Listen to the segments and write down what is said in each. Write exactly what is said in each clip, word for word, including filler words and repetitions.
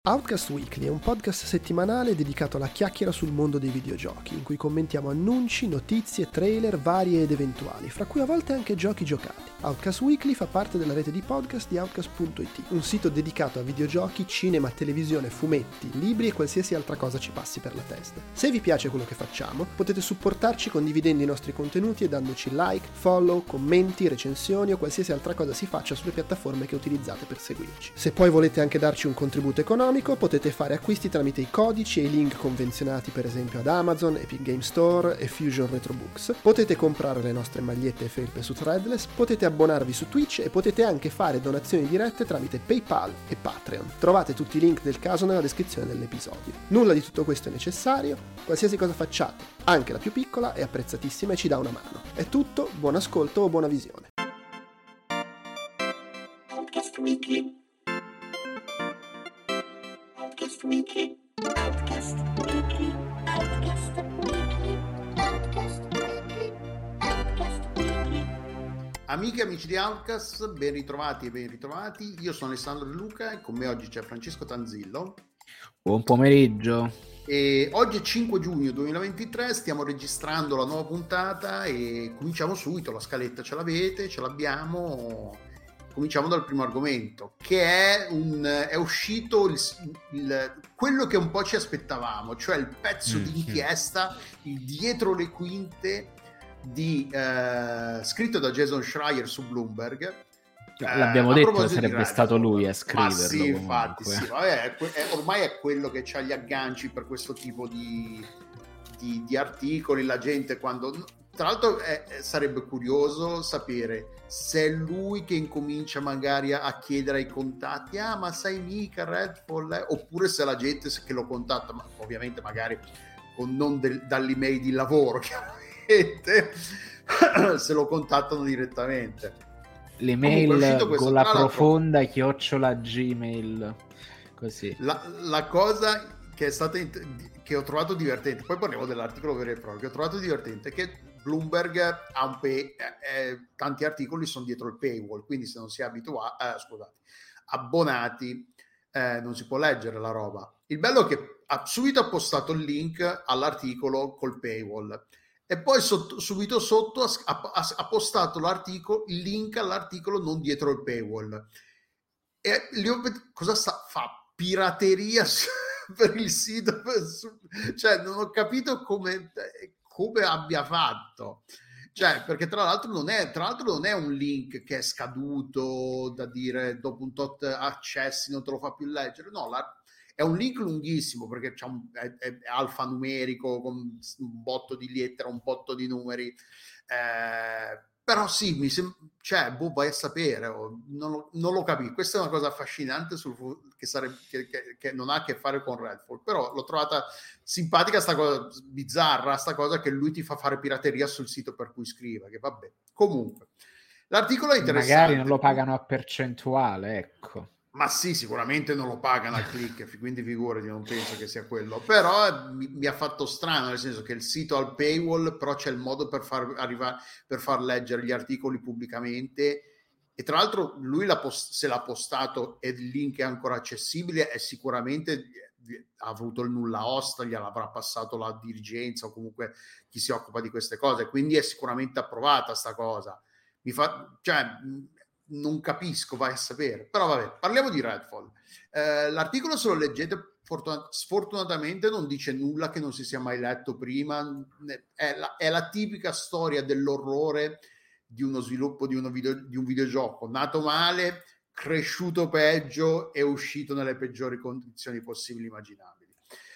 Outcast Weekly è un podcast settimanale dedicato alla chiacchiera sul mondo dei videogiochi, in cui commentiamo annunci, notizie, trailer varie ed eventuali, fra cui a volte anche giochi giocati. Outcast Weekly fa parte della rete di podcast di Outcast punto it, un sito dedicato a videogiochi, cinema, televisione, fumetti, libri e qualsiasi altra cosa ci passi per la testa. Se vi piace quello che facciamo, potete supportarci condividendo i nostri contenuti e dandoci like, follow, commenti, recensioni o qualsiasi altra cosa si faccia sulle piattaforme che utilizzate per seguirci. Se poi volete anche darci un contributo economico, potete fare acquisti tramite i codici e i link convenzionati per esempio ad Amazon, Epic Game Store e Fusion Retro Books. Potete comprare le nostre magliette e felpe su Threadless, potete abbonarvi su Twitch e potete anche fare donazioni dirette tramite PayPal e Patreon. Trovate tutti i link del caso nella descrizione dell'episodio. Nulla di tutto questo è necessario, qualsiasi cosa facciate, anche la più piccola, è apprezzatissima e ci dà una mano. È tutto, buon ascolto o buona visione. Outcast Weekly. Outcast Weekly, Outcast Weekly, Outcast Weekly, Outcast Weekly, Outcast Weekly. Amiche e amici di Outcast, ben ritrovati e ben ritrovati. Io sono Alessandro De Luca e con me oggi c'è Francesco Tanzillo. Buon pomeriggio. E oggi è cinque giugno duemilaventitré, stiamo registrando la nuova puntata e cominciamo subito. La scaletta ce l'avete, ce l'abbiamo. Cominciamo dal primo argomento, che è, un, è uscito il, il, quello che un po' ci aspettavamo, cioè il pezzo mm, di inchiesta, mm. il dietro le quinte di, eh, scritto da Jason Schreier su Bloomberg. L'abbiamo eh, detto che sarebbe stato lui a scriverlo. Ma sì, infatti, sì. Vabbè, è, è, ormai è quello che c'ha gli agganci per questo tipo di, di, di articoli. La gente quando... Tra l'altro eh, sarebbe curioso sapere se è lui che incomincia magari a, a chiedere ai contatti, ah ma sai mica Redfall, eh? Oppure se la gente che lo contatta, ma ovviamente magari con, non del, dall'email di lavoro chiaramente, se lo contattano direttamente. L'email con la profonda chiocciola gmail, così. La, la cosa che è stata che ho trovato divertente, poi parliamo dell'articolo vero e proprio, che ho trovato divertente è che Bloomberg ha un pay, eh, tanti articoli sono dietro il paywall, quindi se non si è abituati, eh, scusate, abbonati, eh, non si può leggere la roba. Il bello è che ha subito ha postato il link all'articolo col paywall e poi sotto, subito sotto ha, ha, ha postato l'articolo, il link all'articolo non dietro il paywall. E lì ho, cosa sta, fa? Pirateria per il sito? Cioè non ho capito come... come abbia fatto, cioè perché tra l'altro non è tra l'altro non è un link che è scaduto da dire dopo un tot accessi non te lo fa più leggere, no, la, è un link lunghissimo perché c'è un, è, è alfanumerico con un botto di lettere, un botto di numeri, eh, però sì, mi sembra, cioè, boh, vai a sapere, non lo, non lo capisco. Questa è una cosa affascinante sul, che, sarebbe, che, che, che non ha a che fare con Redfall, però l'ho trovata simpatica sta cosa, bizzarra sta cosa che lui ti fa fare pirateria sul sito per cui scrive, che vabbè. Comunque, l'articolo è interessante. Magari non lo pagano a percentuale, ecco. Ma sì, sicuramente non lo pagano al click, quindi figurati, non penso che sia quello. Però mi, mi ha fatto strano, nel senso che il sito ha il paywall, però c'è il modo per far arrivare, per far leggere gli articoli pubblicamente. E tra l'altro lui l'ha post- se l'ha postato e il link è ancora accessibile, è sicuramente ha avuto il nulla osta, gliel'avrà passato la dirigenza o comunque chi si occupa di queste cose. Quindi è sicuramente approvata sta cosa. Mi fa, cioè... non capisco, vai a sapere, però vabbè, parliamo di Redfall. Eh, l'articolo, se lo leggete, fortun- sfortunatamente non dice nulla che non si sia mai letto prima, è la, è la tipica storia dell'orrore di uno sviluppo di, uno video, di un videogioco nato male, cresciuto peggio e uscito nelle peggiori condizioni possibili immaginabili.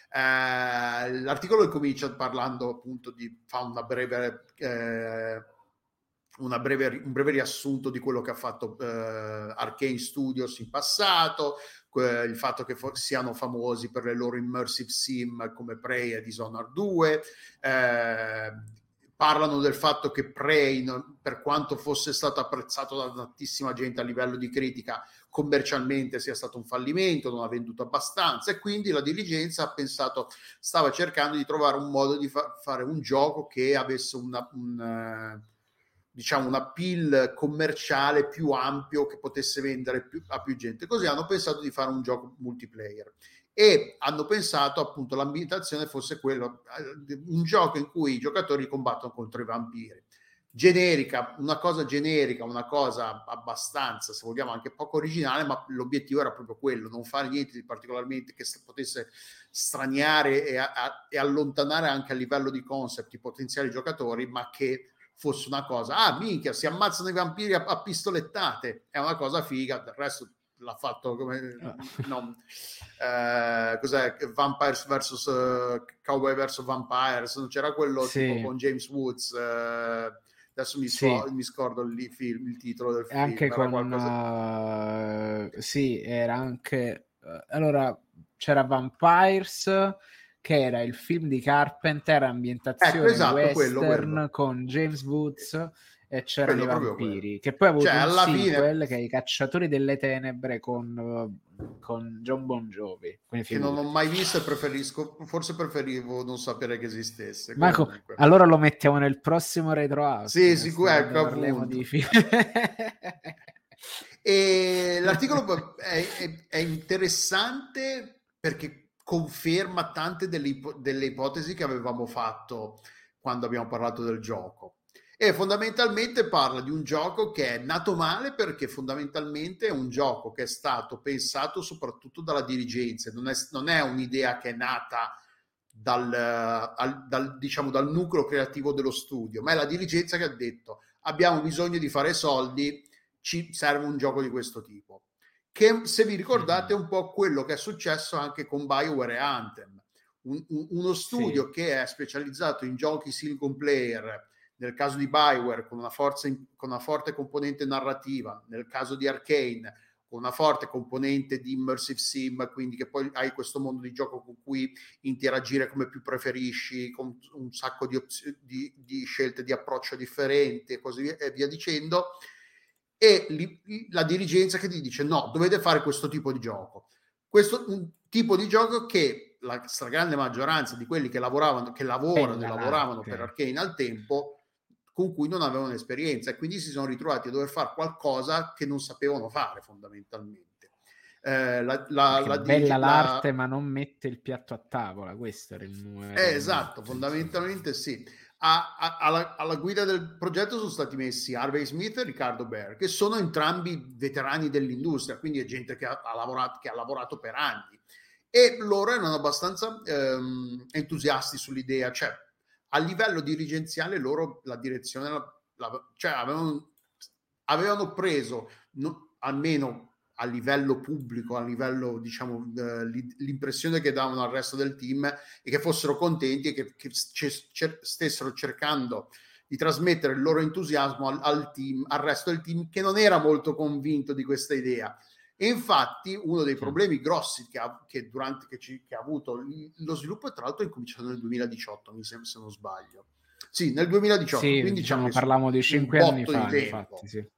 Eh, l'articolo comincia parlando appunto di, fa una breve eh, Una breve, un breve riassunto di quello che ha fatto eh, Arcane Studios in passato, eh, il fatto che fo- siano famosi per le loro immersive sim come Prey e Dishonored due, eh, parlano del fatto che Prey, non, per quanto fosse stato apprezzato da tantissima gente a livello di critica, commercialmente sia stato un fallimento, non ha venduto abbastanza e quindi la dirigenza ha pensato, stava cercando di trovare un modo di fa- fare un gioco che avesse una... un, diciamo un appeal commerciale più ampio che potesse vendere più, a più gente. Così hanno pensato di fare un gioco multiplayer e hanno pensato appunto l'ambientazione fosse quello, un gioco in cui i giocatori combattono contro i vampiri. Generica, una cosa generica, una cosa abbastanza, se vogliamo, anche poco originale, ma l'obiettivo era proprio quello, non fare niente di particolarmente che potesse straniare e, a, e allontanare anche a livello di concept i potenziali giocatori, ma che fosse una cosa, ah minchia, si ammazzano i vampiri a, a pistolettate, è una cosa figa, del resto l'ha fatto come no, eh, cos'è Vampires versus uh, Cowboy versus Vampires, non c'era quello sì. tipo con James Woods, uh, adesso mi, sì. so, mi scordo il, film, il titolo del film, anche con qualcosa... uh, sì, era anche uh, allora c'era Vampires che era il film di Carpenter, ambientazione ecco, esatto, western quello, quello. con James Woods e c'erano quello, i vampiri, che poi ha avuto cioè, un alla sequel fine... che è I Cacciatori delle Tenebre con, con John Bon Jovi, che non ho mai visto e preferisco, forse preferivo non sapere che esistesse. Ma co- allora lo mettiamo nel prossimo Retro House. Sì, sicuro, ecco, parliamo di film. E l'articolo è, è, è interessante perché conferma tante delle, ipo- delle ipotesi che avevamo fatto quando abbiamo parlato del gioco, e fondamentalmente parla di un gioco che è nato male perché fondamentalmente è un gioco che è stato pensato soprattutto dalla dirigenza, non è, non è un'idea che è nata dal, al, dal, diciamo, dal nucleo creativo dello studio, ma è la dirigenza che ha detto abbiamo bisogno di fare soldi, ci serve un gioco di questo tipo, che se vi ricordate è un po' quello che è successo anche con BioWare e Anthem, un, un, uno studio sì. che è specializzato in giochi single player, nel caso di BioWare con una, forza in, con una forte componente narrativa, nel caso di Arcane con una forte componente di immersive sim, quindi che poi hai questo mondo di gioco con cui interagire come più preferisci, con un sacco di, opz- di, di scelte di approccio differenti e così via, e via dicendo, e li, la dirigenza che ti dice no, dovete fare questo tipo di gioco, questo un tipo di gioco che la stragrande maggioranza di quelli che lavoravano, che lavorano e lavoravano per Arcane al tempo, con cui non avevano esperienza, e quindi si sono ritrovati a dover fare qualcosa che non sapevano fare fondamentalmente. Eh, la, la, la bella la... l'arte ma non mette il piatto a tavola, questo era il numero. Eh, esatto, fondamentalmente sì. A, a, alla, alla guida del progetto sono stati messi Harvey Smith e Riccardo Baer, che sono entrambi veterani dell'industria, quindi è gente che ha, ha, lavorato, che ha lavorato per anni, e loro erano abbastanza ehm, entusiasti sull'idea, cioè a livello dirigenziale loro la direzione la, la, cioè avevano, avevano preso no, almeno a livello pubblico, a livello diciamo eh, l'impressione che davano al resto del team e che fossero contenti e che, che cer- stessero cercando di trasmettere il loro entusiasmo al, al team, al resto del team, che non era molto convinto di questa idea. E infatti uno dei problemi grossi che ha, che durante, che ci, che ha avuto lo sviluppo, tra l'altro è cominciato nel duemiladiciotto, mi sembra, se non sbaglio. Sì, nel duemiladiciotto, sì, quindi diciamo, parliamo di cinque anni fa, di infatti, sì.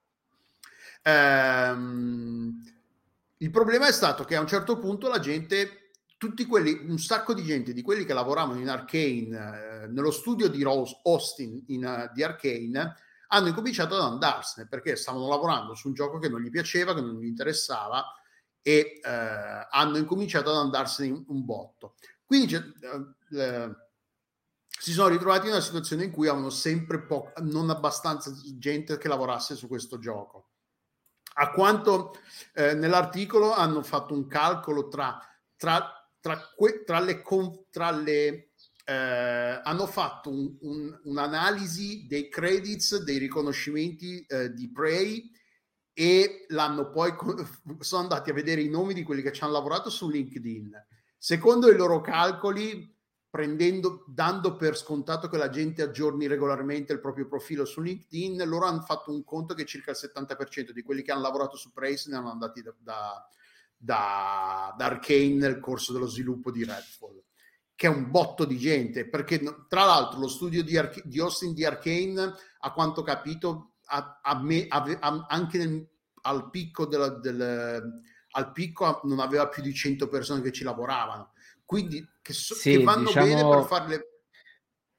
Ehm, il problema è stato che a un certo punto la gente, tutti quelli, un sacco di gente di quelli che lavoravano in Arcane, eh, nello studio di Rose Austin in, uh, di Arcane, hanno incominciato ad andarsene perché stavano lavorando su un gioco che non gli piaceva, che non gli interessava, e eh, hanno incominciato ad andarsene in un botto. Quindi eh, eh, si sono ritrovati in una situazione in cui avevano sempre po- non abbastanza gente che lavorasse su questo gioco. A quanto eh, nell'articolo hanno fatto un calcolo tra, tra, tra, que- tra le... Tra le Eh, hanno fatto un, un, un'analisi dei credits, dei riconoscimenti eh, di Prey, e l'hanno poi sono andati a vedere i nomi di quelli che ci hanno lavorato su LinkedIn. Secondo i loro calcoli, prendendo, dando per scontato che la gente aggiorni regolarmente il proprio profilo su LinkedIn, loro hanno fatto un conto che circa il settanta per cento di quelli che hanno lavorato su Prey se ne hanno andati da, da, da, da Arcane nel corso dello sviluppo di Redfall, che è un botto di gente, perché tra l'altro lo studio di, Arca- di Austin di Arcane, a quanto ho capito, a, a me, a, a, anche nel, al picco, della, del, al picco non aveva più di cento persone che ci lavoravano, quindi che, so, sì, che vanno diciamo... bene per farle...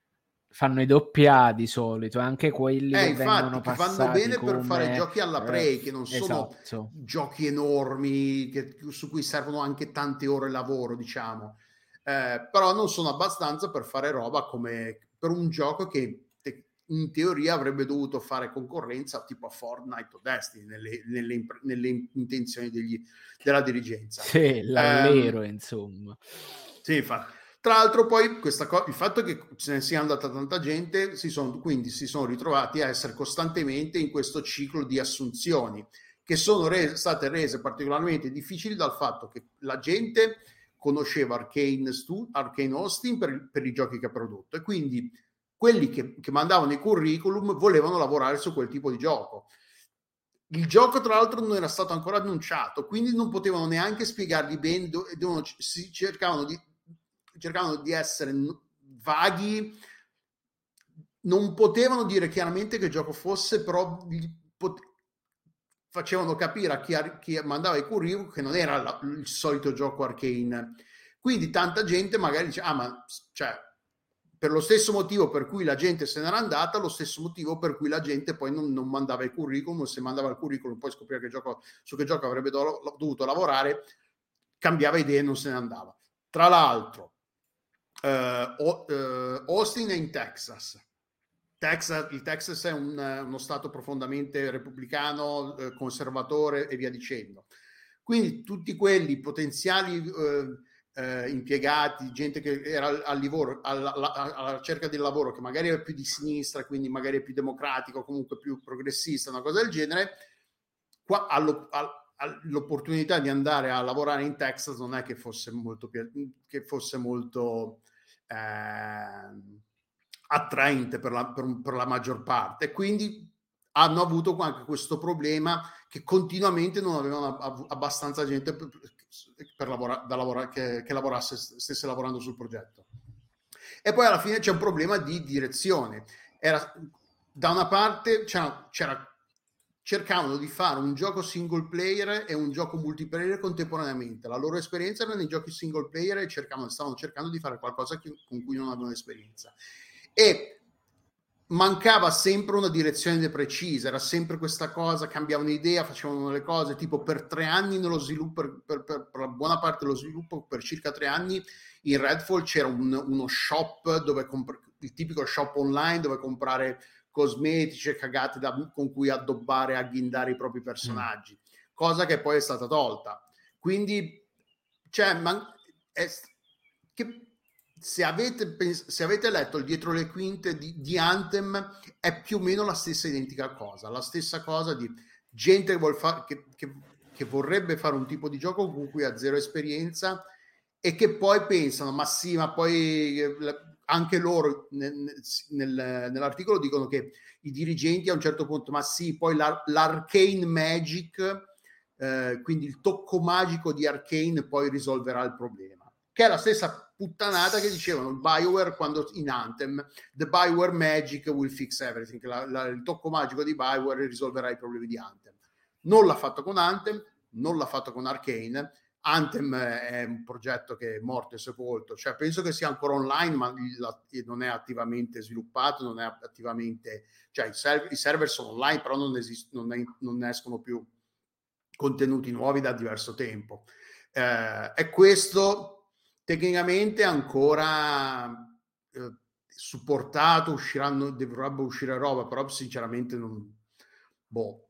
fanno i doppi A di solito, anche quelli Eh, che infatti, vengono che vanno passati bene per fare come giochi alla eh, Prey, che non sono esatto. giochi enormi, che- su cui servono anche tante ore di lavoro, diciamo. Eh, però non sono abbastanza per fare roba come per un gioco che te- in teoria avrebbe dovuto fare concorrenza tipo a Fortnite o Destiny nelle, nelle impre- nelle intenzioni degli- della dirigenza. Sì, l'allero, Ehm, insomma. sì, infatti. Tra l'altro poi questa co- il fatto che se ne sia andata tanta gente, si sono, quindi si sono ritrovati a essere costantemente in questo ciclo di assunzioni che sono rese, state rese particolarmente difficili dal fatto che la gente conosceva Arcane, Stu- Arcane Austin per, per i giochi che ha prodotto e quindi quelli che, che mandavano i curriculum volevano lavorare su quel tipo di gioco. Il gioco, tra l'altro, non era stato ancora annunciato, quindi non potevano neanche spiegargli bene, do- dovevano- si cercavano di, cercavano di essere n- vaghi, non potevano dire chiaramente che gioco fosse, però gli pot- facevano capire a chi, a- chi mandava i curriculum che non era la- il solito gioco Arcane. Quindi tanta gente magari dice, ah ma cioè, per lo stesso motivo per cui la gente se n'era andata, lo stesso motivo per cui la gente poi non, non mandava il curriculum, se mandava il curriculum poi scopriva che gioco, su che gioco avrebbe do, dovuto lavorare, cambiava idea e non se ne andava. Tra l'altro, eh, o, eh, Austin è in Texas. Texas, il Texas è un, uno stato profondamente repubblicano, eh, conservatore e via dicendo. Quindi tutti quelli potenziali eh, eh, impiegati, gente che era al, al lavoro, alla, alla, alla ricerca del lavoro, che magari era più di sinistra, quindi magari è più democratico, comunque più progressista, una cosa del genere, qua allo, all, l'opportunità di andare a lavorare in Texas non è che fosse molto, che fosse molto eh, attraente per la, per, per la maggior parte, quindi hanno avuto anche questo problema che continuamente non avevano abbastanza gente per, per lavorare, da lavorare, che, che lavorasse, stesse lavorando sul progetto. E poi alla fine c'è un problema di direzione. Era, da una parte c'era, c'era cercavano di fare un gioco single player e un gioco multiplayer contemporaneamente. La loro esperienza era nei giochi single player e cercavano, stavano cercando di fare qualcosa che, con cui non avevano esperienza. E mancava sempre una direzione precisa, era sempre questa cosa, cambiavano idea, facevano le cose, tipo per tre anni nello sviluppo, per, per, per, per la buona parte dello sviluppo, per circa tre anni, in Redfall c'era un, uno shop, dove comp- il tipico shop online dove comprare cosmetici e cagate da, con cui addobbare e agghindare i propri personaggi, mm. cosa che poi è stata tolta. Quindi, cioè, man- è, che, se, avete, se avete letto il dietro le quinte di, di Anthem, è più o meno la stessa identica cosa, la stessa cosa di gente che, vuol fa- che, che, che vorrebbe fare un tipo di gioco con cui ha zero esperienza e che poi pensano, ma sì, ma poi anche loro nel, nel, nell'articolo dicono che i dirigenti a un certo punto, ma sì, poi l'ar- l'arcane magic, eh, quindi il tocco magico di Arcane poi risolverà il problema, che è la stessa puttanata che dicevano il BioWare quando in Anthem, the BioWare magic will fix everything, la, la, il tocco magico di BioWare risolverà i problemi di Anthem. Non l'ha fatto con Anthem, non l'ha fatto con Arcane. Anthem è un progetto che è morto e sepolto, cioè penso che sia ancora online, ma non è attivamente sviluppato, non è attivamente, cioè i server, i server sono online, però non, esist- non, è, non escono più contenuti nuovi da diverso tempo. Eh, e questo tecnicamente ancora eh, supportato, usciranno, dovrebbe uscire roba, però sinceramente non, boh.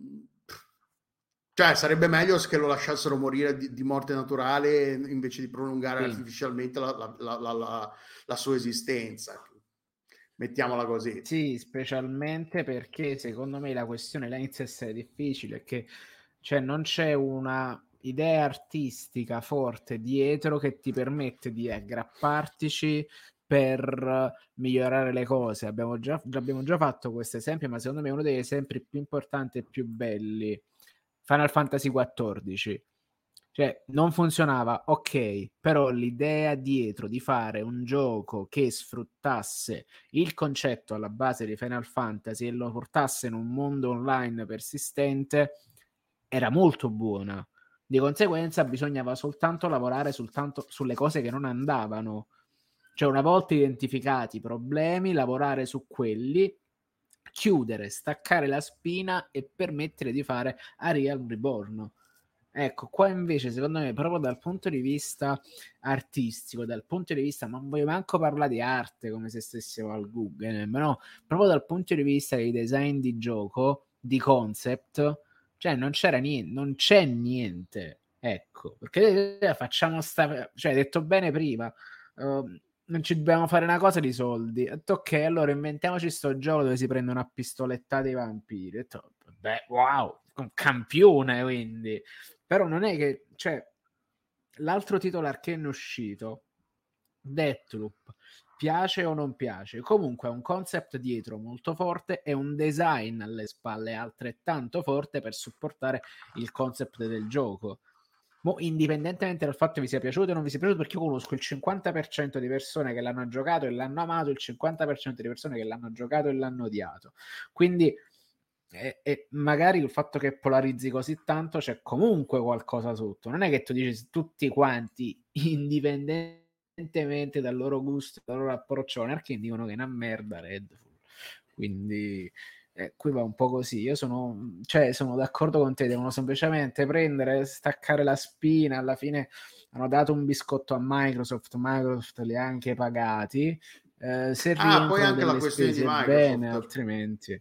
Cioè sarebbe meglio che lo lasciassero morire di, di morte naturale invece di prolungare sì. artificialmente la, la, la, la, la sua esistenza, mettiamola così. Sì, specialmente perché secondo me la questione là inizia a essere difficile, che cioè non c'è una idea artistica forte dietro che ti permette di aggrappartici per migliorare le cose. Abbiamo già, abbiamo già fatto questo esempio, ma secondo me è uno degli esempi più importanti e più belli. Final Fantasy quattordici, cioè non funzionava, ok, però l'idea dietro di fare un gioco che sfruttasse il concetto alla base di Final Fantasy e lo portasse in un mondo online persistente era molto buona. Di conseguenza bisognava soltanto lavorare soltanto sulle cose che non andavano, Cioè, una volta identificati i problemi, lavorare su quelli, chiudere, staccare la spina e permettere di fare Unreal Reborn. Ecco, qua invece secondo me proprio dal punto di vista artistico, dal punto di vista, ma non voglio manco parlare di arte come se stessimo al Google, no, proprio dal punto di vista dei design di gioco, di concept, cioè non c'era niente, non c'è niente, ecco, perché facciamo sta, cioè hai detto bene prima, uh, non ci dobbiamo fare una cosa di soldi. Ho detto, ok, allora inventiamoci sto gioco dove si prende una pistolettata ai vampiri. Ho detto, beh, wow, un campione, quindi. Però non è che, cioè, l'altro titolo Arcane uscito, Deathloop, piace o non piace, comunque è un concept dietro molto forte e un design alle spalle altrettanto forte per supportare il concept del gioco. Mo, indipendentemente dal fatto che vi sia piaciuto o non vi sia piaciuto, perché io conosco il cinquanta per cento di persone che l'hanno giocato e l'hanno amato, il cinquanta per cento di persone che l'hanno giocato e l'hanno odiato, quindi e, e magari il fatto che polarizzi così tanto c'è comunque qualcosa sotto, non è che tu dici tutti quanti indipendentemente dal loro gusto, dal loro approccio con Arcane dicono che è una merda Redfall, quindi eh, qui va un po' così. Io sono, cioè, sono d'accordo con te, devono semplicemente prendere, staccare la spina, alla fine hanno dato un biscotto a Microsoft, Microsoft li ha anche pagati, eh, se Ah, poi rientrano anche la delle questione di spese Microsoft. bene, altrimenti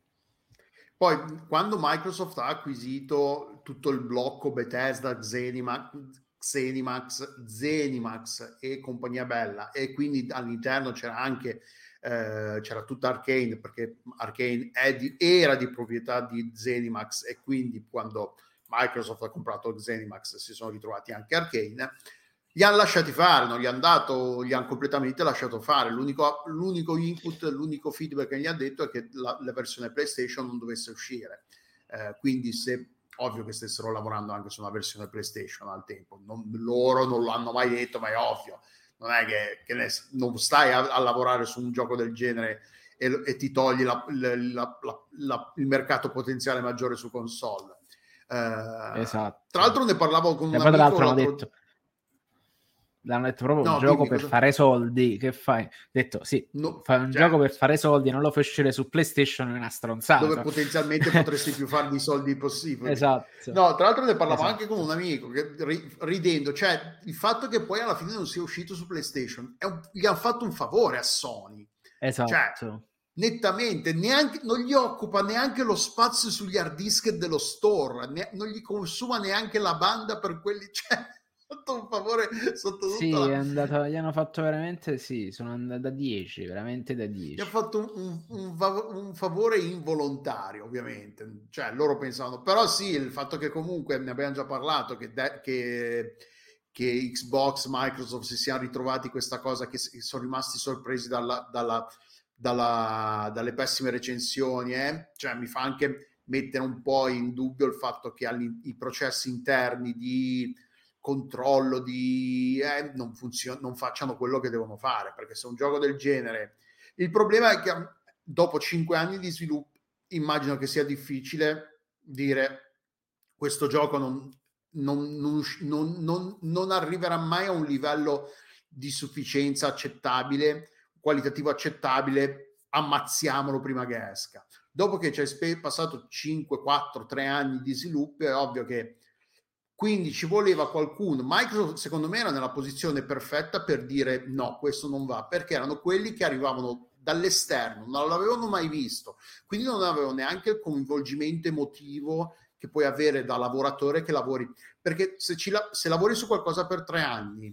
Poi, quando Microsoft ha acquisito tutto il blocco Bethesda, Zenimax, Zenimax, Zenimax e compagnia bella, e quindi all'interno c'era anche eh, c'era tutta Arcane, perché Arcane è di, era di proprietà di Zenimax, e quindi quando Microsoft ha comprato Zenimax si sono ritrovati anche Arcane. Li hanno lasciati fare, non gli hanno dato, gli hanno completamente lasciato fare. L'unico, l'unico input, l'unico feedback che gli ha detto è che la, la versione PlayStation non dovesse uscire. Eh, quindi se, ovvio che stessero lavorando anche su una versione PlayStation al tempo. Non, loro non l'hanno mai detto, ma è ovvio. Non è che, che ne, non stai a, a lavorare su un gioco del genere e, e ti togli la, la, la, la, il mercato potenziale maggiore su console. Eh, esatto. Tra l'altro ne parlavo con e un poi tra amico l'altro l'altro... hanno detto l'hanno detto proprio no, un gioco dimmi, per cosa... fare soldi, che fai? Ho detto sì, no, fai un cioè, gioco per fare soldi, non lo fai uscire su PlayStation, è una stronzata dove potenzialmente potresti più farmi i soldi possibili. Esatto. No, tra l'altro ne parlavo esatto. anche con un amico che ridendo, cioè il fatto che poi alla fine non sia uscito su PlayStation è un, gli hanno fatto un favore a Sony. Esatto. Cioè, nettamente, neanche, non gli occupa neanche lo spazio sugli hard disk dello store, ne, non gli consuma neanche la banda per quelli, cioè fatto un favore sotto sì, tutta la... è andato, gli hanno fatto veramente, sì, sono andati da dieci, veramente da dieci. Gli ha fatto un, un, un favore involontario, ovviamente, cioè loro pensavano, però sì, il fatto che comunque, ne abbiamo già parlato, che, de- che, che Xbox, Microsoft si siano ritrovati questa cosa, che sono rimasti sorpresi dalla, dalla, dalla, dalle pessime recensioni, eh? Cioè mi fa anche mettere un po' in dubbio il fatto che i processi interni di controllo di eh, non, funzion- non facciano quello che devono fare, perché se un gioco del genere, il problema è che dopo cinque anni di sviluppo immagino che sia difficile dire questo gioco non, non, non, non, non, non arriverà mai a un livello di sufficienza accettabile, qualitativo accettabile, ammazziamolo prima che esca. Dopo che c'è passato cinque, quattro, tre anni di sviluppo è ovvio che quindi ci voleva qualcuno. Microsoft secondo me era nella posizione perfetta per dire no, questo non va, perché erano quelli che arrivavano dall'esterno, non l'avevano mai visto, quindi non avevano neanche il coinvolgimento emotivo che puoi avere da lavoratore che lavori, perché se, ci la- se lavori su qualcosa per tre anni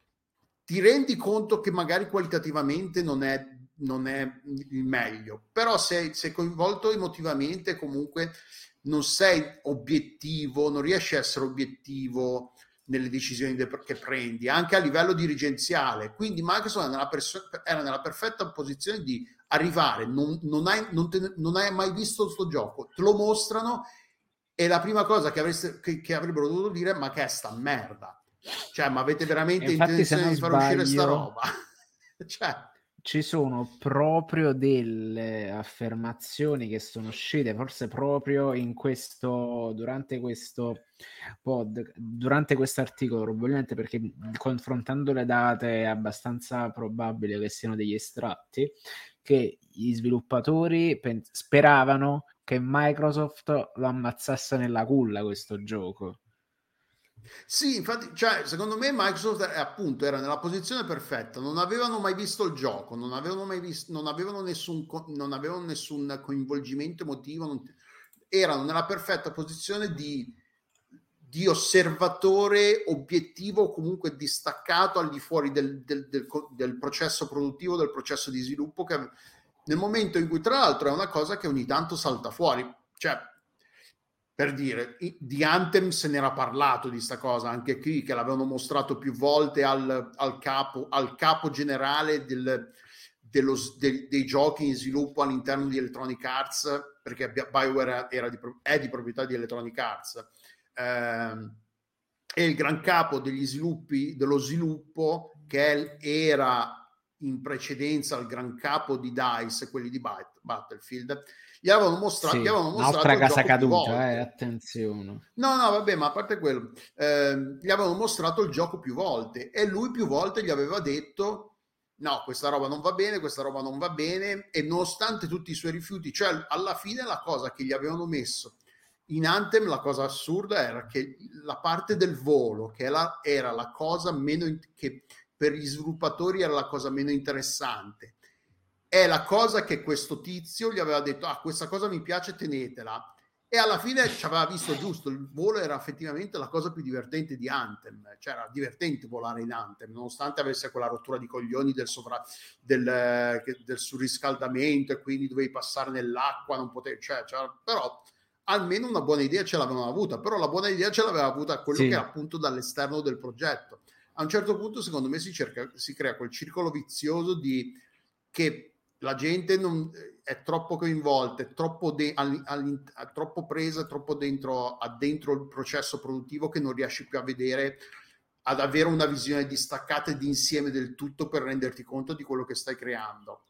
ti rendi conto che magari qualitativamente non è, non è il meglio, però se sei coinvolto emotivamente comunque non sei obiettivo, non riesci a essere obiettivo nelle decisioni de- che prendi, anche a livello dirigenziale. Quindi Microsoft era nella, perso- era nella perfetta posizione di arrivare, non, non, hai, non, te, non hai mai visto questo gioco, te lo mostrano e la prima cosa che, avreste, che, che avrebbero dovuto dire ma che è sta merda? Cioè, ma avete veramente infatti, intenzione di far sbaglio, uscire sta roba? Cioè... ci sono proprio delle affermazioni che sono uscite forse proprio in questo durante questo pod durante questo articolo, probabilmente perché confrontando le date è abbastanza probabile che siano degli estratti, che gli sviluppatori pen- speravano che Microsoft lo ammazzasse nella culla questo gioco. Sì, infatti, cioè, secondo me Microsoft è, appunto era nella posizione perfetta, non avevano mai visto il gioco, non avevano mai visto, non avevano nessun, co- non avevano nessun coinvolgimento emotivo, non- erano nella perfetta posizione di, di osservatore obiettivo, comunque distaccato al di fuori del, del- del co- del processo produttivo, del processo di sviluppo, che nel momento in cui, tra l'altro, è una cosa che ogni tanto salta fuori, cioè. Per dire, i- di Anthem se n'era parlato di sta cosa, anche qui che l'avevano mostrato più volte al, al capo, al capo generale del, dello, de, dei giochi in sviluppo all'interno di Electronic Arts, perché BioWare era di, è di proprietà di Electronic Arts, ehm, e il gran capo degli sviluppi, dello sviluppo, che era in precedenza il gran capo di DICE, quelli di Bat- Battlefield, gli avevano mostrato, Sì, gli avevano mostrato un'altra il casa gioco più caduta, eh, volte. attenzione. No, no, vabbè, ma a parte quello, ehm, gli avevano mostrato il gioco più volte e lui più volte gli aveva detto no, questa roba non va bene, questa roba non va bene, e nonostante tutti i suoi rifiuti, cioè alla fine la cosa che gli avevano messo in Anthem, la cosa assurda era che la parte del volo, che era, era la cosa meno in- che per gli sviluppatori era la cosa meno interessante, è la cosa che questo tizio gli aveva detto ah, questa cosa mi piace, tenetela, e alla fine ci aveva visto giusto, il volo era effettivamente la cosa più divertente di Anthem, cioè era divertente volare in Anthem, nonostante avesse quella rottura di coglioni del, sovra, del, del surriscaldamento, e quindi dovevi passare nell'acqua, non potevi, cioè, cioè, però almeno una buona idea ce l'avevano avuta, però la buona idea ce l'aveva avuta quello Sì. che era appunto dall'esterno del progetto. A un certo punto secondo me si, cerca, si crea quel circolo vizioso di che la gente non, è troppo coinvolta, è troppo, de, all, all, è troppo presa, troppo dentro, dentro il processo produttivo, che non riesci più a vedere, ad avere una visione distaccata e d'insieme del tutto per renderti conto di quello che stai creando.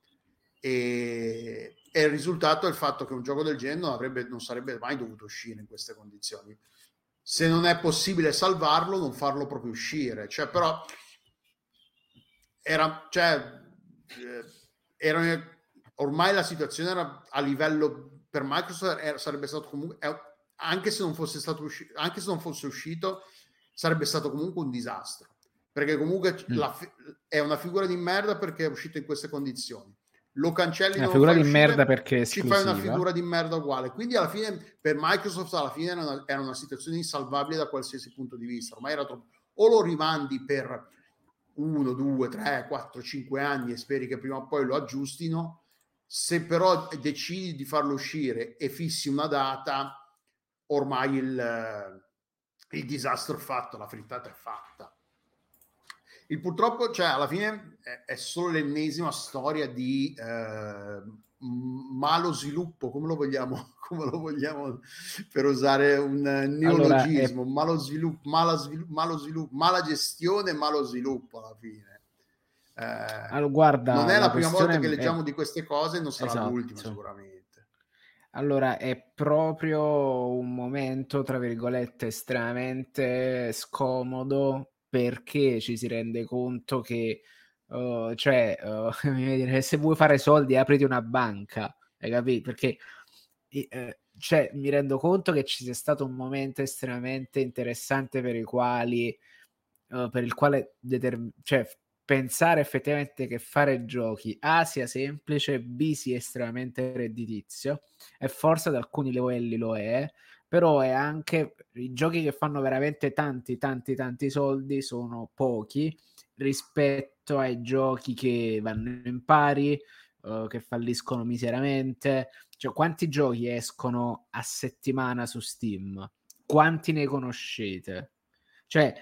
E, e il risultato è il fatto che un gioco del genere non, avrebbe, non sarebbe mai dovuto uscire in queste condizioni. Se non è possibile salvarlo, non farlo proprio uscire. Cioè, però era, cioè, eh, era, ormai la situazione era a livello per Microsoft, era, sarebbe stato comunque, anche se non fosse stato uscito, anche se non fosse uscito, sarebbe stato comunque un disastro, perché comunque mm. la, è una figura di merda perché è uscito in queste condizioni. Lo cancelli, una non figura lo fai di uscire, merda perché è ci fai una esclusiva. figura di merda uguale. Quindi alla fine per Microsoft alla fine era una, era una situazione insalvabile da qualsiasi punto di vista. Ormai era troppo, o lo rimandi per uno, due, tre, quattro, cinque anni e speri che prima o poi lo aggiustino. Se però decidi di farlo uscire e fissi una data, ormai il, il disastro è fatto, la frittata è fatta. Il purtroppo, cioè, alla fine è, è solo l'ennesima storia di eh, malo sviluppo, come lo vogliamo, come lo vogliamo per usare un neologismo, allora, è... malo sviluppo, mala sviluppo, malo sviluppo, mala gestione, malo sviluppo alla fine. Eh, allora, guarda, non è la, la prima volta che leggiamo è... di queste cose, non sarà esatto. l'ultima sicuramente. Allora, è proprio un momento, tra virgolette, estremamente scomodo, perché ci si rende conto che, uh, cioè, uh, se vuoi fare soldi, apriti una banca, hai capito? Perché eh, cioè, mi rendo conto che ci sia stato un momento estremamente interessante per i quali, uh, per il quale determ- cioè, pensare effettivamente che fare giochi A sia semplice, B sia estremamente redditizio, e forse ad alcuni livelli lo è, però è anche i giochi che fanno veramente tanti tanti tanti soldi sono pochi rispetto ai giochi che vanno in pari, uh, che falliscono miseramente. Cioè, quanti giochi escono a settimana su Steam? Quanti ne conoscete? Cioè,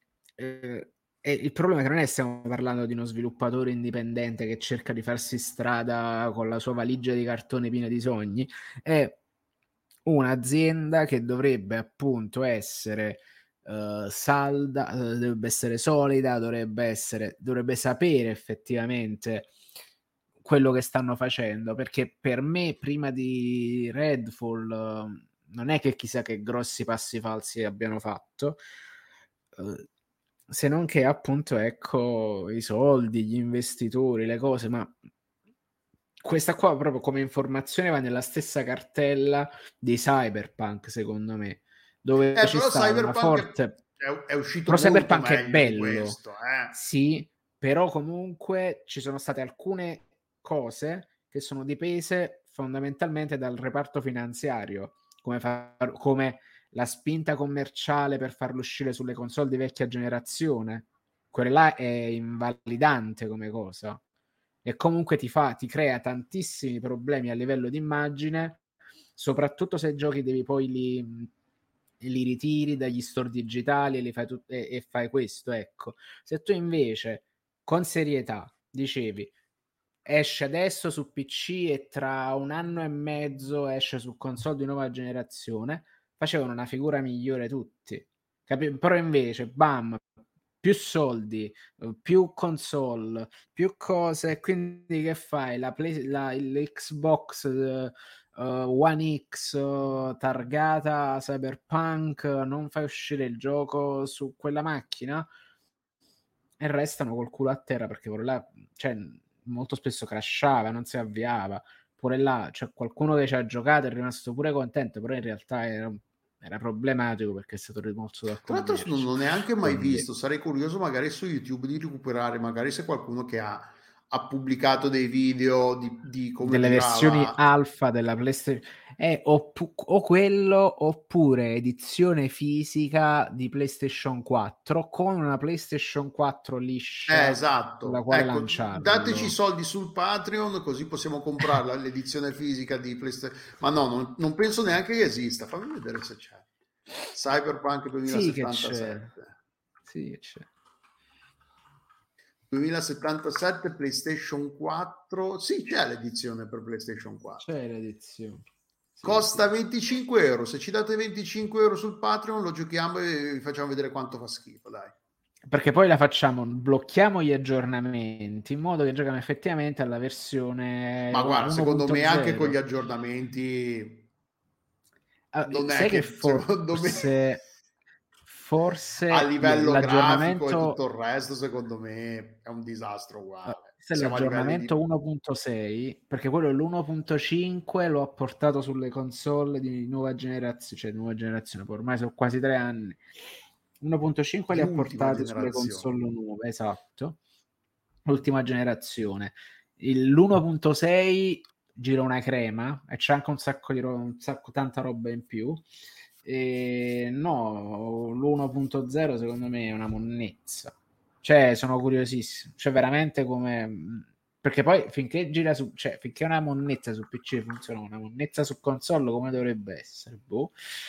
eh, e il problema è che non è che stiamo parlando di uno sviluppatore indipendente che cerca di farsi strada con la sua valigia di cartone piena di sogni, è un'azienda che dovrebbe appunto essere uh, salda, uh, dovrebbe essere solida, dovrebbe essere, dovrebbe sapere effettivamente quello che stanno facendo, perché per me prima di Redfall eh, non è che chissà che grossi passi falsi abbiano fatto, eh, se non che appunto ecco i soldi, gli investitori, le cose, ma questa qua proprio come informazione va nella stessa cartella di Cyberpunk, secondo me, dove Eh, ci però sta una Cyberpunk forte... è, è uscito Però molto Cyberpunk è meglio di bello, questo, eh. sì, però comunque ci sono state alcune cose che sono dipese fondamentalmente dal reparto finanziario, come, far, come la spinta commerciale per farlo uscire sulle console di vecchia generazione. Quella là è invalidante come cosa. E comunque ti fa, ti crea tantissimi problemi a livello di immagine, soprattutto se giochi devi poi li, li ritiri dagli store digitali e, li fai tut- e, e fai questo, ecco. Se tu invece con serietà dicevi esce adesso su P C e tra un anno e mezzo esce su console di nuova generazione, facevano una figura migliore tutti. Capi- Però invece, bam, più soldi, più console, più cose, quindi che fai? La play, la, l'Xbox uh, One X uh, targata Cyberpunk, non fai uscire il gioco su quella macchina e restano col culo a terra perché pure là, cioè, molto spesso crashava, non si avviava. Pure là, c'è cioè, qualcuno che ci ha giocato è rimasto pure contento, però in realtà era, era problematico perché è stato rimosso dal Tra l'altro non commercio. l'ho neanche mai Quindi... visto, sarei curioso magari su YouTube di recuperare, magari se qualcuno che ha, ha pubblicato dei video di, di come delle versioni girava. alfa della PlayStation eh, o, o quello oppure edizione fisica di PlayStation quattro con una PlayStation quattro Eh, liscia sulla esatto, quale ecco, dateci lanciarlo. soldi sul Patreon così possiamo comprarla l'edizione fisica di PlayStation, ma no, non, non penso neanche che esista, fammi vedere se c'è. Cyberpunk Sì che c'è, duemilasettantasette. sì che c'è. duemilasettantasette PlayStation quattro, sì, c'è l'edizione per PlayStation quattro. C'è l'edizione. Sì, Costa sì. venticinque euro, se ci date venticinque euro sul Patreon lo giochiamo e vi facciamo vedere quanto fa schifo, dai. Perché poi la facciamo, blocchiamo gli aggiornamenti in modo che giochiamo effettivamente alla versione Ma guarda, secondo me anche con gli uno punto zero. aggiornamenti Uh, non è sai che che secondo me forse forse a livello grafico e tutto l'aggiornamento il resto secondo me è un disastro uh, uguale. se Siamo a livelli l'aggiornamento di uno punto sei, perché quello l'uno punto cinque lo ha portato sulle console di nuova generazione, cioè nuova generazione, ormai sono quasi tre anni. uno punto cinque di li ha ultima portati sulle generazione. console nuove, esatto. Ultima generazione. Il, l'uno punto sei gira una crema e c'è anche un sacco di ro- un sacco tanta roba in più. E no, l'uno punto zero secondo me è una monnezza. Cioè, sono curiosissimo. Cioè, veramente come... Perché poi finché gira su... Cioè, finché una monnezza su P C funziona, una monnezza su console come dovrebbe essere. Boh.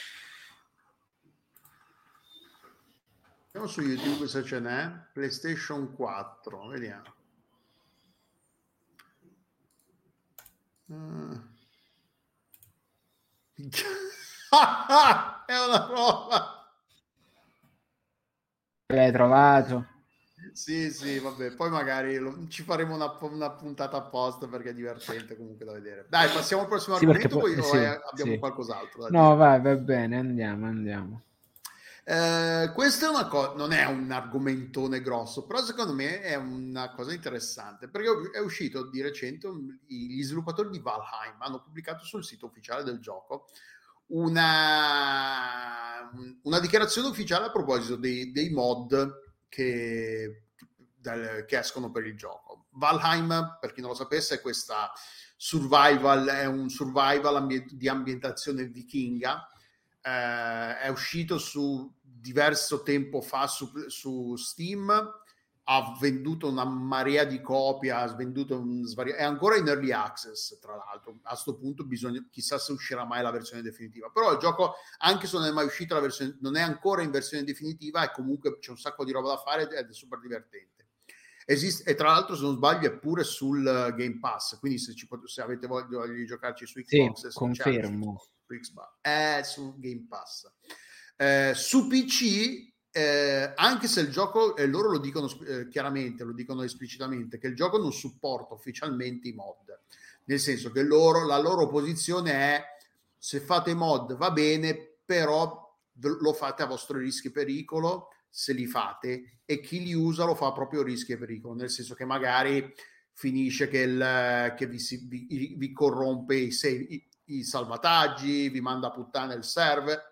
Vediamo su YouTube se ce n'è. PlayStation quattro, vediamo. Uh. È una roba. L'hai trovato? Sì, sì, vabbè, poi magari lo, ci faremo una, una puntata apposta perché è divertente comunque da vedere. Dai, passiamo al prossimo Sì, argomento, poi, poi sì, eh, abbiamo sì. qualcos'altro da No, dire. vai, va bene, andiamo, andiamo. Eh, questa è una cosa, non è un argomentone grosso, però secondo me è una cosa interessante perché è uscito di recente gli sviluppatori di Valheim hanno pubblicato sul sito ufficiale del gioco una, una dichiarazione ufficiale a proposito dei, dei mod che, del, che escono per il gioco. Valheim, per chi non lo sapesse, è questa survival, è un survival ambient- di ambientazione vichinga. Eh, è uscito su diverso tempo fa su, su Steam, ha venduto una marea di copie, ha svenduto un svari- è ancora in early access, tra l'altro. A sto punto bisogna, chissà se uscirà mai la versione definitiva, però il gioco, anche se non è mai uscita la versione, non è ancora in versione definitiva e comunque c'è un sacco di roba da fare ed è super divertente. Esiste, e tra l'altro se non sbaglio è pure sul Game Pass, quindi se, ci, se avete voglia di giocarci su Xbox, sì, confermo. c'è su Xbox, è su Game Pass. Eh, su P C eh, anche se il gioco, e loro lo dicono eh, chiaramente, lo dicono esplicitamente, che il gioco non supporta ufficialmente i mod, nel senso che loro, la loro posizione è: se fate mod va bene, però lo fate a vostro rischio e pericolo, se li fate, e chi li usa lo fa proprio a rischio e pericolo, nel senso che magari finisce che, il, che vi, si, vi, vi corrompe i, i, i salvataggi, vi manda a puttane il server.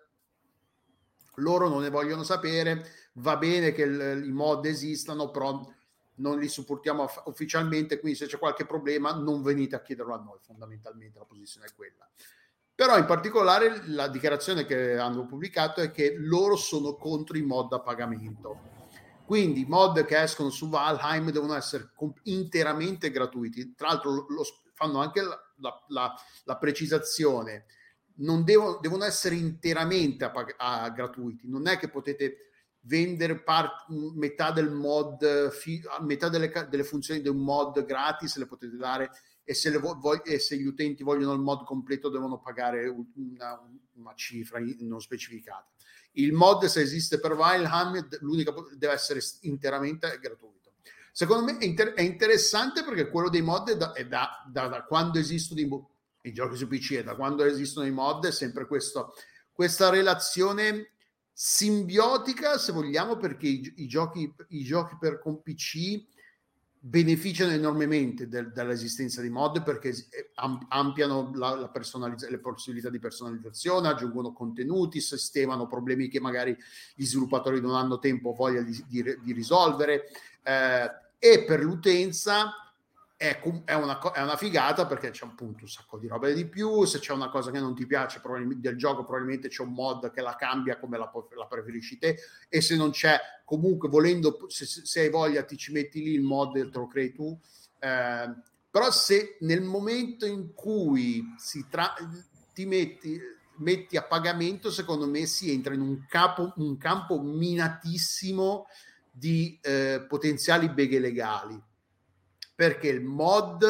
Loro non ne vogliono sapere, va bene che il, i mod esistano, però non li supportiamo ufficialmente, quindi se c'è qualche problema non venite a chiederlo a noi, fondamentalmente la posizione è quella. Però in particolare la dichiarazione che hanno pubblicato è che loro sono contro i mod a pagamento, quindi i mod che escono su Valheim devono essere comp- interamente gratuiti. Tra l'altro lo, lo fanno anche la, la, la, la precisazione: non devono, devono essere interamente a, pag- a gratuiti, non è che potete vendere part- metà del mod, fi- metà delle, delle funzioni di un mod gratis le potete dare, e se, le vo- vo- e se gli utenti vogliono il mod completo devono pagare una, una cifra non specificata. Il mod, se esiste per Valheim, l'unica deve essere interamente gratuito. Secondo me è, inter- è interessante, perché quello dei mod è da, è da, da, da quando esistono i, i giochi su P C, e da quando esistono i mod è sempre questo, questa relazione simbiotica, se vogliamo, perché i, i giochi i giochi per con P C beneficiano enormemente del, dall'esistenza di mod, perché ampliano la, la personalizza- le possibilità di personalizzazione, aggiungono contenuti, sistemano problemi che magari gli sviluppatori non hanno tempo o voglia di, di, di risolvere, eh, e per l'utenza è, è, una, è una figata, perché c'è appunto un sacco di roba di più. Se c'è una cosa che non ti piace del gioco, probabilmente c'è un mod che la cambia come la, la preferisci te, e se non c'è, comunque volendo, se, se hai voglia ti ci metti lì il mod e te lo crei tu, eh, però se nel momento in cui si tra- ti metti, metti a pagamento, secondo me si entra in un, capo, un campo minatissimo di eh, potenziali beghe legali, perché il mod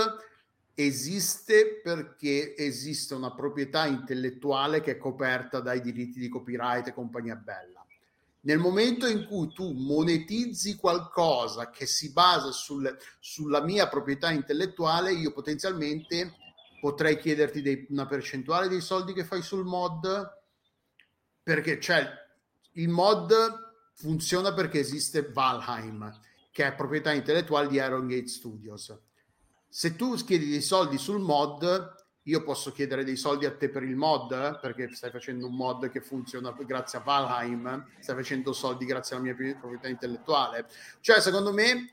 esiste perché esiste una proprietà intellettuale che è coperta dai diritti di copyright e compagnia bella. Nel momento in cui tu monetizzi qualcosa che si basa sul, sulla mia proprietà intellettuale, io potenzialmente potrei chiederti dei, una percentuale dei soldi che fai sul mod, perché cioè, il mod funziona perché esiste Valheim, che è proprietà intellettuale di Iron Gate Studios. Se tu chiedi dei soldi sul mod, io posso chiedere dei soldi a te per il mod, perché stai facendo un mod che funziona grazie a Valheim, stai facendo soldi grazie alla mia proprietà intellettuale. Cioè, secondo me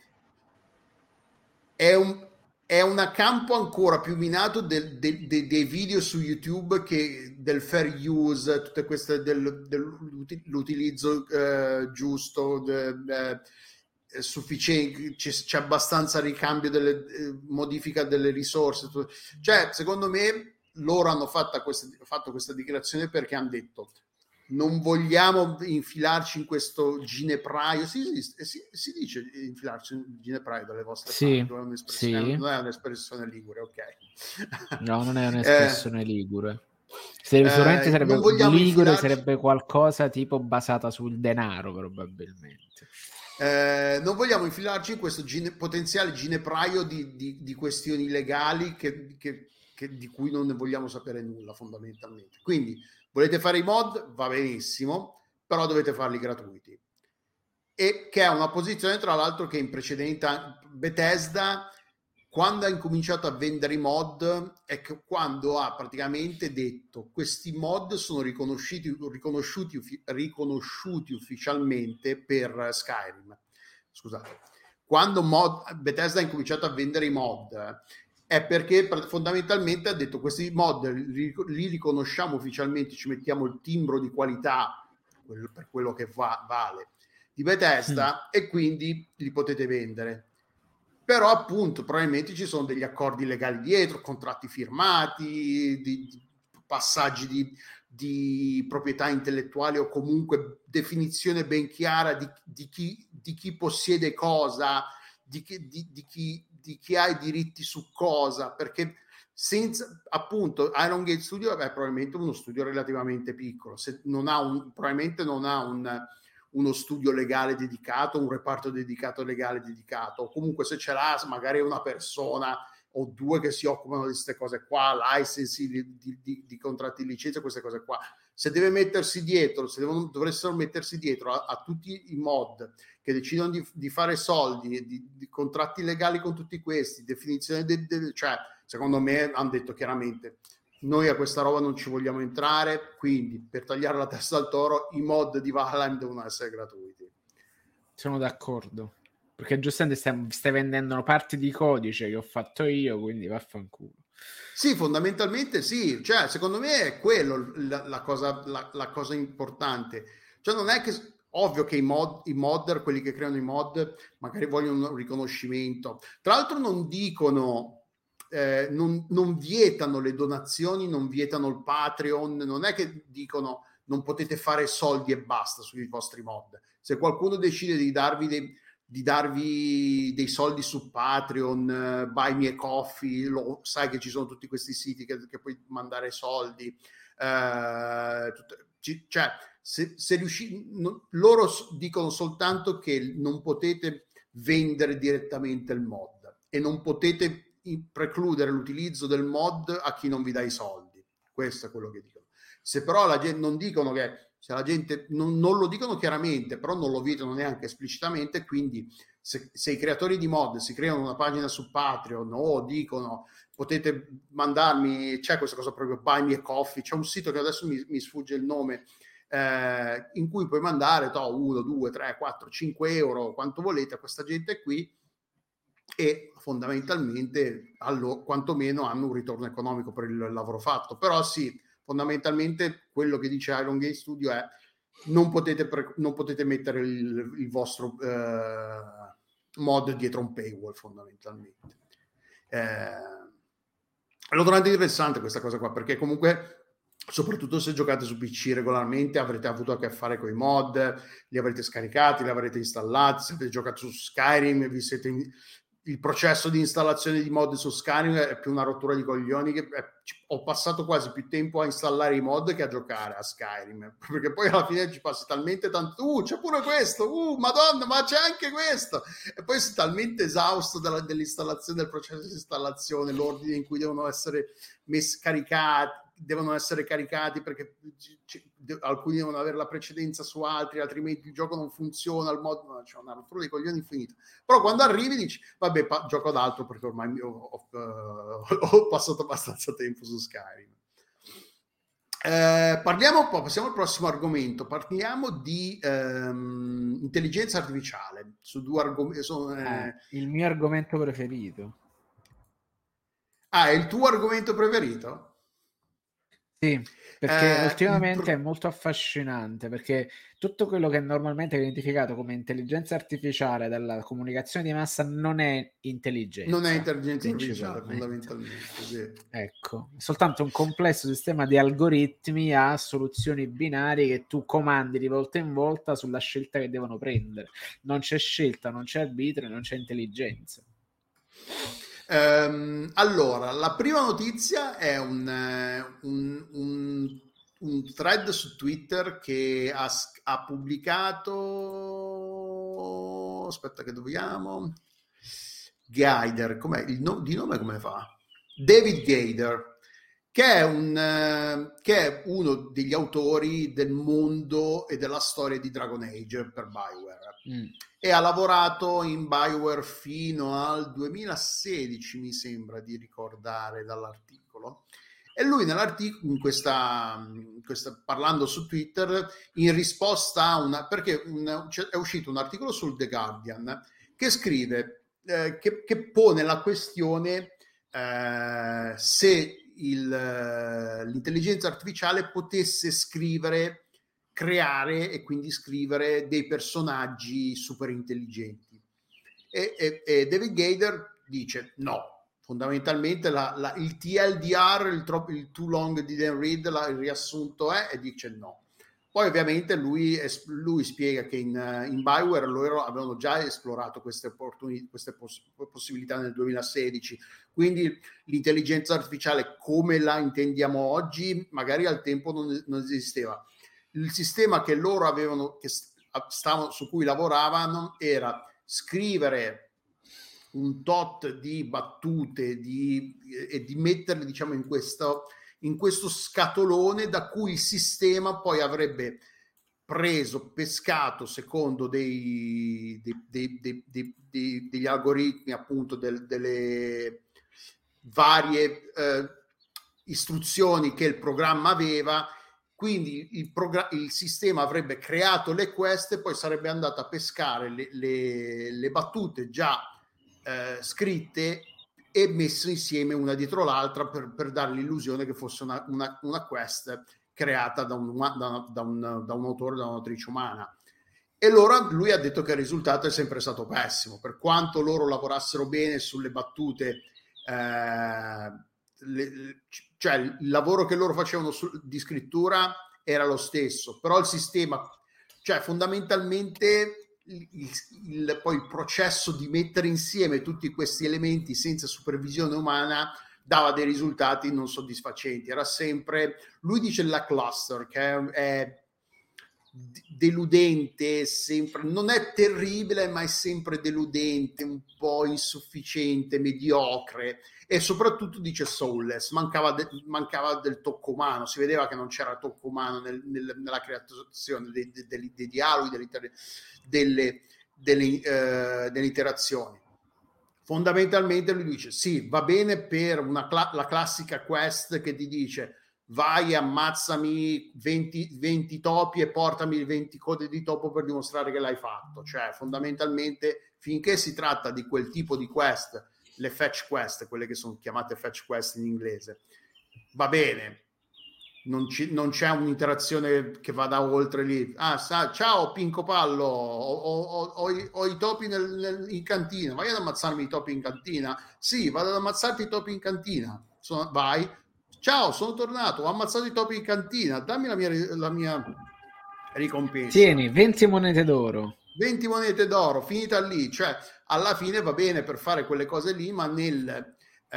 è un è un campo ancora più minato del, de, de, dei video su YouTube, che del fair use, tutte queste del, dell'utilizzo eh, giusto, de, eh, sufficiente, c'è, c'è abbastanza ricambio delle eh, modifica delle risorse. Cioè, secondo me loro hanno fatto questa, fatto questa dichiarazione perché hanno detto: non vogliamo infilarci in questo ginepraio. Si, si, si, si dice infilarci in ginepraio dalle vostre sì, parti, non è un'espressione, sì. non è un'espressione ligure, ok? No, non è un'espressione eh, ligure. Se, sicuramente eh, sarebbe non vogliamo ligure, infilarci... sarebbe qualcosa tipo basata sul denaro, probabilmente. Eh, non vogliamo infilarci in questo gine, potenziale ginepraio di, di, di questioni legali che, che, che, di cui non ne vogliamo sapere nulla, fondamentalmente. Quindi volete fare i mod? Va benissimo, però dovete farli gratuiti. E che è una posizione, tra l'altro, che in precedenza Bethesda, quando ha incominciato a vendere i mod, è che quando ha praticamente detto: questi mod sono riconosciuti, riconosciuti, riconosciuti ufficialmente per Skyrim. Scusate, quando mod, Bethesda ha incominciato a vendere i mod, è perché fondamentalmente ha detto: questi mod li, li riconosciamo ufficialmente, ci mettiamo il timbro di qualità per quello che va, vale di Bethesda, mm. e quindi li potete vendere. Però appunto probabilmente ci sono degli accordi legali dietro, contratti firmati, di, di passaggi di, di proprietà intellettuale, o comunque definizione ben chiara di, di, chi, di chi possiede cosa, di chi, di, di, chi, di chi ha i diritti su cosa, perché senza, appunto, Iron Gate Studio è probabilmente uno studio relativamente piccolo, se non ha un, probabilmente non ha un uno studio legale dedicato, un reparto dedicato legale dedicato, o comunque se ce l'ha magari una persona o due che si occupano di queste cose qua, licensing di, di, di, di contratti di licenza, queste cose qua. Se deve mettersi dietro, se devono, dovessero mettersi dietro a, a tutti i mod che decidono di, di fare soldi, di, di contratti legali con tutti questi, definizione del, del, cioè, secondo me hanno detto chiaramente noi a questa roba non ci vogliamo entrare, quindi per tagliare la testa al toro i mod di Valheim devono essere gratuiti. Sono d'accordo, perché giustamente stai, stai vendendo parti di codice che ho fatto io, quindi vaffanculo. Sì, fondamentalmente sì, cioè secondo me è quello la, la, cosa, la, la cosa importante, cioè non è che ovvio che i, mod, i modder, quelli che creano i mod magari vogliono un riconoscimento, tra l'altro non dicono eh, non, non vietano le donazioni, non vietano il Patreon, non è che dicono non potete fare soldi e basta sui vostri mod. Se qualcuno decide di darvi dei di darvi dei soldi su Patreon, uh, Buy Me a Coffee, lo, sai che ci sono tutti questi siti che, che puoi mandare soldi, uh, tut- ci, cioè se, se riusci, no, loro dicono soltanto che non potete vendere direttamente il mod e non potete precludere l'utilizzo del mod a chi non vi dà i soldi. Questo è quello che dicono. Se però la gente non dicono che se la gente non, non lo dicono chiaramente, però non lo vietano neanche esplicitamente, quindi se, se i creatori di mod si creano una pagina su Patreon o dicono potete mandarmi, c'è questa cosa proprio Buy Me a Coffee, c'è un sito che adesso mi, mi sfugge il nome, eh, in cui puoi mandare uno, due, tre, quattro, cinque euro, quanto volete a questa gente qui, e fondamentalmente allo, quantomeno hanno un ritorno economico per il lavoro fatto. Però sì, fondamentalmente quello che dice Iron Gate Studio è non potete, pre- non potete mettere il, il vostro eh, mod dietro un paywall, fondamentalmente. Eh, l'ho trovato interessante questa cosa qua, perché comunque soprattutto se giocate su P C regolarmente avrete avuto a che fare con i mod, li avrete scaricati, li avrete installati, se avete giocato su Skyrim vi siete in, il processo di installazione di mod su Skyrim è più una rottura di coglioni, che è, ho passato quasi più tempo a installare i mod che a giocare a Skyrim, perché poi alla fine ci passi talmente tanto, uh c'è pure questo, uh madonna ma c'è anche questo, e poi sei talmente esausto della, dell'installazione, del processo di installazione, l'ordine in cui devono essere messi, caricati devono essere caricati perché c- c- alcuni devono avere la precedenza su altri, altrimenti il gioco non funziona, il mod, no, c'è una rottura dei coglioni infinita. Però quando arrivi dici vabbè, pa- gioco ad altro perché ormai ho, ho, uh, ho passato abbastanza tempo su Skyrim. Eh, parliamo poi, passiamo al prossimo argomento, parliamo di ehm, intelligenza artificiale su due argomenti. Eh... Ah, il mio argomento preferito. Ah, è il tuo argomento preferito? Sì, perché Eh, ultimamente pro... è molto affascinante, perché tutto quello che normalmente è identificato come intelligenza artificiale dalla comunicazione di massa non è intelligenza. Non è intelligenza artificiale, fondamentalmente. Sì. Ecco, è soltanto un complesso sistema di algoritmi a soluzioni binarie che tu comandi di volta in volta sulla scelta che devono prendere. Non c'è scelta, non c'è arbitrio, non c'è intelligenza. Um, allora, la prima notizia è un, un, un, un thread su Twitter che ha, ha pubblicato, aspetta che dobbiamo, Gaider, com'è? Il no, di nome come fa? David Gaider, che è, un, che è uno degli autori del mondo e della storia di Dragon Age per BioWare. Mm. E ha lavorato in BioWare fino al duemilasedici, mi sembra di ricordare dall'articolo. E lui nell'articolo, in questa, in questa, parlando su Twitter, in risposta a una, perché un, è uscito un articolo sul The Guardian che scrive, eh, che, che pone la questione eh, se il, l'intelligenza artificiale potesse scrivere creare e quindi scrivere dei personaggi super intelligenti. E, e, e David Gaider dice no, fondamentalmente la, la, il T L D R, il, tro- il too long didn't read, la, il riassunto è, e dice no. Poi ovviamente lui, es- lui spiega che in, in BioWare loro avevano già esplorato queste, opportuni- queste poss- possibilità nel duemilasedici, quindi l'intelligenza artificiale come la intendiamo oggi magari al tempo non, non esisteva. Il sistema che loro avevano, che stavano, su cui lavoravano era scrivere un tot di battute di, e di metterle, diciamo, in questo, in questo scatolone da cui il sistema poi avrebbe preso, pescato secondo dei, dei, dei, dei, dei, dei, degli algoritmi, appunto, del, delle varie eh, istruzioni che il programma aveva. Quindi il, progr- il sistema avrebbe creato le quest e poi sarebbe andato a pescare le, le, le battute già eh, scritte e messe insieme una dietro l'altra per, per dare l'illusione che fosse una, una, una quest creata da un, da, da, un, da un autore, da un'autrice umana. E allora lui ha detto che il risultato è sempre stato pessimo, per quanto loro lavorassero bene sulle battute, eh, le, cioè il lavoro che loro facevano su, di scrittura era lo stesso, però il sistema, cioè fondamentalmente il, il, poi il processo di mettere insieme tutti questi elementi senza supervisione umana dava dei risultati non soddisfacenti. Era sempre, lui dice lackluster, che è, è deludente, sempre, non è terribile, ma è sempre deludente, un po' insufficiente, mediocre, e soprattutto dice soulless, mancava, de, mancava del tocco umano, si vedeva che non c'era tocco umano nel, nel, nella creazione dei, dei, dei, dei dialoghi, delle, delle, delle, uh, delle interazioni. Fondamentalmente lui dice sì, va bene per una cla- la classica quest che ti dice vai, ammazzami venti, venti topi e portami venti code di topo per dimostrare che l'hai fatto. Cioè, fondamentalmente, finché si tratta di quel tipo di quest, le fetch quest, quelle che sono chiamate fetch quest in inglese, va bene, non, ci, non c'è un'interazione che vada oltre lì. Ah, sa, ciao Pinco Pallo, ho, ho, ho, ho, i, ho i topi nel, nel, in cantina, vai ad ammazzarmi i topi in cantina? Sì, vado ad ammazzarti i topi in cantina. Sono, vai. Ciao, sono tornato, ho ammazzato i topi in cantina, dammi la mia, la mia ricompensa. Tieni, venti monete d'oro. venti monete d'oro, finita lì. Cioè, alla fine va bene per fare quelle cose lì, ma nel...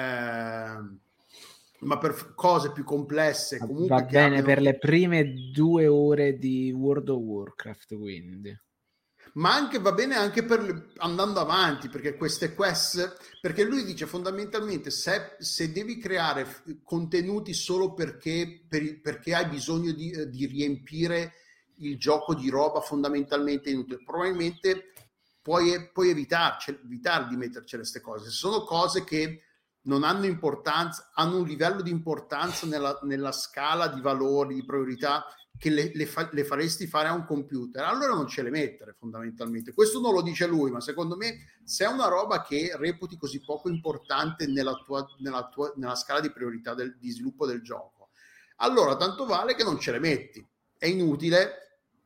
Eh, ma per cose più complesse comunque... Va bene abbiano... per le prime due ore di World of Warcraft, quindi... ma anche va bene anche per le, andando avanti, perché queste quest, perché lui dice fondamentalmente se, se devi creare contenuti solo perché, per, perché hai bisogno di, di riempire il gioco di roba fondamentalmente inutile, probabilmente puoi, puoi evitarci, evitare di metterci queste cose. Se sono cose che non hanno importanza, hanno un livello di importanza nella, nella scala di valori, di priorità che le, le, fa, le faresti fare a un computer, allora non ce le mettere fondamentalmente. Questo non lo dice lui, ma secondo me se è una roba che reputi così poco importante nella, tua, nella, tua, nella scala di priorità del, di sviluppo del gioco, allora tanto vale che non ce le metti, è inutile,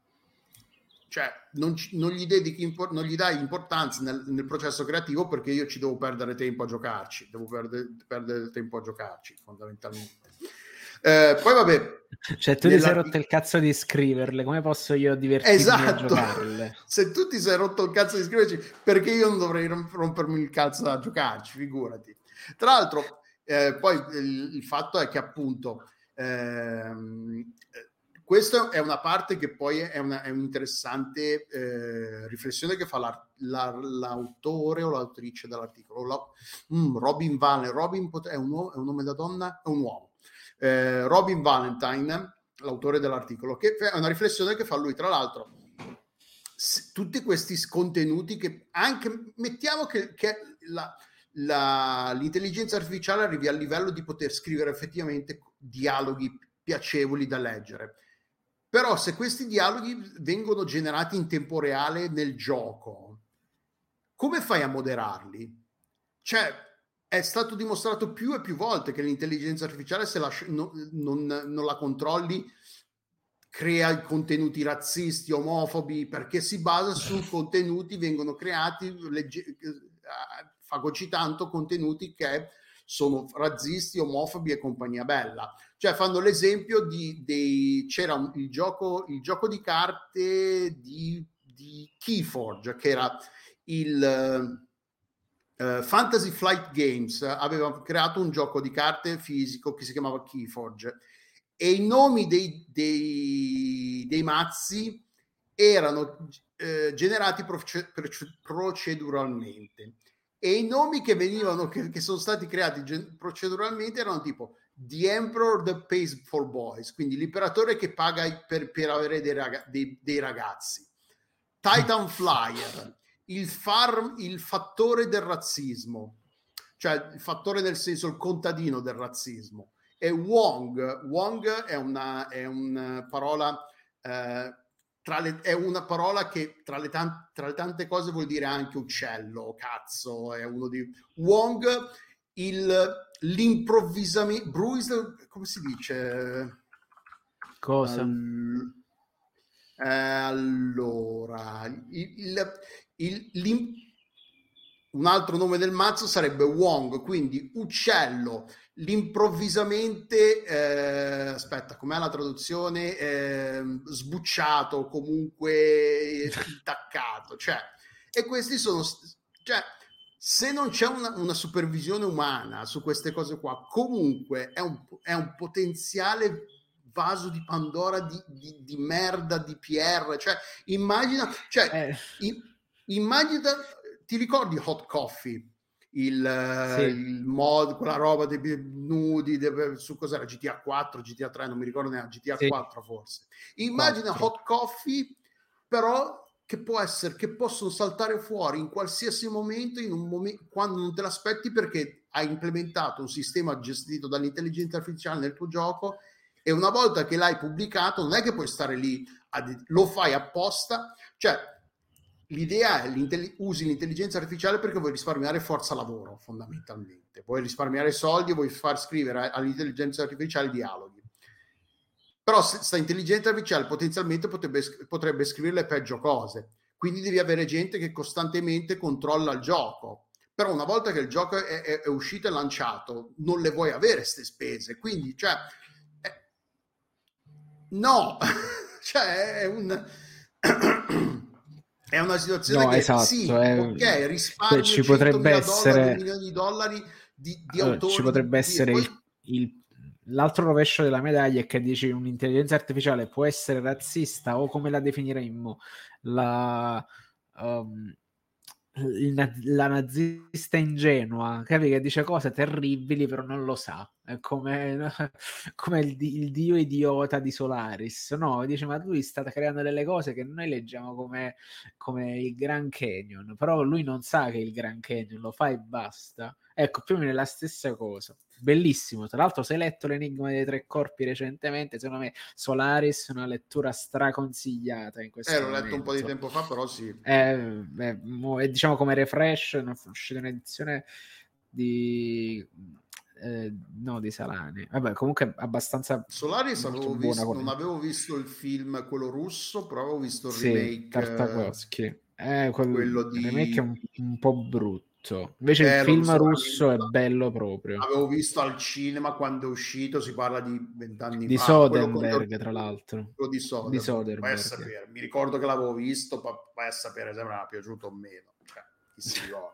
cioè non, non gli dedichi, non gli dai importanza nel, nel processo creativo, perché io ci devo perdere tempo a giocarci, devo perdere, perdere tempo a giocarci fondamentalmente. Eh, poi vabbè, cioè tu ti sei rotto il cazzo di scriverle, come posso io divertirmi esatto. a giocarle? Se tu ti sei rotto il cazzo di scriverci, perché io non dovrei rompermi il cazzo a giocarci, figurati. Tra l'altro eh, poi il, il fatto è che appunto ehm, questa è una parte che poi è, una, è un'interessante eh, riflessione che fa la, la, l'autore o l'autrice dell'articolo, la, mm, Robin Valentine. Robin è un, uomo, è un nome da donna? È un uomo. Eh, Robin Valentine, l'autore dell'articolo, che è una riflessione che fa lui. Tra l'altro, s- tutti questi contenuti che anche mettiamo che, che la, la, l'intelligenza artificiale arrivi al livello di poter scrivere effettivamente dialoghi piacevoli da leggere, però se questi dialoghi vengono generati in tempo reale nel gioco, come fai a moderarli? Cioè, è stato dimostrato più e più volte che l'intelligenza artificiale, se la, no, non, non la controlli, crea contenuti razzisti, omofobi, perché si basa su contenuti, vengono creati legge, fagocitando contenuti che sono razzisti, omofobi e compagnia bella. Cioè fanno l'esempio di dei, c'era un, il gioco il gioco di carte di, di Keyforge, che era il Uh, Fantasy Flight Games, aveva creato un gioco di carte fisico che si chiamava Keyforge, e i nomi dei, dei, dei mazzi erano eh, generati proce- proceduralmente, e i nomi che venivano che, che sono stati creati gen- proceduralmente erano tipo The Emperor that pays for boys, quindi l'imperatore che paga per, per avere dei, raga- dei, dei ragazzi, Titan Flyer, il, farm, il fattore del razzismo, cioè il fattore nel senso il contadino del razzismo, e Wong. Wong è una, è una parola eh, tra le, è una parola che tra le, tan- tra le tante cose vuol dire anche uccello, cazzo, è uno di Wong, il, l'improvvisamento, Bruce, come si dice? Cosa? All, eh, allora, il, il, il, un altro nome del mazzo sarebbe Wong, quindi uccello, l'improvvisamente, eh, aspetta, com'è la traduzione? Eh, sbucciato, comunque intaccato, cioè, e questi sono, cioè, se non c'è una, una supervisione umana su queste cose qua, comunque è un, è un potenziale vaso di Pandora di, di, di merda, di P R, cioè, immagina, cioè, Eh. i, immagina, ti ricordi Hot Coffee? Il, Sì. il mod, quella roba dei nudi de, su cos'era G T A quattro, G T A tre, non mi ricordo neanche, G T A Sì. quattro forse. Immagina quattro. Hot Coffee, però che può essere, che possono saltare fuori in qualsiasi momento, in un momento quando non te l'aspetti, perché hai implementato un sistema gestito dall'intelligenza artificiale nel tuo gioco, e una volta che l'hai pubblicato non è che puoi stare lì, a, lo fai apposta, cioè l'idea è l'intelli- usi l'intelligenza artificiale perché vuoi risparmiare forza lavoro, fondamentalmente vuoi risparmiare soldi, vuoi far scrivere all'intelligenza artificiale dialoghi, però questa intelligenza artificiale potenzialmente potrebbe, potrebbe scriverle peggio cose, quindi devi avere gente che costantemente controlla il gioco, però una volta che il gioco è, è, è uscito e lanciato non le vuoi avere queste spese, quindi cioè eh, no cioè è un è una situazione No, che esatto, sì, è... ok, risparmio ci centomila potrebbe dollari, essere... un milione di dollari di, di Allora, autori ci potrebbe di, di, essere poi... il, il, l'altro rovescio della medaglia è che dici un'intelligenza artificiale può essere razzista, o come la definiremmo, la, um, il, la nazista ingenua, capi, che dice cose terribili però non lo sa, è come, come il, il dio idiota di Solaris, no? Dice, ma lui sta creando delle cose che noi leggiamo come, come il Grand Canyon, però lui non sa che è il Grand Canyon, lo fa e basta. Ecco, più o meno è la stessa cosa. Bellissimo. Tra l'altro, se hai letto l'Enigma dei Tre Corpi recentemente, secondo me Solaris è una lettura straconsigliata in questo Eh, l'ho momento. letto un po' di tempo fa, però sì. È, è, è diciamo come refresh, è uscita un'edizione di... Eh, no, di Salani. Vabbè, comunque abbastanza... Solaris avevo visto, buona, non avevo visto il film, quello russo, però avevo visto il sì, remake. Tartakovsky. Eh, quel, quello il remake è di... un, un po' brutto. Invece Eh, il film so, russo è bello proprio. Avevo visto al cinema quando è uscito, si parla di vent'anni di fa. Soderbergh, tra l'altro. Quello di Soderbergh. Di Soderbergh. Vai a sapere. Mi ricordo che l'avevo visto, ma vai a sapere se mi era piaciuto o meno. Cioè, chi si ricorda.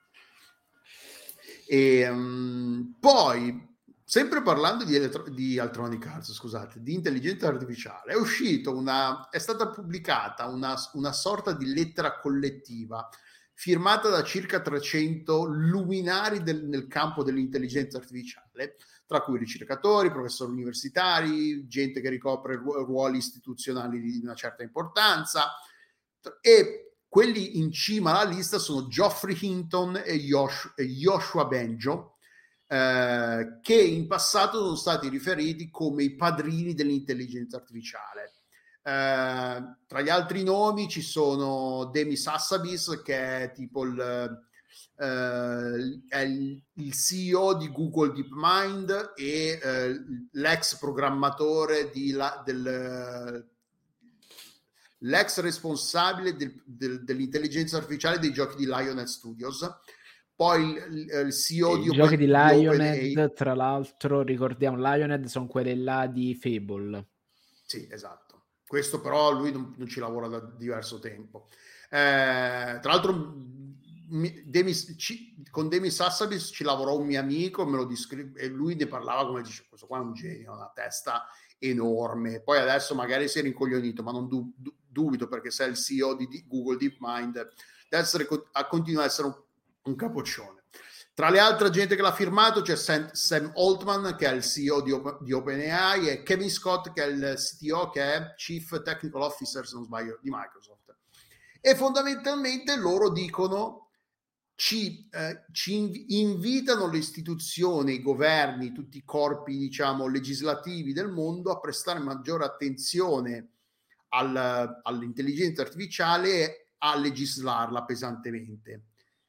E, um, poi, sempre parlando di, elettro- di Electronic Arts, scusate, di intelligenza artificiale, è uscito una, è stata pubblicata una, una sorta di lettera collettiva firmata da circa trecento luminari del, nel campo dell'intelligenza artificiale, tra cui ricercatori, professori universitari, gente che ricopre ru- ruoli istituzionali di una certa importanza, e quelli in cima alla lista sono Geoffrey Hinton e, Yosh- e Joshua Bengio, eh, che in passato sono stati riferiti come i padrini dell'intelligenza artificiale. Eh, tra gli altri nomi ci sono Demis Hassabis, che è tipo il, eh, è il, il C E O di Google DeepMind e eh, l'ex programmatore di la, del l'ex responsabile del, del, dell'intelligenza artificiale dei giochi di Lionhead Studios, poi il, il C E O I di giochi Open, di di Lionhead, Open tra l'altro, ricordiamo, Lionhead sono quelle là di Fable. Sì, esatto. Questo però lui non, non ci lavora da diverso tempo. Eh, tra l'altro mi, Demis, ci, con Demis Hassabis ci lavorò un mio amico, me lo descri- e lui ne parlava come dice, questo qua è un genio, una testa enorme. Poi adesso magari si è rincoglionito, ma non du- du- dubito, perché se è il C E O di di Google DeepMind deve essere, a continua a essere un, un capoccione. Tra le altre gente che l'ha firmato c'è Sam, Sam Altman, che è il C E O di, Open, di OpenAI, e Kevin Scott, che è il C T O, che è Chief Technical Officer, se non sbaglio, di Microsoft. E fondamentalmente loro dicono, ci, eh, ci invitano le istituzioni, i governi, tutti i corpi, diciamo, legislativi del mondo a prestare maggiore attenzione al, all'intelligenza artificiale e a legislarla pesantemente.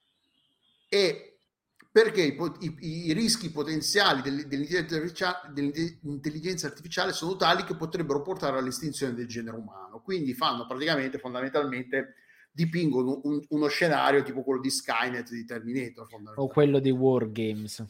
E perché i, i, i rischi potenziali dell'intelligenza artificiale, dell'intelligenza artificiale sono tali che potrebbero portare all'estinzione del genere umano. Quindi fanno praticamente, fondamentalmente, dipingono un, uno scenario tipo quello di Skynet di Terminator. O quello di War Games.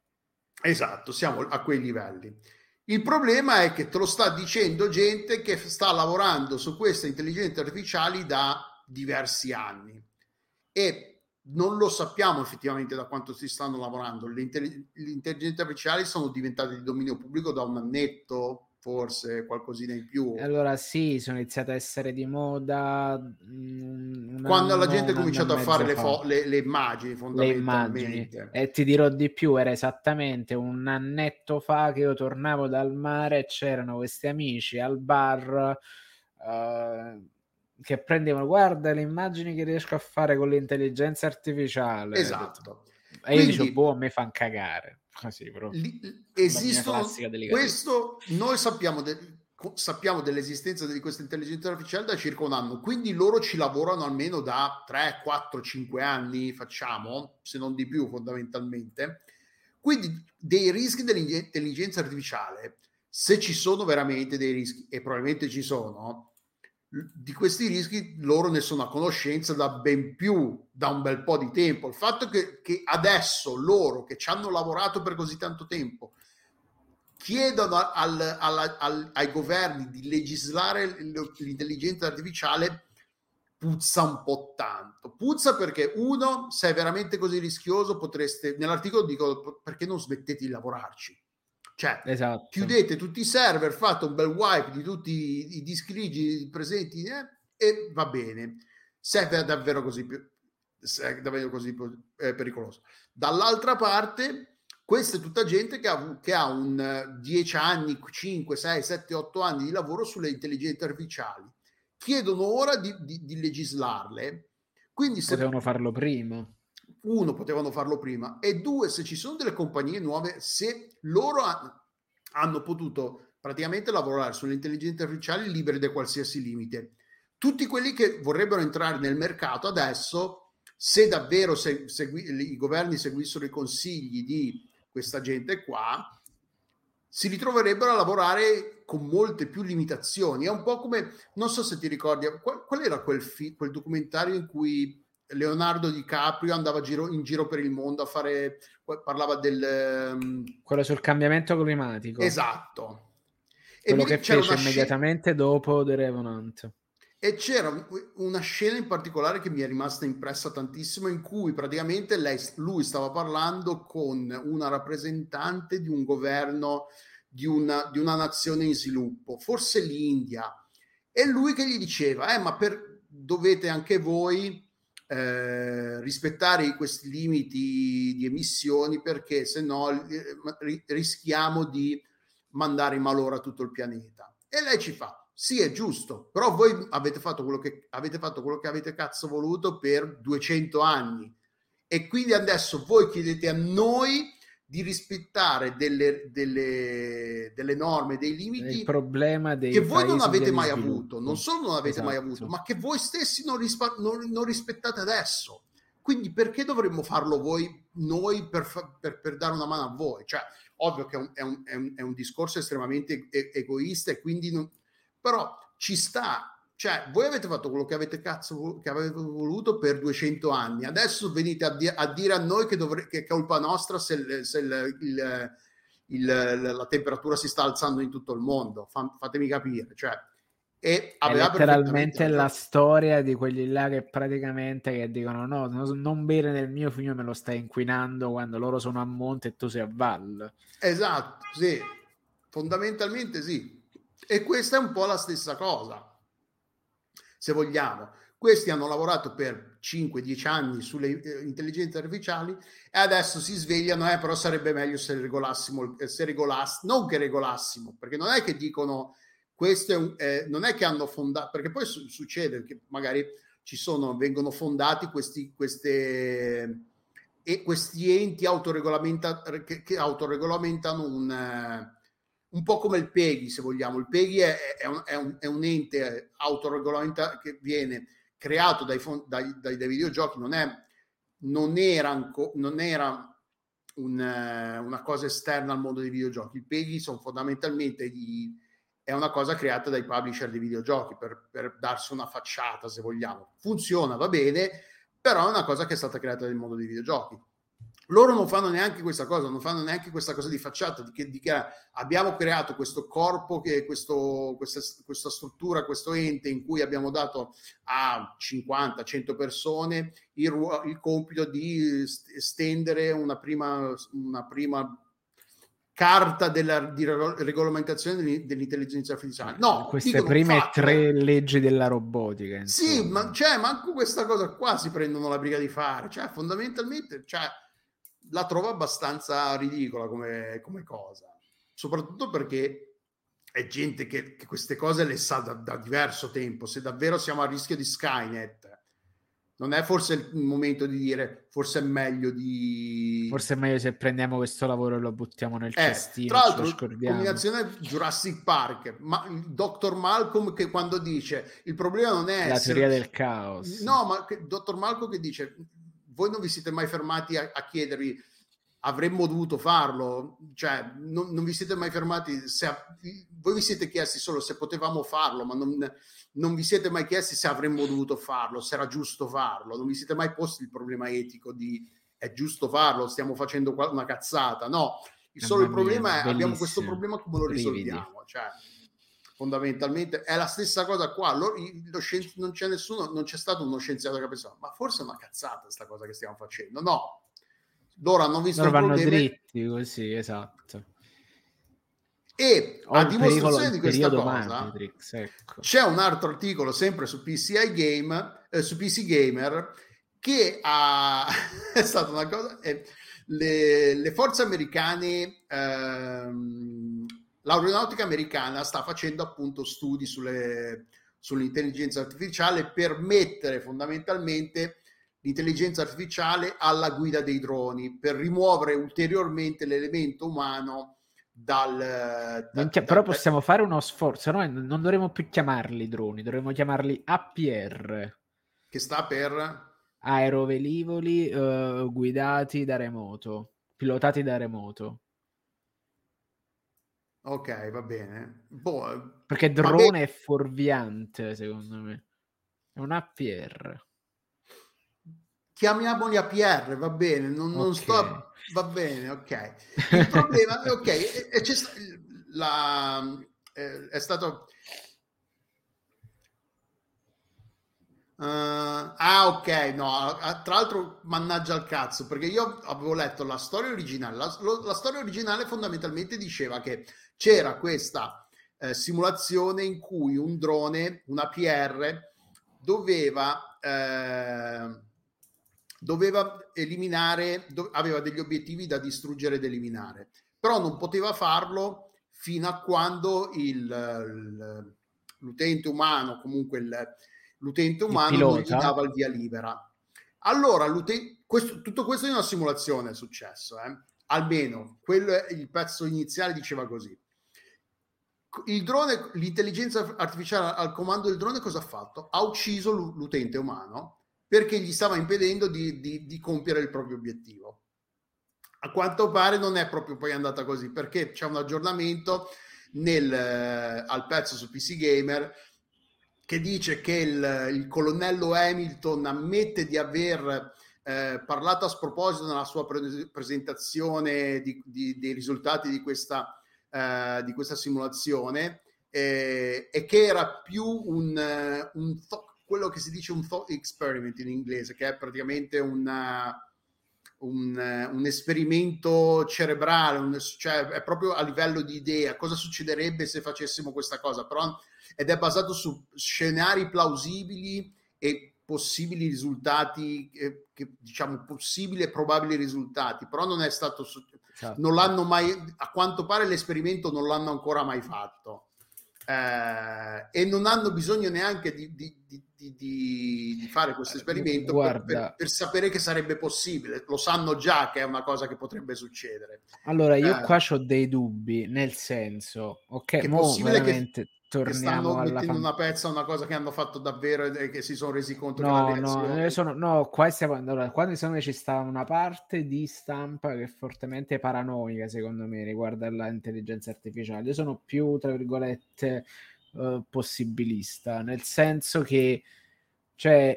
Esatto, siamo a quei livelli. Il problema è che te lo sta dicendo gente che sta lavorando su queste intelligenze artificiali da diversi anni. E non lo sappiamo effettivamente da quanto si stanno lavorando. Le, intellig- le intelligenze artificiali sono diventate di dominio pubblico da un annetto, forse qualcosina in più. Allora sì, sono iniziate a essere di moda mh, quando anno, la gente ha cominciato a fare le, fo- le, le immagini, fondamentalmente. Le immagini. E ti dirò di più, era esattamente un annetto fa che io tornavo dal mare e c'erano questi amici al bar uh, che prendevano, guarda le immagini che riesco a fare con l'intelligenza artificiale. Esatto. E io dicevo, boh, a me fan cagare. Così, però. Esistono questo, noi sappiamo, de, sappiamo dell'esistenza di questa intelligenza artificiale da circa un anno, quindi loro ci lavorano almeno da tre, quattro, cinque anni, facciamo, se non di più fondamentalmente. Quindi dei rischi dell'intelligenza artificiale, se ci sono veramente dei rischi, e probabilmente ci sono, di questi rischi loro ne sono a conoscenza da ben più, da un bel po' di tempo. Il fatto che, che adesso loro che ci hanno lavorato per così tanto tempo chiedono al, al, al, ai governi di legislare l'intelligenza artificiale puzza un po' tanto. Puzza perché, uno, se è veramente così rischioso potreste, nell'articolo dico, perché non smettete di lavorarci? Cioè, esatto. Chiudete tutti i server, fate un bel wipe di tutti i, i dischi rigidi presenti eh, e va bene. Se è davvero così, se è davvero così eh, pericoloso. Dall'altra parte, questa è tutta gente che ha, che ha un dieci anni, cinque, sei, sette, otto anni di lavoro sulle intelligenze artificiali. Chiedono ora di, di, di legislarle. Quindi se potevano farlo prima. Uno, potevano farlo prima, e due, se ci sono delle compagnie nuove, se loro ha, hanno potuto praticamente lavorare sulle intelligenze artificiali liberi da qualsiasi limite. Tutti quelli che vorrebbero entrare nel mercato adesso, se davvero se, segui, i governi seguissero i consigli di questa gente qua, si ritroverebbero a lavorare con molte più limitazioni. È un po' come, non so se ti ricordi, qual, qual era quel, fi, quel documentario in cui Leonardo DiCaprio andava giro, in giro per il mondo a fare, parlava del um... quello sul cambiamento climatico. Esatto. Quello e che fece immediatamente scena... dopo The Revenant. E c'era una scena in particolare che mi è rimasta impressa tantissimo, in cui praticamente lei, lui stava parlando con una rappresentante di un governo di una, di una nazione in sviluppo, forse l'India, e lui che gli diceva, eh ma per, dovete anche voi Eh, rispettare questi limiti di emissioni, perché se no eh, rischiamo di mandare in malora tutto il pianeta. E lei ci fa, sì è giusto, però voi avete fatto quello che avete fatto quello che avete cazzo voluto per duecento anni, e quindi adesso voi chiedete a noi di rispettare delle, delle, delle norme, dei limiti, il problema dei che voi non avete mai sviluppo. avuto, non solo non avete esatto. mai avuto, ma che voi stessi non, rispa- non, non rispettate adesso. Quindi perché dovremmo farlo voi, noi per, fa- per, per dare una mano a voi? Cioè, ovvio che è un, è un, è un, è un discorso estremamente e- egoista, e quindi non... però ci sta. Cioè, voi avete fatto quello che avete cazzo che avete voluto per duecento anni. Adesso venite a, di- a dire a noi che, dovre- che è colpa nostra se, il, se il, il, il, la temperatura si sta alzando in tutto il mondo. Fa- fatemi capire. Cioè, e aveva è letteralmente la storia di quelli là che praticamente che dicono no, non bere nel mio fiume, me lo stai inquinando, quando loro sono a monte e tu sei a valle. Esatto, sì. Fondamentalmente sì. E questa è un po' la stessa cosa. se vogliamo. Questi hanno lavorato per cinque dieci anni sulle eh, intelligenze artificiali e adesso si svegliano, eh, però sarebbe meglio se regolassimo, se regolassimo, non che regolassimo, perché non è che dicono questo è un, eh, non è che hanno fondato, perché poi su- succede che magari ci sono, vengono fondati questi, queste, e questi enti autoregolamenta, che, che autoregolamentano un, eh, un po' come il PEGI, se vogliamo. Il PEGI è, è, un, è, un, è un ente autoregolamentato che viene creato dai, dai, dai, dai videogiochi, non, è, non era, non era un, una cosa esterna al mondo dei videogiochi. Il PEGI sono fondamentalmente gli, è una cosa creata dai publisher dei videogiochi per, per darsi una facciata, se vogliamo. Funziona, va bene, però è una cosa che è stata creata nel mondo dei videogiochi. Loro non fanno neanche questa cosa, non fanno neanche questa cosa di facciata, di che, di che abbiamo creato questo corpo, che questo, questa, questa struttura, questo ente in cui abbiamo dato a cinquanta cento persone il, il compito di stendere una prima, una prima carta della, di regolamentazione dell'intelligenza artificiale. No, queste dicono, prime fatelo. tre leggi della robotica. Insomma. Sì, ma cioè, manco questa cosa qua si prendono la briga di fare. Cioè, fondamentalmente, cioè, la trovo abbastanza ridicola come, come cosa. Soprattutto perché è gente che, che queste cose le sa da, da diverso tempo. Se davvero siamo a rischio di Skynet, non è forse il momento di dire forse è meglio di... Forse è meglio se prendiamo questo lavoro e lo buttiamo nel eh, cestino. Tra l'altro, combinazione Jurassic Park, ma il dottor Malcolm che quando dice il problema non è... La essere... teoria del caos. No, ma il dottor Malcolm che dice voi non vi siete mai fermati a, a chiedervi avremmo dovuto farlo, cioè non, non vi siete mai fermati, se, voi vi siete chiesti solo se potevamo farlo, ma non, non vi siete mai chiesti se avremmo dovuto farlo, se era giusto farlo, non vi siete mai posti il problema etico di è giusto farlo, stiamo facendo una cazzata, no, il solo il problema è bellissimo. Abbiamo questo problema, come lo risolviamo, cioè fondamentalmente è la stessa cosa qua. Lo, lo scienzi, non c'è nessuno, non c'è stato uno scienziato che ha pensato ma forse è una cazzata sta cosa che stiamo facendo, no. Loro hanno visto loro il vanno problema dritti così, esatto, e o a dimostrazione di questa cosa Matrix, ecco. C'è un altro articolo sempre su P C I Game eh, su P C Gamer che ha è stata una cosa eh, le, le forze americane ehm, l'aeronautica americana sta facendo appunto studi sulle, sull'intelligenza artificiale per mettere fondamentalmente l'intelligenza artificiale alla guida dei droni, per rimuovere ulteriormente l'elemento umano dal... Da, chi- da, però da, possiamo fare uno sforzo, noi non dovremmo più chiamarli droni, dovremmo chiamarli A P R. Che sta per... Aerovelivoli uh, guidati da remoto, pilotati da remoto. Ok, va bene. Boh, perché drone è fuorviante, secondo me. È un A P R. Chiamiamoli A P R, va bene, non, non okay. sto... Va bene, ok. Il problema, ok, e, e c'è la, eh, è stato... Uh, ah, ok, no, tra l'altro mannaggia al cazzo, perché io avevo letto la storia originale. La, lo, la storia originale fondamentalmente diceva che c'era questa eh, simulazione in cui un drone, un A P R, doveva... Eh, doveva eliminare, do, aveva degli obiettivi da distruggere ed eliminare, però non poteva farlo fino a quando il, il, l'utente umano, comunque il, l'utente umano non gli dava il via libera. Allora, l'utente, questo, tutto questo è una simulazione, è successo, eh? Almeno quello è, il pezzo iniziale diceva così. Il drone, l'intelligenza artificiale al comando del drone cosa ha fatto? Ha ucciso l'utente umano perché gli stava impedendo di, di, di compiere il proprio obiettivo. A quanto pare non è proprio poi andata così, perché c'è un aggiornamento nel, eh, al pezzo su P C Gamer che dice che il, il colonnello Hamilton ammette di aver eh, parlato a sproposito nella sua pre- presentazione di, di, dei risultati di questa, eh, di questa simulazione eh, e che era più un, un th- quello che si dice un thought experiment in inglese, che è praticamente una, un, un esperimento cerebrale, un, cioè è proprio a livello di idea, cosa succederebbe se facessimo questa cosa, però, ed è basato su scenari plausibili e possibili risultati, eh, che, diciamo possibili e probabili risultati, però non è stato, esatto. non l'hanno mai, a quanto pare l'esperimento non l'hanno ancora mai fatto. Eh, e non hanno bisogno neanche di, di, di, di, di fare questo esperimento per, per, per sapere che sarebbe possibile, lo sanno già che è una cosa che potrebbe succedere. Allora io eh, qua ho dei dubbi, nel senso, ok, che è mo possibile veramente che, che stanno torniamo alla mettendo fan... una pezza, una cosa che hanno fatto davvero e che si sono resi conto no, che la no, reazione... sono, no, qua stiamo, allora, qua secondo me ci sta una parte di stampa che è fortemente paranoica, secondo me, riguardo all'intelligenza artificiale. Io sono più, tra virgolette, uh, possibilista, nel senso che, cioè,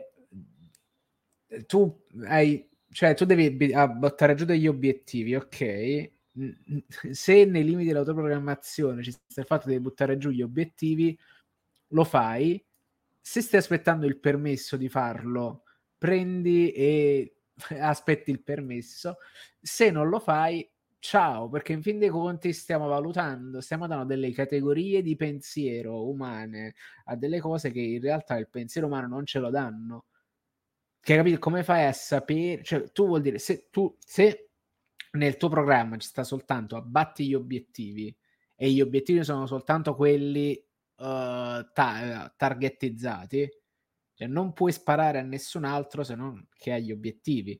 tu hai, cioè, tu devi buttare giù degli obiettivi, ok? Se nei limiti dell'autoprogrammazione ci sta il fatto di buttare giù gli obiettivi, lo fai. Se stai aspettando il permesso di farlo, prendi e aspetti il permesso. Se non lo fai, ciao, perché in fin dei conti stiamo valutando, stiamo dando delle categorie di pensiero umane a delle cose che in realtà il pensiero umano non ce lo danno. Che capito? Come fai a sapere? Cioè, tu vuol dire, se tu se nel tuo programma ci sta soltanto abbatti gli obiettivi e gli obiettivi sono soltanto quelli uh, ta- targetizzati, cioè non puoi sparare a nessun altro se non che agli obiettivi.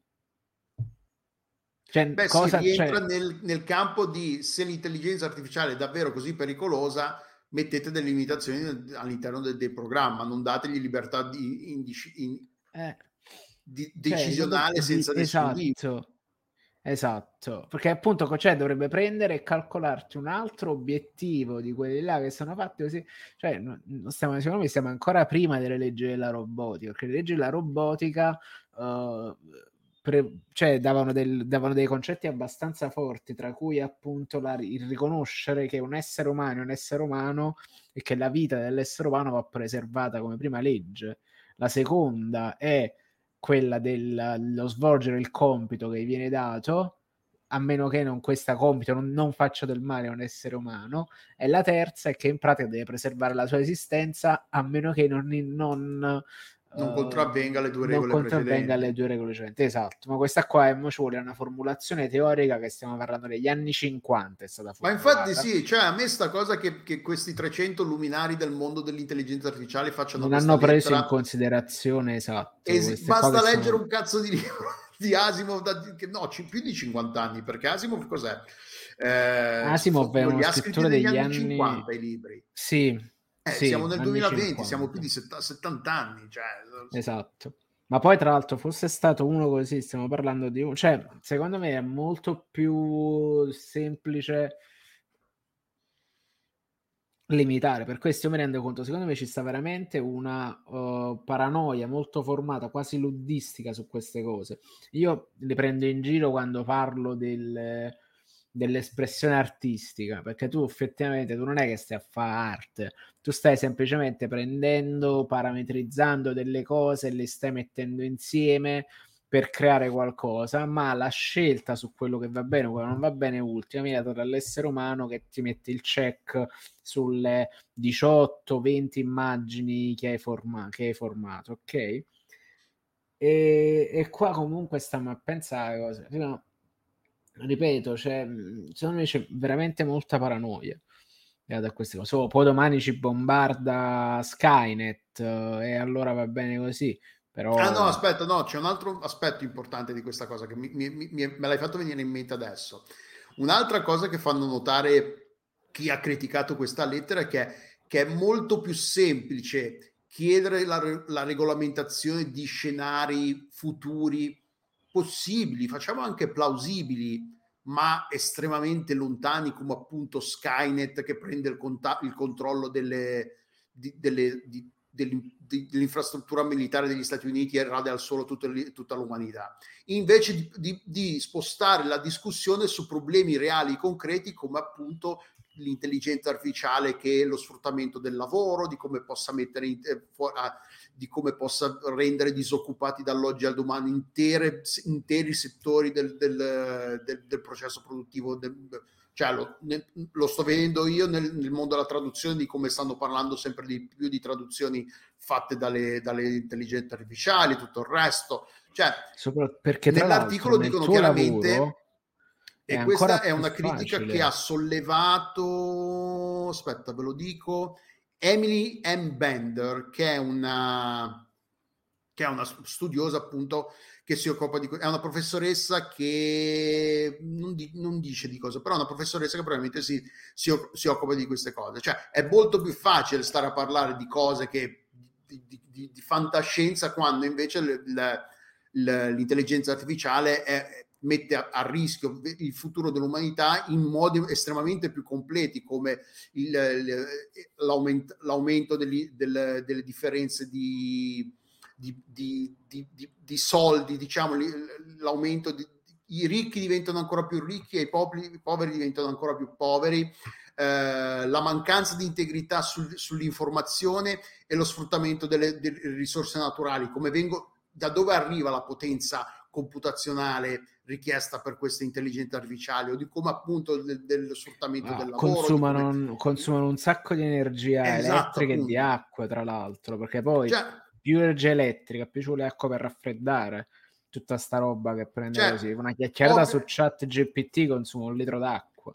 Cioè, Beh, cosa, si rientra cioè... nel, nel campo di se l'intelligenza artificiale è davvero così pericolosa, mettete delle limitazioni all'interno del, del programma, non dategli libertà di, in, in, Eh, di, cioè, decisionale di, senza nessun limite. esatto. Esatto, perché appunto cioè, dovrebbe prendere e calcolarti un altro obiettivo di quelli là che sono fatti così, cioè non stiamo, secondo me stiamo ancora prima delle leggi della robotica, perché le leggi della robotica uh, pre, cioè, davano, del, davano dei concetti abbastanza forti, tra cui appunto la, il riconoscere che un essere umano è un essere umano e che la vita dell'essere umano va preservata come prima legge. La seconda è quella dello svolgere il compito che gli viene dato, a meno che non questo compito non, non faccia del male a un essere umano, e la terza è che in pratica deve preservare la sua esistenza a meno che non, non, non uh, contravvenga le due non regole contravvenga precedenti. le due regole precedenti. Esatto, ma questa qua è, ci vuole una formulazione teorica che stiamo parlando degli anni cinquanta, è stata formulata. Ma infatti sì, cioè a me sta cosa che, che questi trecento luminari del mondo dell'intelligenza artificiale facciano non hanno preso in considerazione, esatto, es- basta leggere sono... un cazzo di libro di Asimov da, che, no, più di cinquanta anni, perché Asimov cos'è? Eh, Asimov è uno li ha scritti scrittore negli degli anni, anni cinquanta i libri. sì, Eh, sì, siamo nel duemilaventi, cinquanta. siamo più di settanta anni, cioè... Esatto. Ma poi tra l'altro fosse stato uno così, stiamo parlando di uno, cioè secondo me è molto più semplice limitare, per questo io mi rendo conto, secondo me ci sta veramente una uh, paranoia molto formata, quasi luddistica su queste cose. Io le prendo in giro quando parlo del, dell'espressione artistica, perché tu effettivamente tu non è che stai a fare arte, tu stai semplicemente prendendo, parametrizzando delle cose, le stai mettendo insieme per creare qualcosa, ma la scelta su quello che va bene o quello non va bene ultima viene data dall'essere umano che ti mette il check sulle diciotto venti immagini che hai, forma- che hai formato, ok? E, e qua comunque stiamo a pensare cose, no, ripeto, cioè, secondo me c'è veramente molta paranoia da queste cose. Oh, poi domani ci bombarda Skynet eh, e allora va bene così. Però... Ah no, aspetta, no, c'è un altro aspetto importante di questa cosa che mi, mi, mi, me l'hai fatto venire in mente adesso. Un'altra cosa che fanno notare chi ha criticato questa lettera è che, che è molto più semplice chiedere la, la regolamentazione di scenari futuri possibili, facciamo anche plausibili, ma estremamente lontani, come appunto Skynet che prende il, conta- il controllo delle... Di, delle di, di, dell'infrastruttura militare degli Stati Uniti rade al suolo tutta, tutta l'umanità, invece di, di, di spostare la discussione su problemi reali concreti come appunto l'intelligenza artificiale, che è lo sfruttamento del lavoro, di come possa mettere in, eh, fuori, di come possa rendere disoccupati dall'oggi al domani intere, interi settori del, del, del, del processo produttivo. Del, cioè lo, ne, lo sto vedendo io nel, nel mondo della traduzione, di come stanno parlando sempre di più di traduzioni fatte dalle, dalle intelligenze artificiali, tutto il resto. Cioè, Sopra, perché nell'articolo nel dicono chiaramente... lavoro... E è questa è una facile. critica che ha sollevato, aspetta ve lo dico, Emily M. Bender, che è una, che è una studiosa appunto che si occupa di, è una professoressa che non, di, non dice di cosa, però è una professoressa che probabilmente si, si, si occupa di queste cose. Cioè è molto più facile stare a parlare di cose che di, di, di, di fantascienza, quando invece le, le, le, l'intelligenza artificiale è mette a, a rischio il futuro dell'umanità in modi estremamente più completi, come il, l'aumento, l'aumento degli, delle, delle differenze di, di, di, di, di, di soldi, diciamo, l'aumento di, i ricchi diventano ancora più ricchi e i poveri, i poveri diventano ancora più poveri, eh, la mancanza di integrità sul, sull'informazione e lo sfruttamento delle, delle risorse naturali, come vengo, da dove arriva la potenza computazionale richiesta per queste intelligenze artificiali, o di come appunto del, del sfruttamento ah, del lavoro. Consumano, come... consumano un sacco di energia esatto, elettrica appunto. E di acqua, tra l'altro, perché poi cioè, più energia elettrica, più ci vuole acqua per raffreddare, tutta sta roba che prende cioè, così. Una chiacchierata ovvio... su chat G P T consuma un litro d'acqua.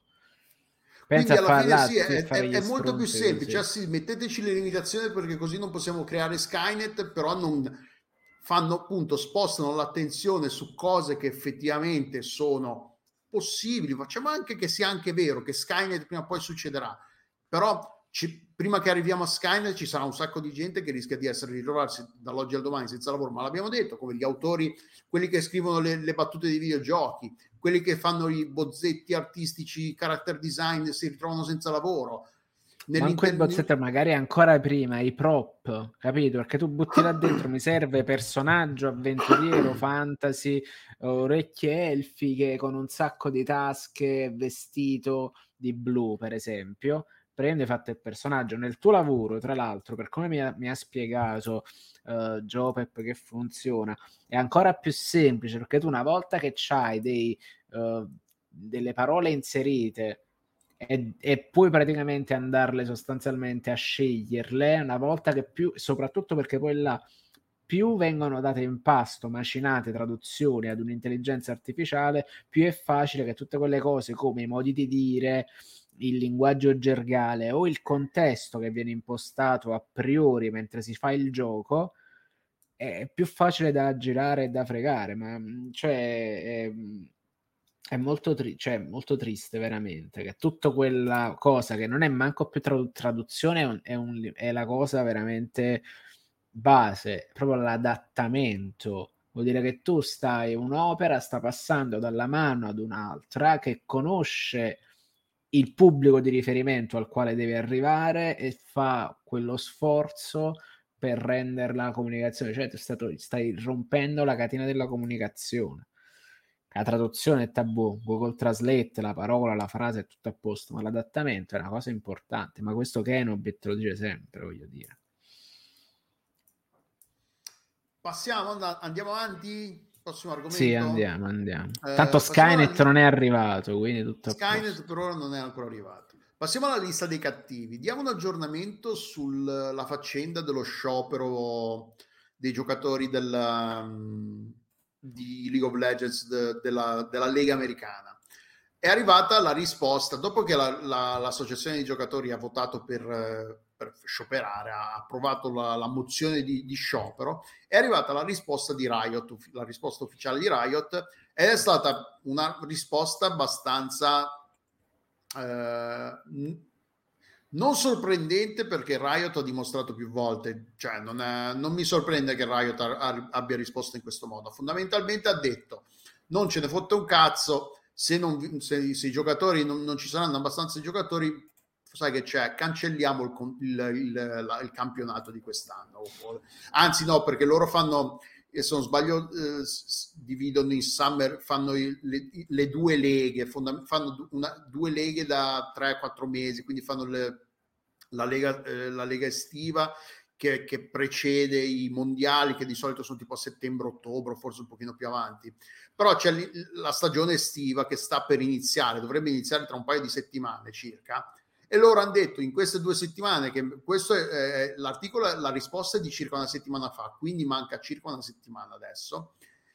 Pensa Quindi alla fine sì, è, è, è molto più semplice. Cioè, sì, metteteci le limitazioni, perché così non possiamo creare Skynet, però non... fanno appunto, spostano l'attenzione su cose che effettivamente sono possibili. Facciamo anche che sia anche vero che Skynet prima o poi succederà, però ci, prima che arriviamo a Skynet ci sarà un sacco di gente che rischia di essere ritrovarsi dall'oggi al domani senza lavoro, ma l'abbiamo detto, come gli autori, quelli che scrivono le, le battute dei videogiochi, quelli che fanno i bozzetti artistici, character design, si ritrovano senza lavoro. Manco il bozzetto, magari ancora prima i prop, capito? Perché tu butti là dentro, mi serve personaggio avventuriero, fantasy, orecchie elfiche con un sacco di tasche, vestito di blu, per esempio. Prende, fatto il personaggio. Nel tuo lavoro, tra l'altro, per come mi ha, mi ha spiegato uh, Jopep che funziona, è ancora più semplice, perché tu una volta che c'hai dei, uh, delle parole inserite E, e puoi praticamente andarle sostanzialmente a sceglierle una volta che più, soprattutto perché poi là più vengono date in pasto, macinate traduzioni ad un'intelligenza artificiale, più è facile che tutte quelle cose come i modi di dire, il linguaggio gergale o il contesto che viene impostato a priori mentre si fa il gioco è più facile da girare e da fregare, ma cioè è, È molto, tri- cioè, molto triste veramente che tutta quella cosa che non è manco più tradu- traduzione è, un, è, un, è la cosa veramente base, proprio l'adattamento. Vuol dire che tu stai, un'opera sta passando dalla mano ad un'altra che conosce il pubblico di riferimento al quale deve arrivare e fa quello sforzo per rendere la comunicazione, cioè tu stai, stai rompendo la catena della comunicazione. La traduzione è tabù, Google Translate, la parola, la frase è tutto a posto, ma l'adattamento è una cosa importante, ma questo Kenobit te lo dice sempre, voglio dire. Passiamo, andiamo avanti, prossimo argomento. Sì, andiamo, andiamo. Eh, Tanto Skynet alla... non è arrivato, quindi tutto Skynet per ora non è ancora arrivato. Passiamo alla lista dei cattivi. Diamo un aggiornamento sulla faccenda dello sciopero dei giocatori della... di League of Legends de, della, della Lega Americana. È arrivata la risposta, dopo che la, la, l'associazione di giocatori ha votato per, per scioperare, ha approvato la, la mozione di, di sciopero, è arrivata la risposta di Riot, la risposta ufficiale di Riot, ed è stata una risposta abbastanza eh, non sorprendente, perché Riot ha dimostrato più volte, cioè non, è, non mi sorprende che Riot a, a, abbia risposto in questo modo. Fondamentalmente ha detto: non ce ne fotte un cazzo, se, non, se, se i giocatori non, non ci saranno abbastanza giocatori, sai che c'è, cancelliamo il, con- il, il- la- il campionato di quest'anno. Anzi no, perché loro fanno, e se non sbaglio, eh, s- s- dividono in summer, fanno il- le, le due leghe, fonda- fanno du- una- due leghe da tre quattro mesi, quindi fanno le- la, lega, eh, la lega estiva che, che precede i mondiali, che di solito sono tipo a settembre-ottobre, forse un pochino più avanti. Però c'è li- la stagione estiva che sta per iniziare, dovrebbe iniziare tra un paio di settimane circa. E loro hanno detto in queste due settimane che questo è eh, l'articolo, la risposta è di circa una settimana fa, quindi manca circa una settimana adesso.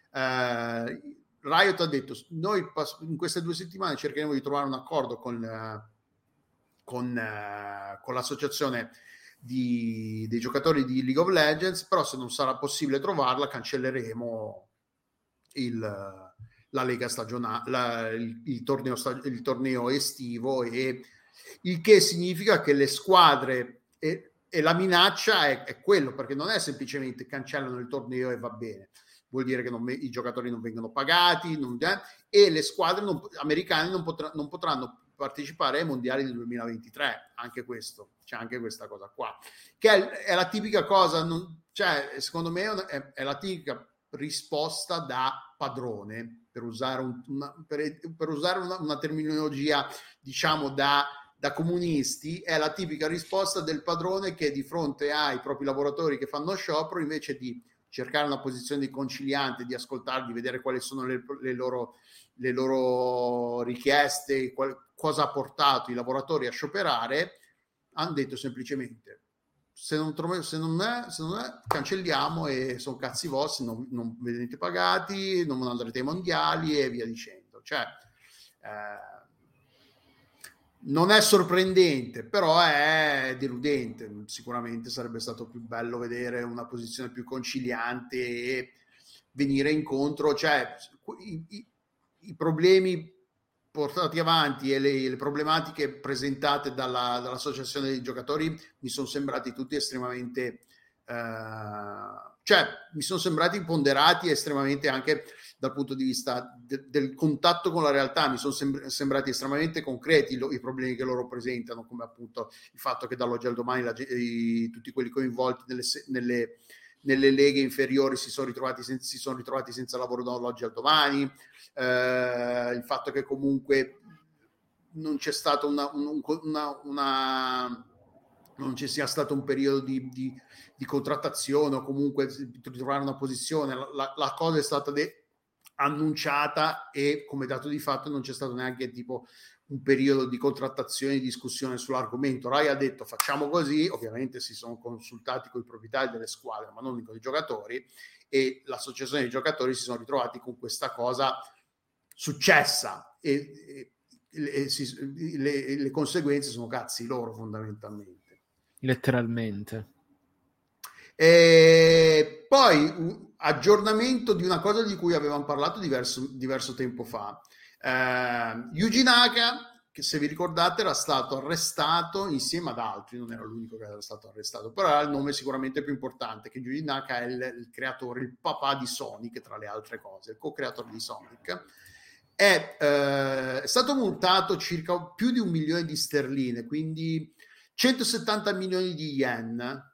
Eh, Riot ha detto noi pas- in queste due settimane cercheremo di trovare un accordo con, eh, con, eh, con l'associazione di, dei giocatori di League of Legends, però se non sarà possibile trovarla cancelleremo il, la lega stagionale, la, il, il, torneo stag- il torneo estivo, e il che significa che le squadre e, e la minaccia è, è quello, perché non è semplicemente cancellano il torneo e va bene, vuol dire che non, i giocatori non vengono pagati non, eh, e le squadre non, americane non, potrà, non potranno partecipare ai mondiali del duemilaventitré. Anche questo, c'è anche questa cosa qua, che è, è la tipica cosa, non, cioè secondo me è, è la tipica risposta da padrone, per usare, un, una, per, per usare una, una terminologia diciamo da, da comunisti, è la tipica risposta del padrone che di fronte ai propri lavoratori che fanno sciopero, invece di cercare una posizione di conciliante, di ascoltarli, di vedere quali sono le, le, loro, le loro richieste, qual, cosa ha portato i lavoratori a scioperare, hanno detto semplicemente se non, tro- se non, è, se non è, cancelliamo e sono cazzi vostri, non, non vedete pagati, non andrete ai mondiali e via dicendo. Cioè, eh, non è sorprendente, però è deludente. Sicuramente sarebbe stato più bello vedere una posizione più conciliante e venire incontro, cioè i, i, i problemi portati avanti e le, le problematiche presentate dalla, dall'associazione dei giocatori mi sono sembrati tutti estremamente eh, cioè mi sono sembrati ponderati estremamente, anche dal punto di vista de, del contatto con la realtà, mi sono sem- sembrati estremamente concreti lo, i problemi che loro presentano, come appunto il fatto che dall'oggi al domani la, i, tutti quelli coinvolti nelle, nelle nelle leghe inferiori si sono ritrovati, sen- si sono ritrovati senza lavoro dall'oggi al domani, eh, il fatto che comunque non c'è stato una, una, una non ci sia stato un periodo di, di, di contrattazione o comunque di trovare una posizione, la, la cosa è stata de- annunciata e come dato di fatto non c'è stato neanche tipo un periodo di contrattazione e discussione sull'argomento. Rai ha detto facciamo così, ovviamente si sono consultati con i proprietari delle squadre ma non con i giocatori, e l'associazione dei giocatori si sono ritrovati con questa cosa successa e, e, e si, le, le conseguenze sono cazzi loro fondamentalmente, letteralmente. E poi un aggiornamento di una cosa di cui avevamo parlato diverso, diverso tempo fa. Uh, Yuji Naka, che se vi ricordate era stato arrestato insieme ad altri, non era l'unico che era stato arrestato, però era il nome sicuramente più importante, che Yuji Naka è il, il creatore, il papà di Sonic, tra le altre cose, il co-creatore di Sonic. È, uh, è stato multato circa più di un milione di sterline, quindi centosettanta milioni di yen.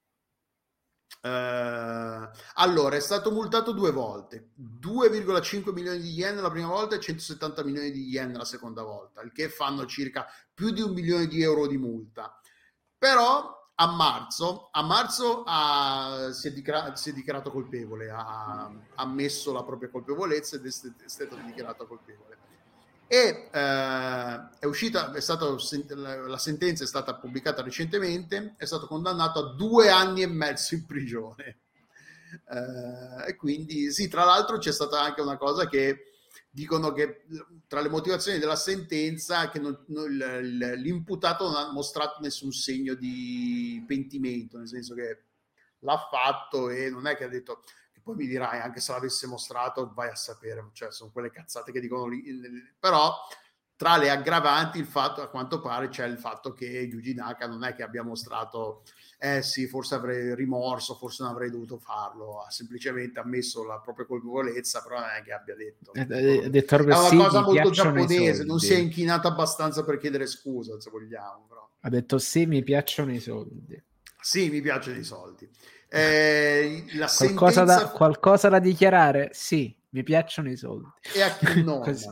Uh, allora è stato multato due volte, due virgola cinque milioni di yen la prima volta e centosettanta milioni di yen la seconda volta, il che fanno circa più di un milione di euro di multa. Però a marzo, a marzo ha, si, è dichiarato, si è dichiarato colpevole, ha ammesso la propria colpevolezza ed è stato dichiarato colpevole. E eh, è uscita, è stato, la sentenza è stata pubblicata recentemente, è stato condannato a due anni e mezzo in prigione. Eh, e quindi sì, tra l'altro c'è stata anche una cosa che dicono che tra le motivazioni della sentenza che non, non, l'imputato non ha mostrato nessun segno di pentimento, nel senso che l'ha fatto e non è che ha detto, che poi mi dirai anche se l'avesse mostrato vai a sapere, cioè sono quelle cazzate che dicono lì, però tra le aggravanti il fatto, a quanto pare c'è il fatto che Yuji Naka non è che abbia mostrato eh sì, forse avrei rimorso, forse non avrei dovuto farlo, ha semplicemente ammesso la propria colpevolezza, però non è che abbia detto. Ha detto è una sì, cosa mi molto piacciono i giapponese, non soldi. si è inchinato abbastanza per chiedere scusa, se vogliamo. Però. Ha detto sì, mi piacciono i soldi. Sì, mi piacciono i soldi. Eh, la qualcosa, sentenza... da, qualcosa da dichiarare? Sì, mi piacciono i soldi. E a chi non? uh...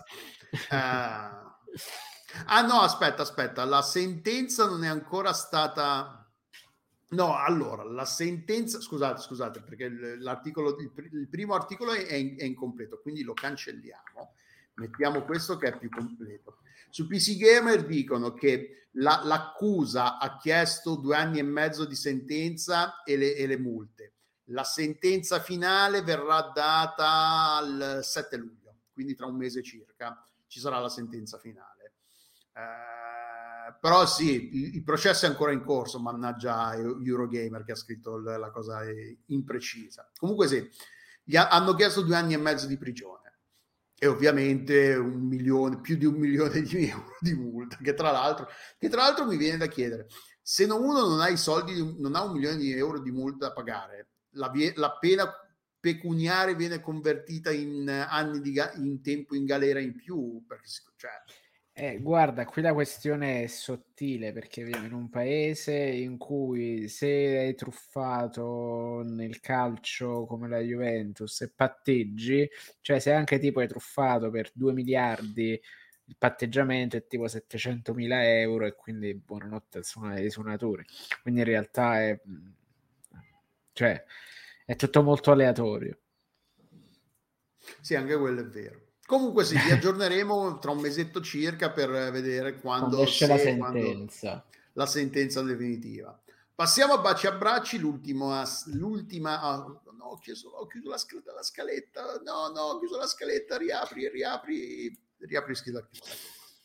Ah no, aspetta, aspetta, la sentenza non è ancora stata... No, allora, la sentenza... Scusate, scusate, perché l'articolo, il, il primo articolo è, è incompleto, quindi lo cancelliamo. Mettiamo questo che è più completo. Su P C Gamer dicono che la, l'accusa ha chiesto due anni e mezzo di sentenza e le, e le multe. La sentenza finale verrà data il sette luglio, quindi tra un mese circa ci sarà la sentenza finale. Eh, però sì, il, il processo è ancora in corso, mannaggia Eurogamer che ha scritto l, la cosa imprecisa. Comunque sì, gli ha, hanno chiesto due anni e mezzo di prigione. E ovviamente un milione, più di un milione di euro di multa, che tra l'altro, che tra l'altro mi viene da chiedere, se uno non ha i soldi, non ha un milione di euro di multa da pagare, la, la pena pecuniaria viene convertita in anni di in tempo in galera in più, perché cioè... Eh, guarda, qui la questione è sottile, perché viviamo in un paese in cui se hai truffato nel calcio come la Juventus e patteggi, cioè se anche tipo hai truffato per due miliardi, il patteggiamento è tipo settecentomila euro e quindi buonanotte ai suonatori. Quindi in realtà è, cioè, è tutto molto aleatorio. Sì, anche quello è vero. Comunque sì, vi aggiorneremo tra un mesetto circa per vedere quando, quando esce se, la sentenza. Quando la sentenza definitiva. Passiamo a baci e abbracci, l'ultima, l'ultima oh, no, ho chiuso, ho chiuso la, scaletta, la scaletta, no, no, ho chiuso la scaletta, riapri, riapri, riapri scheda chiusa.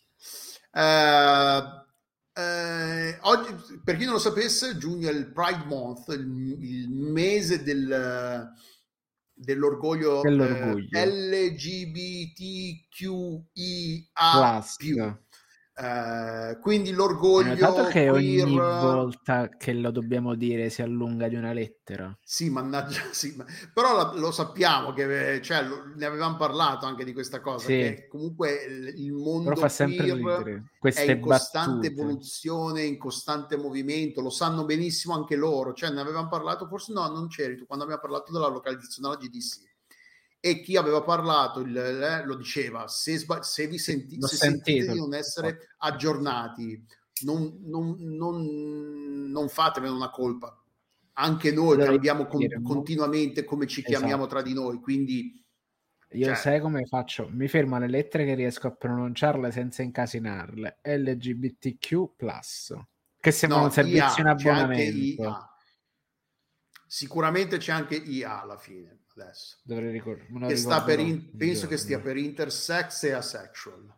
Eh, eh, oggi, per chi non lo sapesse, giugno è il Pride Month, il, il mese del... dell'orgoglio, dell'orgoglio. Eh, L G B T Q I A più. Eh, quindi l'orgoglio. Hai notato che queer... ogni volta che lo dobbiamo dire si allunga di una lettera? Sì, mannaggia, sì, ma... però lo, lo sappiamo che cioè, lo, ne avevamo parlato anche di questa cosa, sì. che comunque il, il mondo però fa sempre queer queste è in costante battute. evoluzione, in costante movimento, lo sanno benissimo anche loro, cioè ne avevamo parlato, forse no, non c'eri tu, quando abbiamo parlato della localizzazione della G D C. E chi aveva parlato il, eh, lo diceva, se, se vi senti, se sentite di non essere aggiornati, non, non, non, non fatevene una colpa. Anche noi Dovrei cambiamo con, continuamente come ci esatto. chiamiamo tra di noi, quindi... Io cioè, sai come faccio? Mi fermo alle lettere che riesco a pronunciarle senza incasinarle. L G B T Q plus, che sembra no, un servizio in abbonamento. Sicuramente c'è anche I A alla fine. Adesso dovrei ricordare che sta per in, penso che stia per intersex e asexual.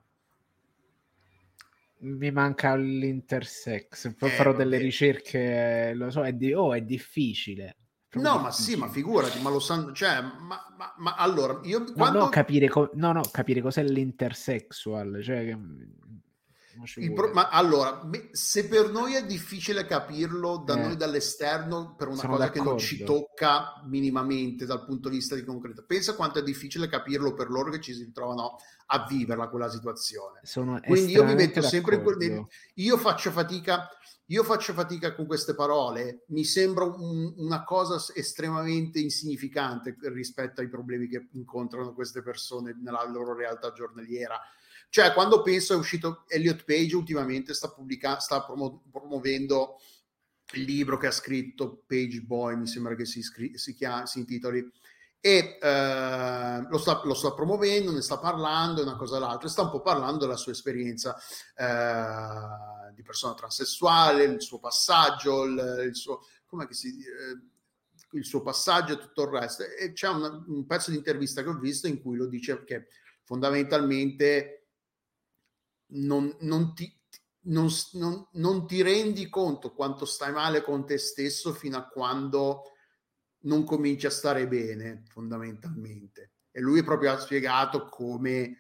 Mi manca l'intersex, poi eh, farò vabbè. delle ricerche, lo so, è, di, oh, è difficile. No, difficile. Ma sì, ma figurati, ma lo sanno, cioè, ma, ma, ma allora io no, quando... no, capire co- no, no, capire cos'è l'intersexual, cioè che Il pro- ma allora, se per noi è difficile capirlo da eh, noi dall'esterno per una cosa d'accordo. Che non ci tocca minimamente dal punto di vista di concreto, pensa quanto è difficile capirlo per loro che ci si ritrovano a viverla quella situazione. Sono Quindi io mi metto sempre in quel... io faccio fatica io faccio fatica con queste parole, mi sembra un, una cosa estremamente insignificante rispetto ai problemi che incontrano queste persone nella loro realtà giornaliera. Cioè, quando penso è uscito Elliot Page ultimamente sta pubblicando, sta promu- promuovendo il libro che ha scritto Page Boy, mi sembra che si, scri- si, chiama, si intitoli, e eh, lo, sta, lo sta promuovendo, ne sta parlando, una cosa e l'altra, e sta un po' parlando della sua esperienza eh, di persona transessuale, il suo passaggio, il, il suo, com'è che si eh, il suo passaggio e tutto il resto. E c'è una, un pezzo di intervista che ho visto in cui lo dice che fondamentalmente Non, non, ti, non, non, non ti rendi conto quanto stai male con te stesso fino a quando non cominci a stare bene, fondamentalmente. E lui proprio ha spiegato come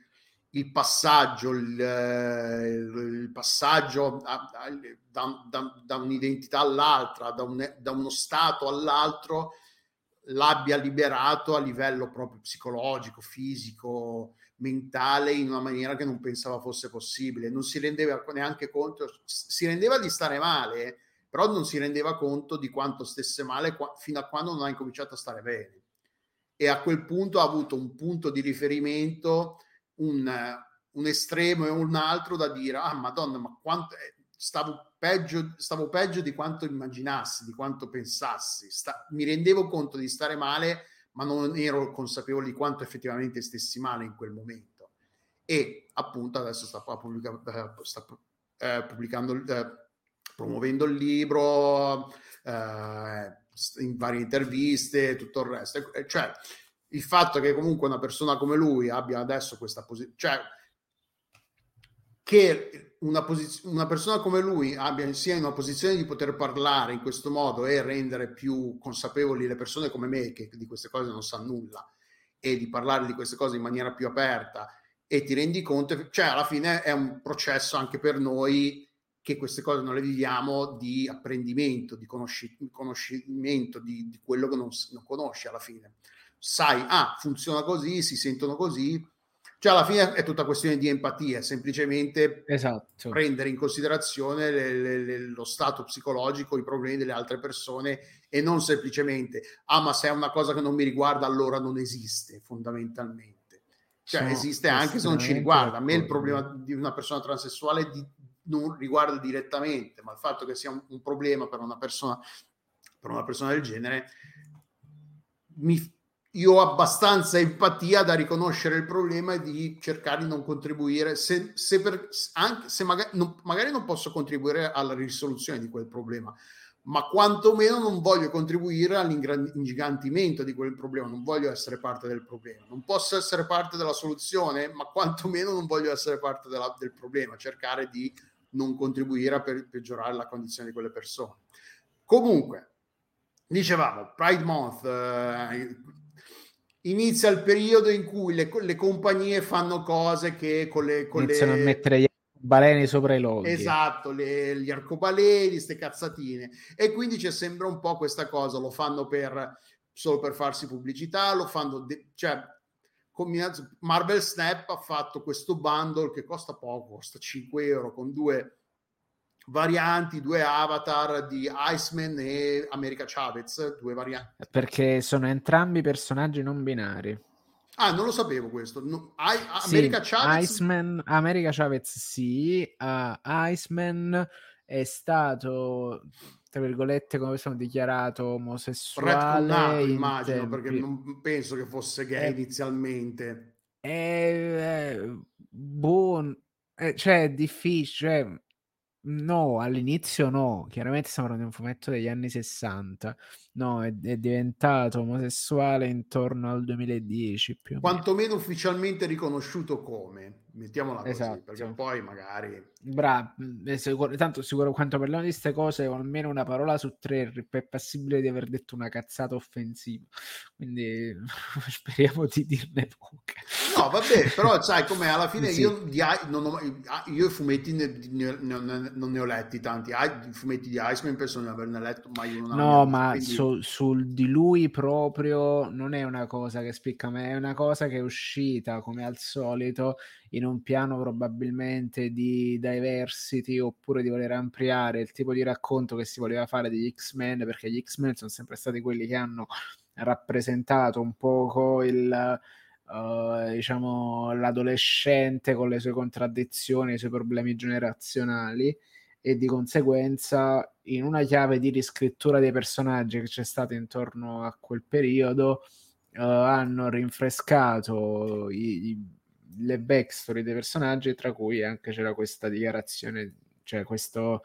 il passaggio, il, il passaggio a, a, da, da, da un'identità all'altra, da, un, da uno stato all'altro, l'abbia liberato a livello proprio psicologico, fisico, mentale, in una maniera che non pensava fosse possibile. Non si rendeva neanche conto, si rendeva di stare male, però non si rendeva conto di quanto stesse male qua, fino a quando non ha incominciato a stare bene. E a quel punto ha avuto un punto di riferimento, un, un estremo e un altro da dire, ah madonna, ma quanto stavo peggio, stavo peggio di quanto immaginassi, di quanto pensassi. Sta, mi rendevo conto di stare male, ma non ero consapevole di quanto effettivamente stessi male in quel momento. E appunto adesso sta, pubblica, sta eh, pubblicando, eh, promuovendo il libro, eh, in varie interviste, tutto il resto. Cioè, il fatto che comunque una persona come lui abbia adesso questa posizione, cioè che una, posiz- una persona come lui abbia sia in una posizione di poter parlare in questo modo e rendere più consapevoli le persone come me, che di queste cose non sanno nulla, e di parlare di queste cose in maniera più aperta, e ti rendi conto, cioè alla fine è un processo anche per noi che queste cose non le viviamo, di apprendimento, di conosci- conoscimento di, di quello che non, non conosci alla fine. Sai, ah, funziona così, si sentono così, cioè alla fine è tutta questione di empatia, semplicemente esatto. prendere in considerazione le, le, le, lo stato psicologico, i problemi delle altre persone, e non semplicemente, ah ma se è una cosa che non mi riguarda allora non esiste, fondamentalmente. Cioè Sono esiste anche se non ci riguarda. A me il problema di una persona transessuale di, non riguarda direttamente, ma il fatto che sia un, un problema per una persona, per una persona del genere, mi io ho abbastanza empatia da riconoscere il problema e di cercare di non contribuire, se, se, per, anche se magari non, magari non posso contribuire alla risoluzione di quel problema, ma quantomeno non voglio contribuire all'ingigantimento di quel problema, non voglio essere parte del problema. Non posso essere parte della soluzione, ma quantomeno non voglio essere parte della, del problema, cercare di non contribuire a per, peggiorare la condizione di quelle persone. Comunque, dicevamo, Pride Month, eh, inizia il periodo in cui le, le compagnie fanno cose che con le, con iniziano le... a mettere gli baleni sopra i loghi. Esatto, le, gli arcobaleni, ste cazzatine, e quindi c'è sembra un po' questa cosa, lo fanno per solo per farsi pubblicità, lo fanno de- cioè Marvel Snap ha fatto questo bundle che costa poco, costa cinque euro, con due varianti, due avatar di Iceman e America Chavez, due varianti. Perché sono entrambi personaggi non binari. Ah, non lo sapevo questo. No, I, America sì, Chavez... Iceman, America Chavez sì, uh, Iceman è stato, tra virgolette, come possiamo dichiarato omosessuale. Retconnato, immagino, tempi... perché non penso che fosse gay è, inizialmente. È, è buon, è, cioè è difficile, cioè, no, all'inizio no, chiaramente stiamo parlando di un fumetto degli anni sessanta, no, è, è diventato omosessuale intorno al duemiladieci più o quantomeno meno. Ufficialmente riconosciuto come, mettiamola così, esatto. perché poi magari... Bravo, sicuro, tanto sicuro quando parliamo di queste cose almeno una parola su tre è passibile di aver detto una cazzata offensiva, quindi speriamo di dirne poche. No, vabbè, però sai com'è, alla fine sì. io, di, non ho, io i fumetti ne, ne, ne, non ne ho letti tanti, i fumetti di Iceman penso non averne letto mai uno. No, ma quindi... su, sul di lui proprio non è una cosa che spicca, ma è una cosa che è uscita come al solito in un piano probabilmente di diversity, oppure di voler ampliare il tipo di racconto che si voleva fare degli X-Men, perché gli X-Men sono sempre stati quelli che hanno rappresentato un poco il... Uh, diciamo l'adolescente con le sue contraddizioni, i suoi problemi generazionali, e di conseguenza in una chiave di riscrittura dei personaggi che c'è stata intorno a quel periodo uh, hanno rinfrescato i, i, le backstory dei personaggi, tra cui anche c'era questa dichiarazione, cioè questo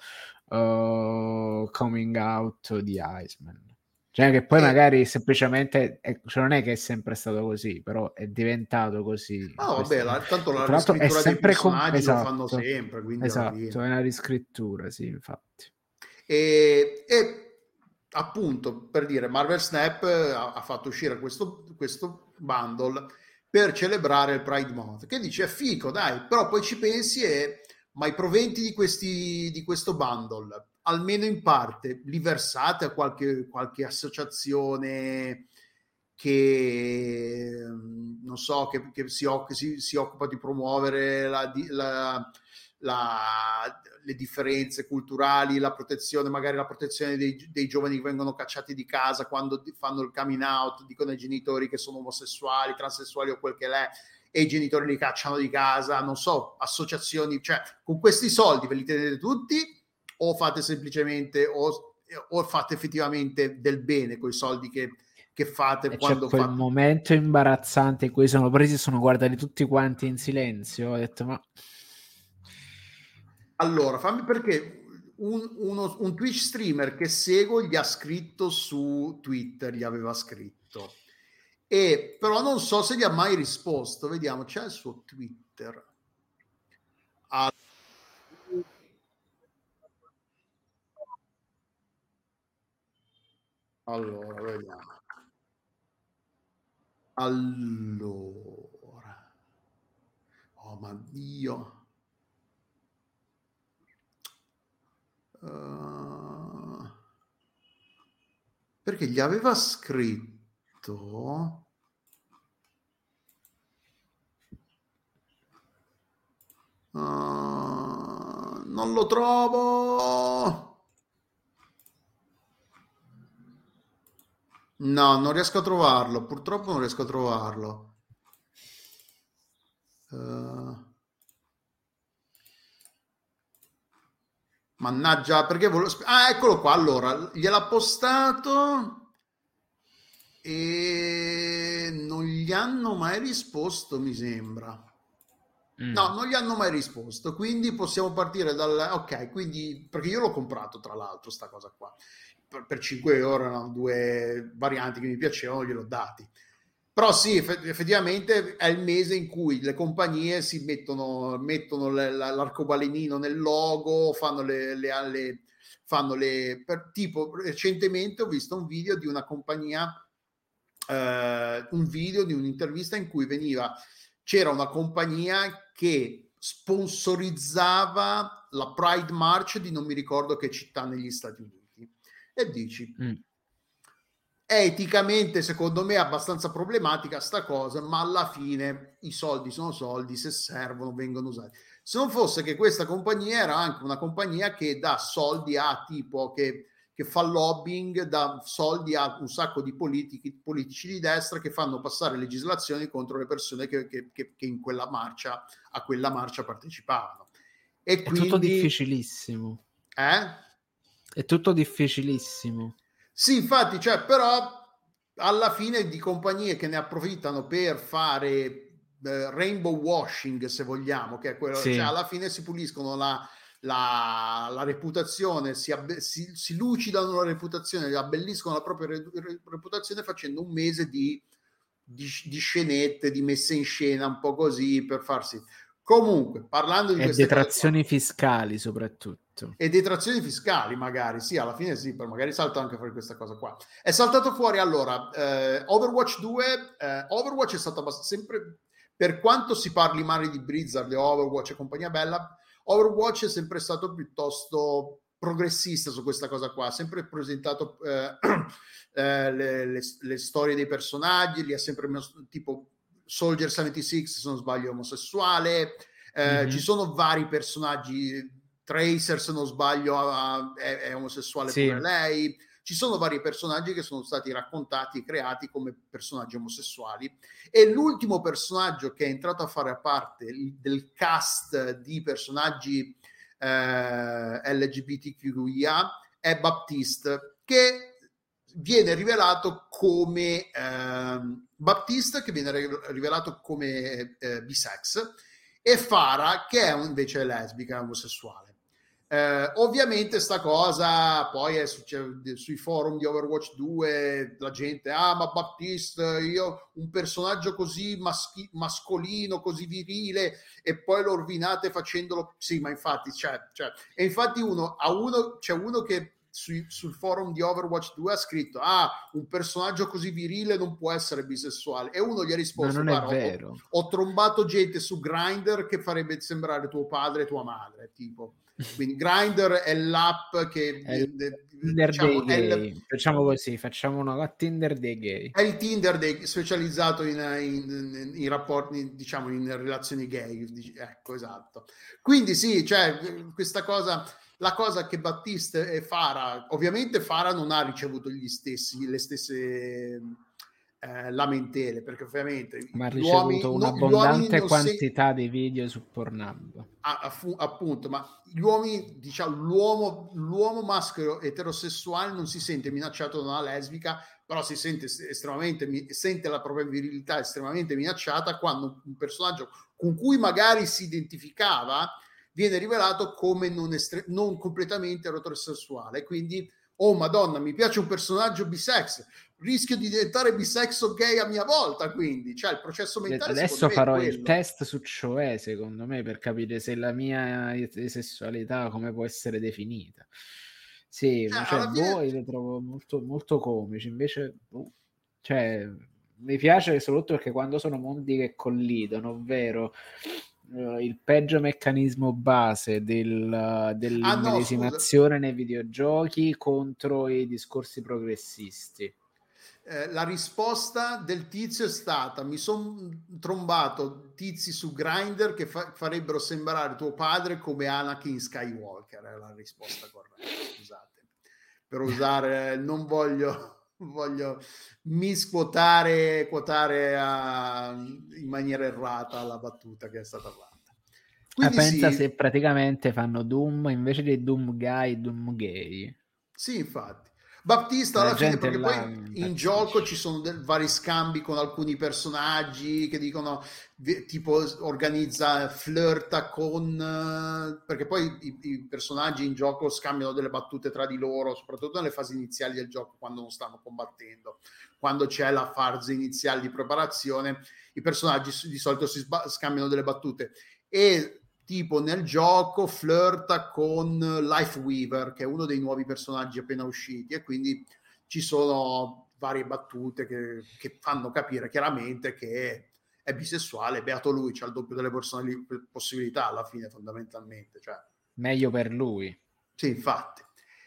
uh, coming out di Iceman. Cioè che poi eh, magari semplicemente è, cioè non è che è sempre stato così, però è diventato così. No, vabbè, la, tanto la Tra riscrittura è sempre dei personaggi com- esatto, lo fanno sempre, quindi esatto, è una riscrittura, sì, infatti. E, e appunto, per dire, Marvel Snap ha, ha fatto uscire questo, questo bundle per celebrare il Pride Month, che dice è fico, dai, però poi ci pensi e ma i proventi di, questi, di questo bundle, almeno in parte, li versate a qualche, qualche associazione che non so, che, che, si, che si, si occupa di promuovere la, la, la, le differenze culturali, la protezione, magari la protezione dei, dei giovani che vengono cacciati di casa quando fanno il coming out, dicono ai genitori che sono omosessuali, transessuali o quel che l'è, e i genitori li cacciano di casa, non so, associazioni, cioè con questi soldi ve li tenete tutti o fate semplicemente o, o fate effettivamente del bene con i soldi che, che fate e quando c'è quel fate... momento imbarazzante in cui sono presi e sono guardati tutti quanti in silenzio, ho detto ma allora fammi, perché un, uno, un Twitch streamer che seguo gli ha scritto su Twitter, gli aveva scritto, e però non so se gli ha mai risposto. Vediamo, c'è il suo Twitter. Allora, vediamo. Allora. Oh, ma Dio. Uh, perché gli aveva scritto... Uh, non lo trovo. No, non riesco a trovarlo. Purtroppo non riesco a trovarlo. Uh, mannaggia, perché volevo... Ah, eccolo qua. Allora, gliel'ha postato e non gli hanno mai risposto, mi sembra. Mm. No, non gli hanno mai risposto, quindi possiamo partire dal... Ok, quindi... Perché io l'ho comprato, tra l'altro, sta cosa qua. Per, per cinque euro erano due varianti che mi piacevano, gliel'ho dati. Però sì, effettivamente è il mese in cui le compagnie si mettono, mettono l'arcobalenino nel logo, fanno le... le, le fanno le per, tipo, recentemente ho visto un video di una compagnia, eh, un video di un'intervista in cui veniva... C'era una compagnia che sponsorizzava la Pride March di non mi ricordo che città negli Stati Uniti. E dici, mm. è eticamente, secondo me, abbastanza problematica sta cosa, ma alla fine i soldi sono soldi, se servono vengono usati. Se non fosse che questa compagnia era anche una compagnia che dà soldi a tipo che... che fa lobbying, dà soldi a un sacco di politici, politici di destra che fanno passare legislazioni contro le persone che, che, che in quella marcia, a quella marcia partecipavano. E è quindi... tutto difficilissimo. Eh? È tutto difficilissimo. Sì, infatti, cioè, però alla fine di compagnie che ne approfittano per fare eh, rainbow washing, se vogliamo, che è quello, sì. Cioè alla fine si puliscono la... La, la reputazione, si, abbe, si, si lucidano la reputazione, abbelliscono la propria re, re, reputazione facendo un mese di, di, di scenette, di messe in scena un po' così per farsi. Comunque, parlando di e queste detrazioni cose, fiscali soprattutto. E detrazioni fiscali magari, sì, alla fine sì, per magari salta anche fuori questa cosa qua. È saltato fuori allora eh, Overwatch due, eh, Overwatch è stato abbastanza, sempre, per quanto si parli male di Blizzard e Overwatch e compagnia bella, Overwatch è sempre stato piuttosto progressista su questa cosa qua, ha sempre presentato eh, eh, le, le, le storie dei personaggi, li ha sempre messo, tipo Soldier settantasei, se non sbaglio, omosessuale, eh, mm-hmm. Ci sono vari personaggi, Tracer, se non sbaglio, è, è omosessuale sì. Pure lei, ci sono vari personaggi che sono stati raccontati e creati come personaggi omosessuali, e l'ultimo personaggio che è entrato a fare parte del cast di personaggi eh, L G B T Q I A è Baptiste, che viene rivelato come eh, Baptiste che viene rivelato come eh, bisex, e Farah che è invece lesbica, omosessuale. Eh, ovviamente sta cosa poi è succe- sui forum di Overwatch due, la gente, ah ma Baptiste, io un personaggio così maschi- mascolino, così virile, e poi lo rovinate facendolo, sì ma infatti c'è, c'è. E infatti uno a uno c'è uno che sui, sul forum di Overwatch due ha scritto ah, un personaggio così virile non può essere bisessuale, e uno gli ha risposto Ma non è guarda, vero. Ho, ho trombato gente su Grindr che farebbe sembrare tuo padre e tua madre, tipo. Quindi Grindr è l'app che È il de- Tinder diciamo, dei è il- gay. Facciamo così, facciamo una Tinder dei gay. È il Tinder dei, specializzato in, in, in rapporti, diciamo, in relazioni gay. Ecco, esatto. Quindi sì, cioè, questa cosa, la cosa che Battista e Farah, ovviamente Farah non ha ricevuto gli stessi, le stesse eh, lamentele, perché ovviamente Ma ha gli uomini, ricevuto no, gli uomini un'abbondante non se- quantità di video su Pornhub. Ah, affu- appunto, ma gli uomini, diciamo, l'uomo, l'uomo maschio eterosessuale non si sente minacciato da una lesbica, però si sente estremamente, sente la propria virilità estremamente minacciata quando un personaggio con cui magari si identificava viene rivelato come non, estre- non completamente eterosessuale. Quindi, oh madonna, mi piace un personaggio bisex, rischio di diventare bisex o gay a mia volta, quindi cioè il processo mentale Adesso farò farò il test su Cioè, secondo me, per capire se la mia sessualità come può essere definita. Sì, cioè, cioè, alla boh, fine... li trovo molto, molto comici, invece boh, cioè, mi piace soprattutto perché quando sono mondi che collidono, ovvero uh, il peggio meccanismo base del, dell'immedesimazione ah, no, nei videogiochi contro i discorsi progressisti. Eh, la risposta del tizio è stata mi sono trombato tizi su Grindr che fa- farebbero sembrare tuo padre come Anakin Skywalker, è la risposta corretta, scusate per usare, non voglio voglio misquotare quotare a, in maniera errata la battuta che è stata fatta. Quindi ah, pensa sì, se praticamente fanno Doom invece di Doom Guy, Doom Gay. sì, infatti. Battista La alla fine, gente perché là poi in gioco impazzisce. ci sono del, vari scambi con alcuni personaggi che dicono, tipo organizza, flirta con, eh, perché poi i, i personaggi in gioco scambiano delle battute tra di loro, soprattutto nelle fasi iniziali del gioco quando non stanno combattendo. Quando c'è la fase iniziale di preparazione, i personaggi di solito si sba- scambiano delle battute. E tipo nel gioco flirta con Lifeweaver, che è uno dei nuovi personaggi appena usciti, e quindi ci sono varie battute che, che fanno capire chiaramente che è bisessuale. Beato lui, c'ha il doppio delle personali- possibilità alla fine, fondamentalmente, cioè. Meglio per lui. Sì, infatti.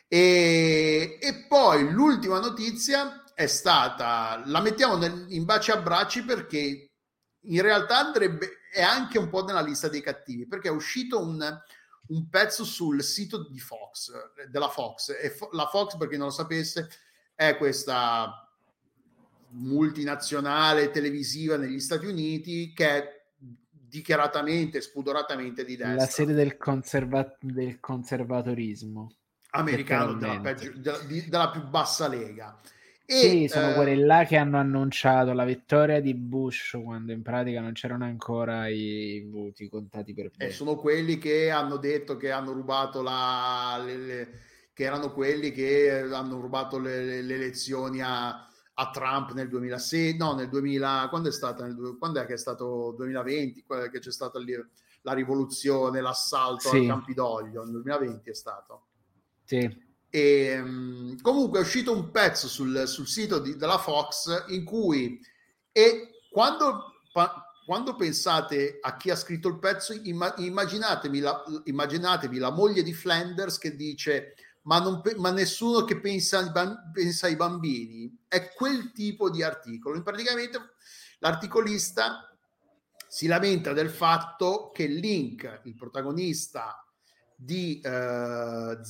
E, e poi l'ultima notizia è stata, la mettiamo nel, in baci a bracci perché in realtà andrebbe, è anche un po' nella lista dei cattivi, perché è uscito un, un pezzo sul sito di Fox, della Fox, e Fo- la Fox, per chi non lo sapesse, è questa multinazionale televisiva negli Stati Uniti che è dichiaratamente, spudoratamente di La destra. sede del, conserva- del conservatorismo. Americano della, peggio, della, di, della più bassa lega. E, sì, sono eh, quelli là che hanno annunciato la vittoria di Bush quando in pratica non c'erano ancora i voti contati per bene. E sono quelli che hanno detto che hanno rubato la... Le, le, che erano quelli che hanno rubato le, le elezioni a, a Trump nel duemilasei, no, nel duemila, quando è stata? Nel, quando è che è stato duemilaventi, che c'è stata lì la rivoluzione, l'assalto sì. al Campidoglio, nel duemilaventi è stato. Sì. E, um, comunque è uscito un pezzo sul, sul sito di, della Fox in cui, e quando, pa, quando pensate a chi ha scritto il pezzo, imma, immaginatevi, la, immaginatevi la moglie di Flanders che dice ma, non, ma nessuno che pensa, pensa ai bambini. È quel tipo di articolo. Praticamente l'articolista si lamenta del fatto che Link, il protagonista di uh,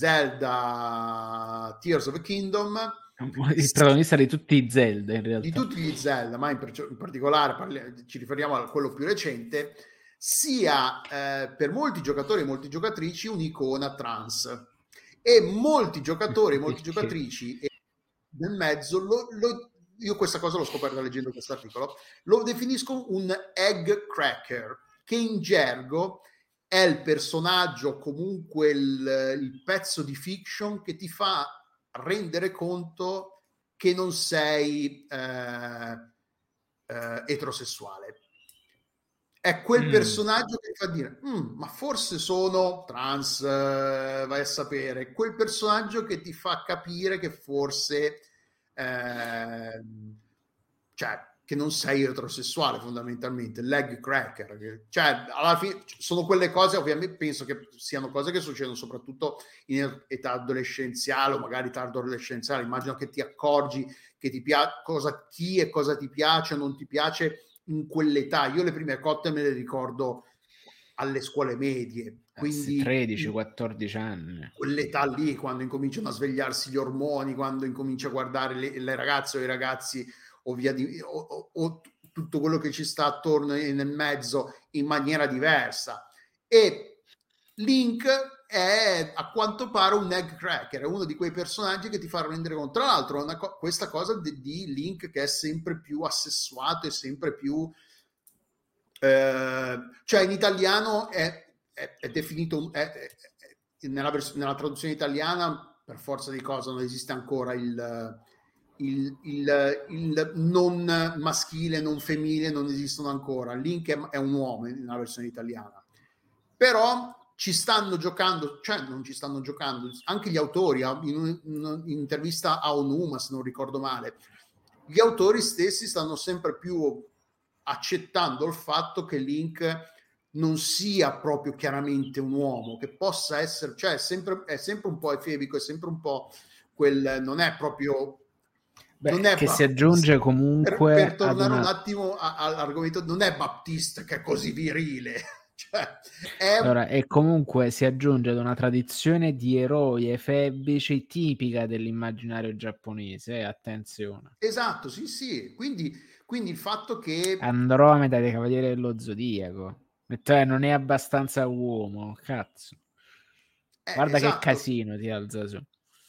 Zelda Tears of the Kingdom, il protagonista di tutti i Zelda in realtà, di tutti gli Zelda, ma in, in particolare parli, ci riferiamo a quello più recente, sia eh, per molti giocatori e molte giocatrici un'icona trans, e molti giocatori e molte giocatrici nel mezzo lo, lo, io questa cosa l'ho scoperta leggendo questo articolo, lo definiscono un egg cracker, che in gergo è il personaggio, comunque il, il pezzo di fiction che ti fa rendere conto che non sei eh, eh, eterosessuale. è quel Mm. personaggio che fa dire "Mm, ma forse sono trans, eh, vai a sapere", quel personaggio che ti fa capire che forse eh, cioè che non sei eterosessuale fondamentalmente, leg cracker, che- cioè alla fine sono quelle cose, ovviamente penso che siano cose che succedono soprattutto in età adolescenziale o magari tardo adolescenziale, immagino che ti accorgi che ti piace cosa chi e cosa ti piace o non ti piace in quell'età. Io le prime cotte me le ricordo alle scuole medie, quindi tredici quattordici anni. quell'età lì, quando incominciano a svegliarsi gli ormoni, quando incominci a guardare le, le ragazze o i ragazzi o via di o, o, o tutto quello che ci sta attorno e nel mezzo in maniera diversa. E Link è a quanto pare un egg cracker, è uno di quei personaggi che ti fa rendere conto. Tra l'altro, una co- questa cosa di, di Link che è sempre più assessuato e sempre più eh, cioè in italiano è, è, è definito è, è, nella, vers- nella traduzione italiana per forza di cosa non esiste ancora il, il, il, il non maschile, non femminile, non esistono ancora. Link è, è un uomo nella versione italiana, però ci stanno giocando, cioè non ci stanno giocando anche gli autori. In un'intervista a Onuma, se non ricordo male, gli autori stessi stanno sempre più accettando il fatto che Link non sia proprio chiaramente un uomo, che possa essere, cioè è sempre, è sempre un po' efebico, è sempre un po' quel, non è proprio Beh, non è che si Baptiste. aggiunge Per, comunque per ad tornare una... un attimo a- all'argomento, non è Baptiste che è così virile, cioè, è... Allora, e comunque si aggiunge ad una tradizione di eroi efebici tipica dell'immaginario giapponese, eh, attenzione. Esatto, sì, sì, quindi, quindi il fatto che... Andromeda dei Cavalieri dello Zodiaco. E cioè, non è abbastanza uomo, cazzo. Eh, Guarda che esatto. casino ti alza su.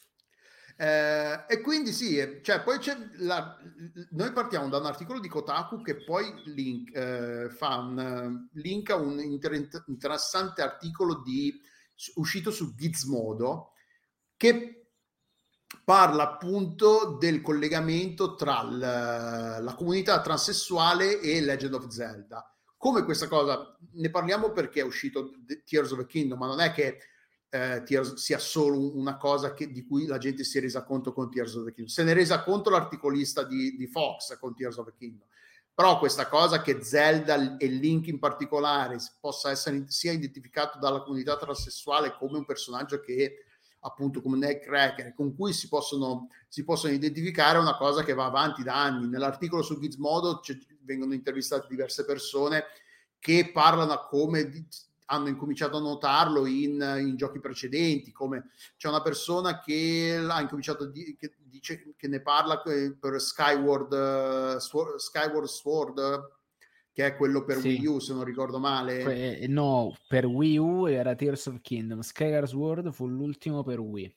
Eh, e quindi sì, eh, cioè poi c'è la, noi partiamo da un articolo di Kotaku che poi link, eh, fa un link a un inter- interessante articolo di, uscito su Gizmodo che parla appunto del collegamento tra l- la comunità transessuale e Legend of Zelda. Come questa cosa, ne parliamo perché è uscito Tears of the Kingdom, ma non è che eh, Tears sia solo una cosa che, di cui la gente si è resa conto con Tears of the Kingdom. Se ne è resa conto l'articolista di, di Fox con Tears of the Kingdom. Però questa cosa che Zelda e Link in particolare possa essere sia identificato dalla comunità transessuale come un personaggio che appunto come Neckcracker con cui si possono, si possono identificare è una cosa che va avanti da anni. Nell'articolo su Gizmodo vengono intervistate diverse persone che parlano come di, hanno incominciato a notarlo in, in giochi precedenti, come c'è una persona che ha incominciato di, che dice che ne parla per Skyward uh, Sword, Skyward Sword, che è quello per Sì. Wii U, se non ricordo male. Que- no, per Wii U era Tears of Kingdom. Skyward Sword fu l'ultimo per Wii.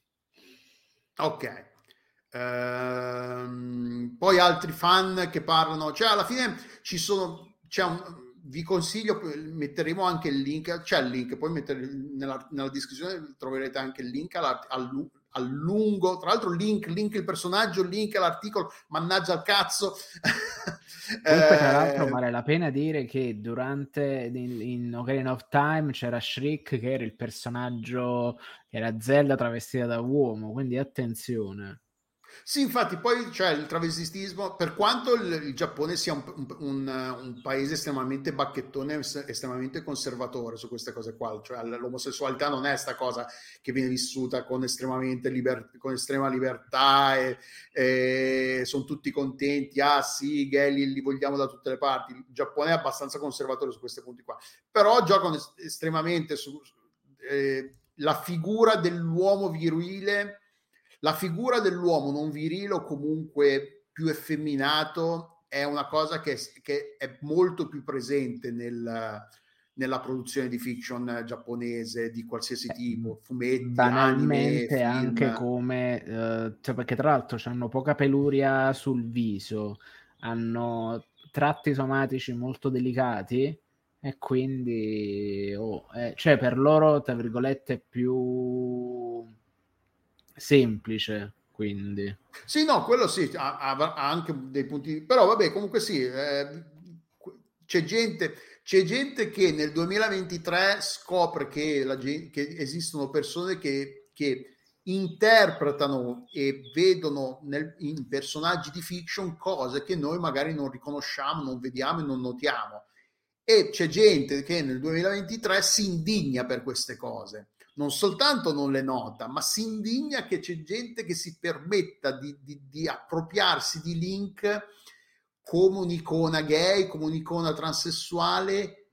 Ok. Ehm, poi altri fan che parlano, cioè alla fine ci sono, c'è un, vi consiglio, metteremo anche il link, c'è il link, poi mettere nella, nella descrizione troverete anche il link al, al, al lungo, tra l'altro link, link il personaggio, link all'articolo, mannaggia al cazzo. Comunque tra l'altro Eh, vale la pena dire che durante in, in Ocarina of Time c'era Shriek che era il personaggio, che era Zelda travestita da uomo, quindi attenzione. Sì, infatti poi c'è il travestismo, per quanto il, il Giappone sia un, un, un paese estremamente bacchettone, estremamente conservatore su queste cose qua, cioè l'omosessualità non è sta cosa che viene vissuta con, estremamente liber, con estrema libertà e, e sono tutti contenti, ah sì, i gay li, li vogliamo da tutte le parti. Il Giappone è abbastanza conservatore su questi punti qua, però giocano estremamente su eh, la figura dell'uomo virile. La figura dell'uomo non virile o comunque più effeminato è una cosa che, che è molto più presente nel, nella produzione di fiction giapponese di qualsiasi tipo, fumetti, banalmente anime, anche film. come eh, cioè perché tra l'altro hanno poca peluria sul viso, hanno tratti somatici molto delicati e quindi oh, eh, cioè per loro tra virgolette è più semplice, quindi Sì, no, quello sì, ha, ha anche dei punti, però vabbè, comunque sì, eh, c'è gente, c'è gente che nel duemilaventitré scopre che, la gente, che esistono persone che, che interpretano e vedono nel, in personaggi di fiction cose che noi magari non riconosciamo, non vediamo e non notiamo. E c'è gente che nel duemilaventitré si indigna per queste cose. Non soltanto non le nota, ma si indigna che c'è gente che si permetta di, di, di appropriarsi di link come un'icona gay, come un'icona transessuale,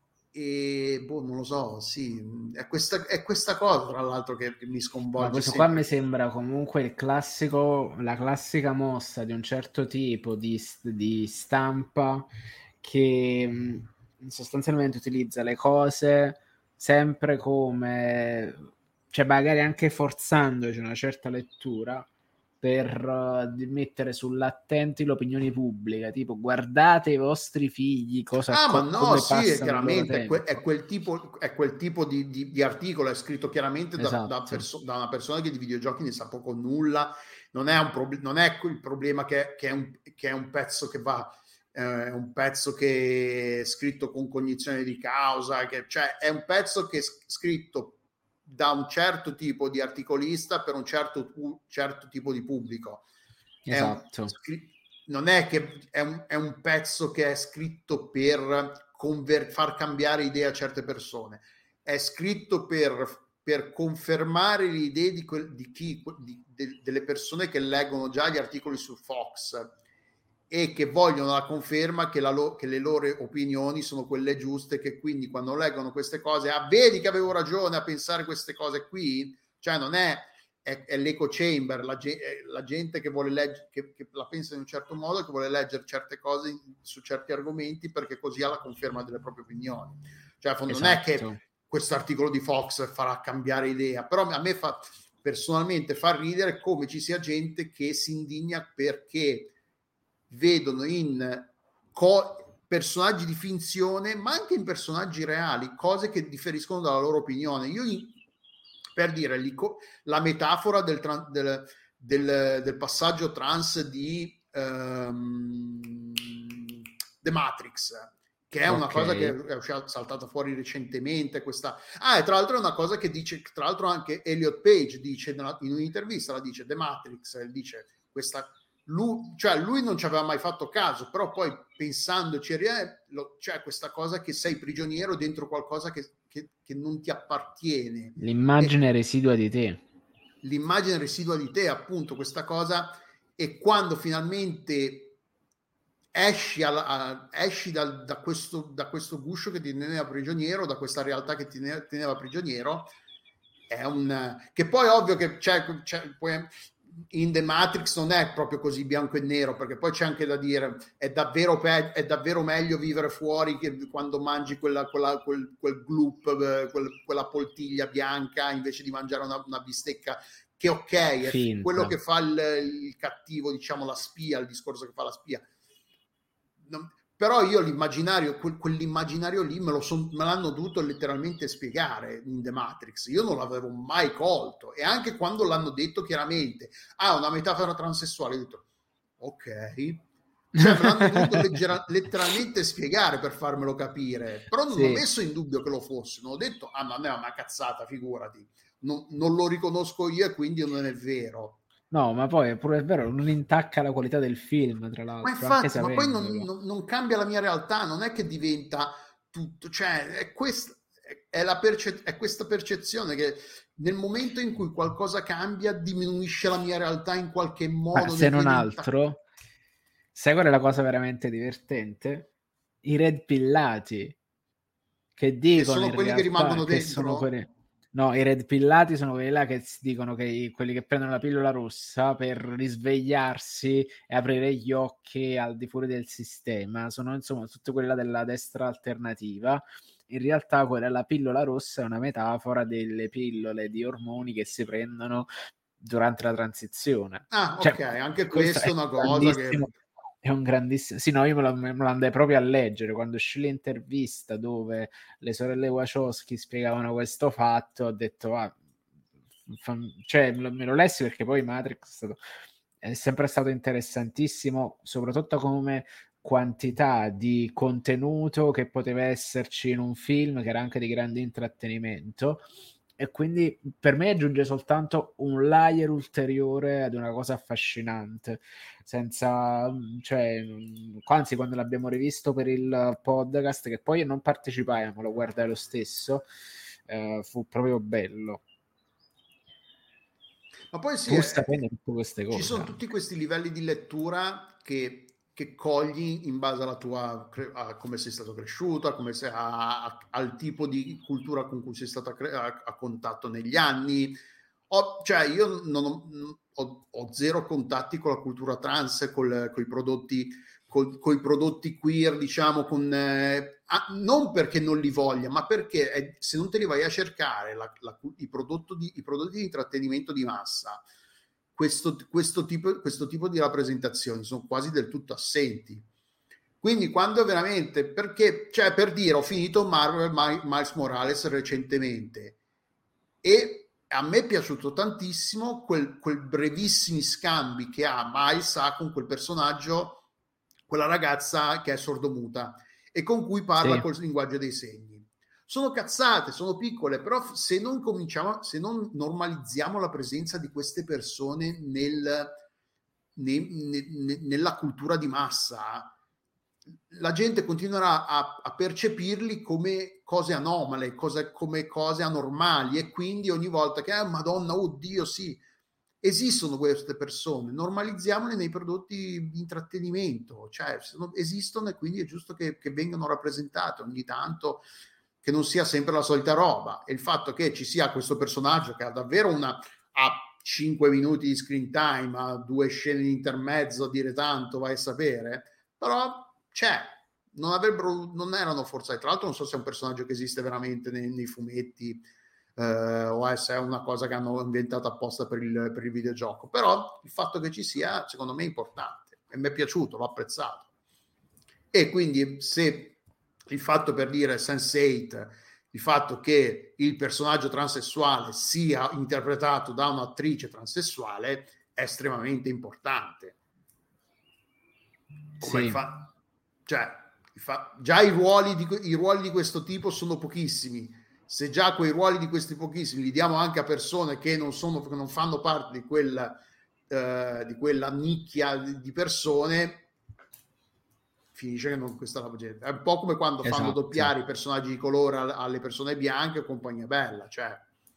e boh, non lo so, sì, è questa, è questa cosa tra l'altro che, che mi sconvolge. Ma questo qua mi sembra comunque il classico, la classica mossa di un certo tipo di, di stampa che sostanzialmente utilizza le cose sempre come, cioè magari anche forzandoci una certa lettura per uh, mettere sull'attenti l'opinione pubblica, tipo guardate i vostri figli cosa ah co- ma no come sì è passano il loro chiaramente è, tempo. que- è quel tipo è quel tipo di, di, di articolo, è scritto chiaramente da, Esatto. da, perso- da una persona che di videogiochi ne sa poco o nulla. Non è un prob- non è il problema che, che, è un, che è un pezzo che va eh, è un pezzo che è scritto con cognizione di causa, che, cioè è un pezzo che è scritto da un certo tipo di articolista per un certo, un certo tipo di pubblico. Esatto. È un, non è che è un, è un pezzo che è scritto per conver- far cambiare idea a certe persone, è scritto per, per confermare le idee di, quel, di chi, di, de, delle persone che leggono già gli articoli su Fox e che vogliono la conferma che, la lo- che le loro opinioni sono quelle giuste, che quindi quando leggono queste cose, ah, vedi che avevo ragione a pensare queste cose qui, cioè non è, è, è l'echo chamber, la, la gente che vuole leggere, che, che la pensa in un certo modo, che vuole leggere certe cose su certi argomenti perché così ha la conferma delle proprie opinioni. Cioè non esatto. È che questo articolo di Fox farà cambiare idea, però a me fa personalmente fa ridere come ci sia gente che si indigna perché vedono in co- personaggi di finzione, ma anche in personaggi reali, cose che differiscono dalla loro opinione. Io, per dire, la metafora del, del, del, del passaggio trans di um, The Matrix, che è una okay. cosa che è saltata fuori recentemente. Questa... Ah, e tra l'altro è una cosa che dice, tra l'altro anche Elliot Page dice in un'intervista, la dice The Matrix, dice questa... Lui, cioè lui non ci aveva mai fatto caso, però poi pensandoci eh, lo, cioè questa cosa che sei prigioniero dentro qualcosa che, che, che non ti appartiene, l'immagine e, residua di te l'immagine residua di te, appunto, questa cosa. E quando finalmente esci, alla, a, esci da, da, questo, da questo guscio che ti teneva prigioniero, da questa realtà che ti teneva prigioniero, è un che poi ovvio che c'è, c'è poi in The Matrix non è proprio così bianco e nero, perché poi c'è anche da dire è davvero, pe- è davvero meglio vivere fuori che quando mangi quella, quella, quel, quel gloop, quel, quella poltiglia bianca invece di mangiare una, una bistecca che ok, è Finta. Quello che fa il, il cattivo, diciamo la spia, il discorso che fa la spia. Non, però io l'immaginario, quel, quell'immaginario lì me, lo son, me l'hanno dovuto letteralmente spiegare in The Matrix, io non l'avevo mai colto, e anche quando l'hanno detto chiaramente, ah, una metafora transessuale, ho detto, ok, cioè me l'hanno dovuto leggera, letteralmente spiegare per farmelo capire, però non sì. ho messo in dubbio che lo fosse, non ho detto, ah, ma non è una cazzata, figurati, non, non lo riconosco io e quindi non è vero. No, ma poi pure è vero, non intacca la qualità del film, tra l'altro. Ma infatti, ma poi non, non, non cambia la mia realtà, non è che diventa tutto, cioè è questa, è, la perce- è questa percezione che nel momento in cui qualcosa cambia diminuisce la mia realtà in qualche modo. Ma se non altro, sai qual è la cosa veramente divertente? I red pillati che dicono che sono in quelli realtà, che rimangono che dentro. Sono quelli... No, i red pillati sono quelli là che dicono che i, quelli che prendono la pillola rossa per risvegliarsi e aprire gli occhi al di fuori del sistema. Sono insomma tutte quelle là della destra alternativa. In realtà quella la pillola rossa è una metafora delle pillole di ormoni che si prendono durante la transizione. Ah, cioè, ok, anche questa è una cosa che... È un grandissimo... Sì, no, io me lo, me lo andai proprio a leggere quando uscì l'intervista dove le sorelle Wachowski spiegavano questo fatto, ho detto, ah, fa... cioè me lo, me lo lessi perché poi Matrix è, stato... è sempre stato interessantissimo, soprattutto come quantità di contenuto che poteva esserci in un film, che era anche di grande intrattenimento, e quindi per me aggiunge soltanto un layer ulteriore ad una cosa affascinante, senza, cioè, anzi, quando l'abbiamo rivisto per il podcast, che poi non partecipai, ma lo guardai lo stesso, eh, fu proprio bello. Ma poi sì, Tu è- sapendo tutte queste ci cose sono anche. tutti questi livelli di lettura che, che cogli in base alla tua, cre- a come sei stato cresciuto, a come sei, a- a- al tipo di cultura con cui sei stato a, cre- a- a contatto negli anni. Ho- cioè io non ho, non- ho- ho zero contatti con la cultura trans, con i prodotti, con i prodotti queer, diciamo, con, eh, ah, non perché non li voglia, ma perché eh, se non te li vai a cercare la- la- i, prodotti di, i prodotti di intrattenimento di massa, questo, questo, tipo, questo tipo di rappresentazioni sono quasi del tutto assenti. Quindi quando veramente, perché, cioè per dire, ho finito Marvel Miles Morales recentemente e a me è piaciuto tantissimo quel, quel brevissimi scambi che ha Miles ha con quel personaggio, quella ragazza che è sordomuta e con cui parla Sì. col linguaggio dei segni. Sono cazzate, sono piccole, però se non cominciamo, se non normalizziamo la presenza di queste persone nel, ne, ne, nella cultura di massa, la gente continuerà a, a percepirli come cose anomale, cose, come cose anormali, e quindi ogni volta che ah, Madonna, oddio, sì, esistono queste persone, normalizziamole nei prodotti di intrattenimento, cioè sono, esistono, e quindi è giusto che, che vengano rappresentate ogni tanto, che non sia sempre la solita roba. E il fatto che ci sia questo personaggio che ha davvero una ha cinque minuti di screen time, ha due scene di intermezzo, a dire tanto, vai a sapere, però c'è, non avrebbero, non erano forzati. Tra l'altro non so se è un personaggio che esiste veramente nei, nei fumetti, eh, o se è una cosa che hanno inventato apposta per il, per il videogioco, però il fatto che ci sia secondo me è importante e mi è piaciuto, l'ho apprezzato. E quindi se il fatto, per dire sense eight, il fatto che il personaggio transessuale sia interpretato da un'attrice transessuale è estremamente importante. Come Sì. fa, cioè, fa, già i ruoli, di, i ruoli di questo tipo sono pochissimi. Se già quei ruoli di questi pochissimi li diamo anche a persone che non, sono, che non fanno parte di quella, eh, di quella nicchia di, di persone, finisce che non questa la gente. È un po' come quando Esatto. fanno doppiare i personaggi di colore alle persone bianche o compagnia bella, cioè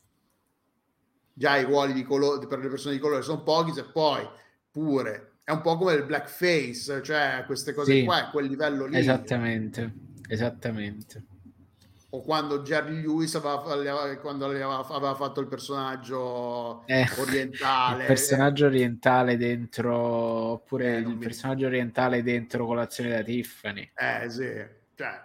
già i ruoli di colore per le persone di colore sono pochi, se poi pure è un po' come il blackface, cioè queste cose Sì, qua, quel livello lì. esattamente, esattamente. O quando Jerry Lewis aveva, quando aveva, aveva fatto il personaggio eh, orientale, il personaggio orientale dentro, oppure eh, il personaggio orientale dentro Colazione da Tiffany. Eh sì, cioè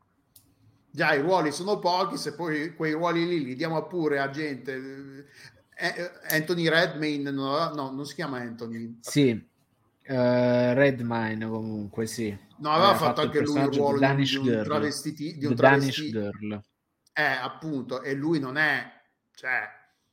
già i ruoli sono pochi, se poi quei ruoli lì li diamo pure a gente. eh, Anthony Redmayne, no, no, non si chiama Anthony. Sì, uh, Redmayne comunque, sì. No, aveva, aveva fatto, fatto anche lui il ruolo di un, di un travestiti, di un The travesti... Danish Girl. Eh, appunto, e lui non è, cioè,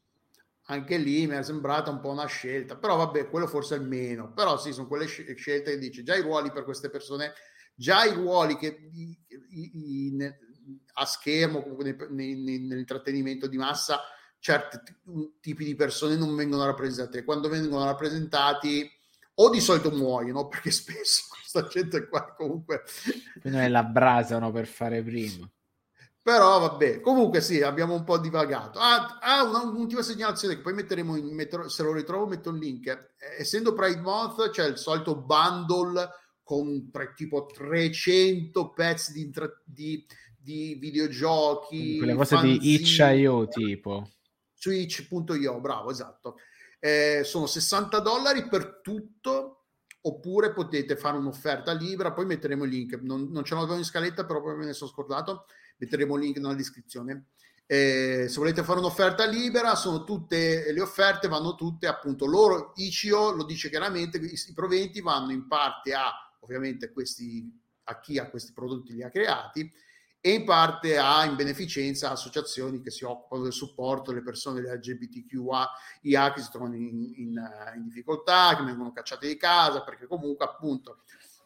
anche lì mi è sembrata un po' una scelta, però vabbè, quello forse è il meno, però sì, sono quelle scelte che dici, già i ruoli per queste persone, già i ruoli che i, i, i, a schermo, comunque nei, nei, nell'intrattenimento di massa, certi tipi di persone non vengono rappresentate, quando vengono rappresentati o di solito muoiono, perché spesso questa gente qua comunque quindi la brasano per fare prima. Però vabbè, comunque sì, abbiamo un po' divagato. Ah, ah una, un'ultima segnalazione che poi metteremo in, metterò, se lo ritrovo metto il link. Eh, essendo Pride Month c'è il solito bundle con tre, tipo trecento pezzi di, di, di videogiochi, quelle cose fanzine, di itch punto io tipo su itch punto io, bravo, esatto. Eh, sono sessanta dollari per tutto, oppure potete fare un'offerta libera, poi metteremo il link. Non, non ce l'avevo in scaletta, però poi me ne sono scordato. Metteremo il link nella descrizione. Eh, se volete fare un'offerta libera, sono tutte le offerte, vanno tutte appunto loro. itch punto io lo dice chiaramente, i, i proventi vanno in parte a ovviamente questi, a chi ha questi prodotti li ha creati, e in parte a in beneficenza a associazioni che si occupano del supporto delle persone L G B T Q I A che si trovano in, in, in difficoltà, che vengono cacciate di casa, perché comunque appunto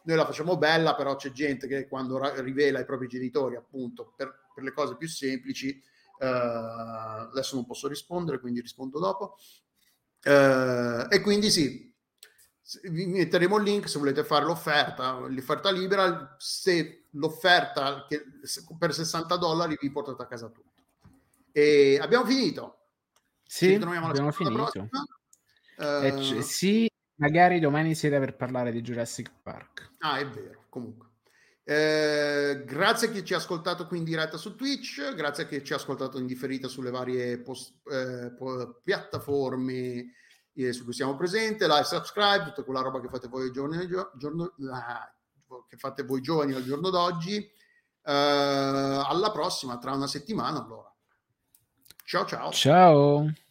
noi la facciamo bella, però c'è gente che quando ra- rivela ai propri genitori, appunto, per, per le cose più semplici, eh, adesso non posso rispondere, quindi rispondo dopo, eh, e quindi sì, vi metteremo il link se volete fare l'offerta, l'offerta libera, se l'offerta che per sessanta dollari vi portate a casa tutto. E abbiamo finito. Sì, Ci ritroviamo abbiamo la settimana finito. prossima. E c- Eh, sì, magari domani sera per parlare di Jurassic Park. ah, è vero, comunque. Eh, grazie a chi ci ha ascoltato qui in diretta su Twitch, grazie a chi ci ha ascoltato in differita sulle varie post, eh, po- piattaforme eh, su cui siamo presenti, like, subscribe, tutta quella roba che fate voi giorni, giorno, ah, che fate voi giovani al giorno d'oggi. Eh, alla prossima, tra una settimana allora. Ciao ciao. Ciao.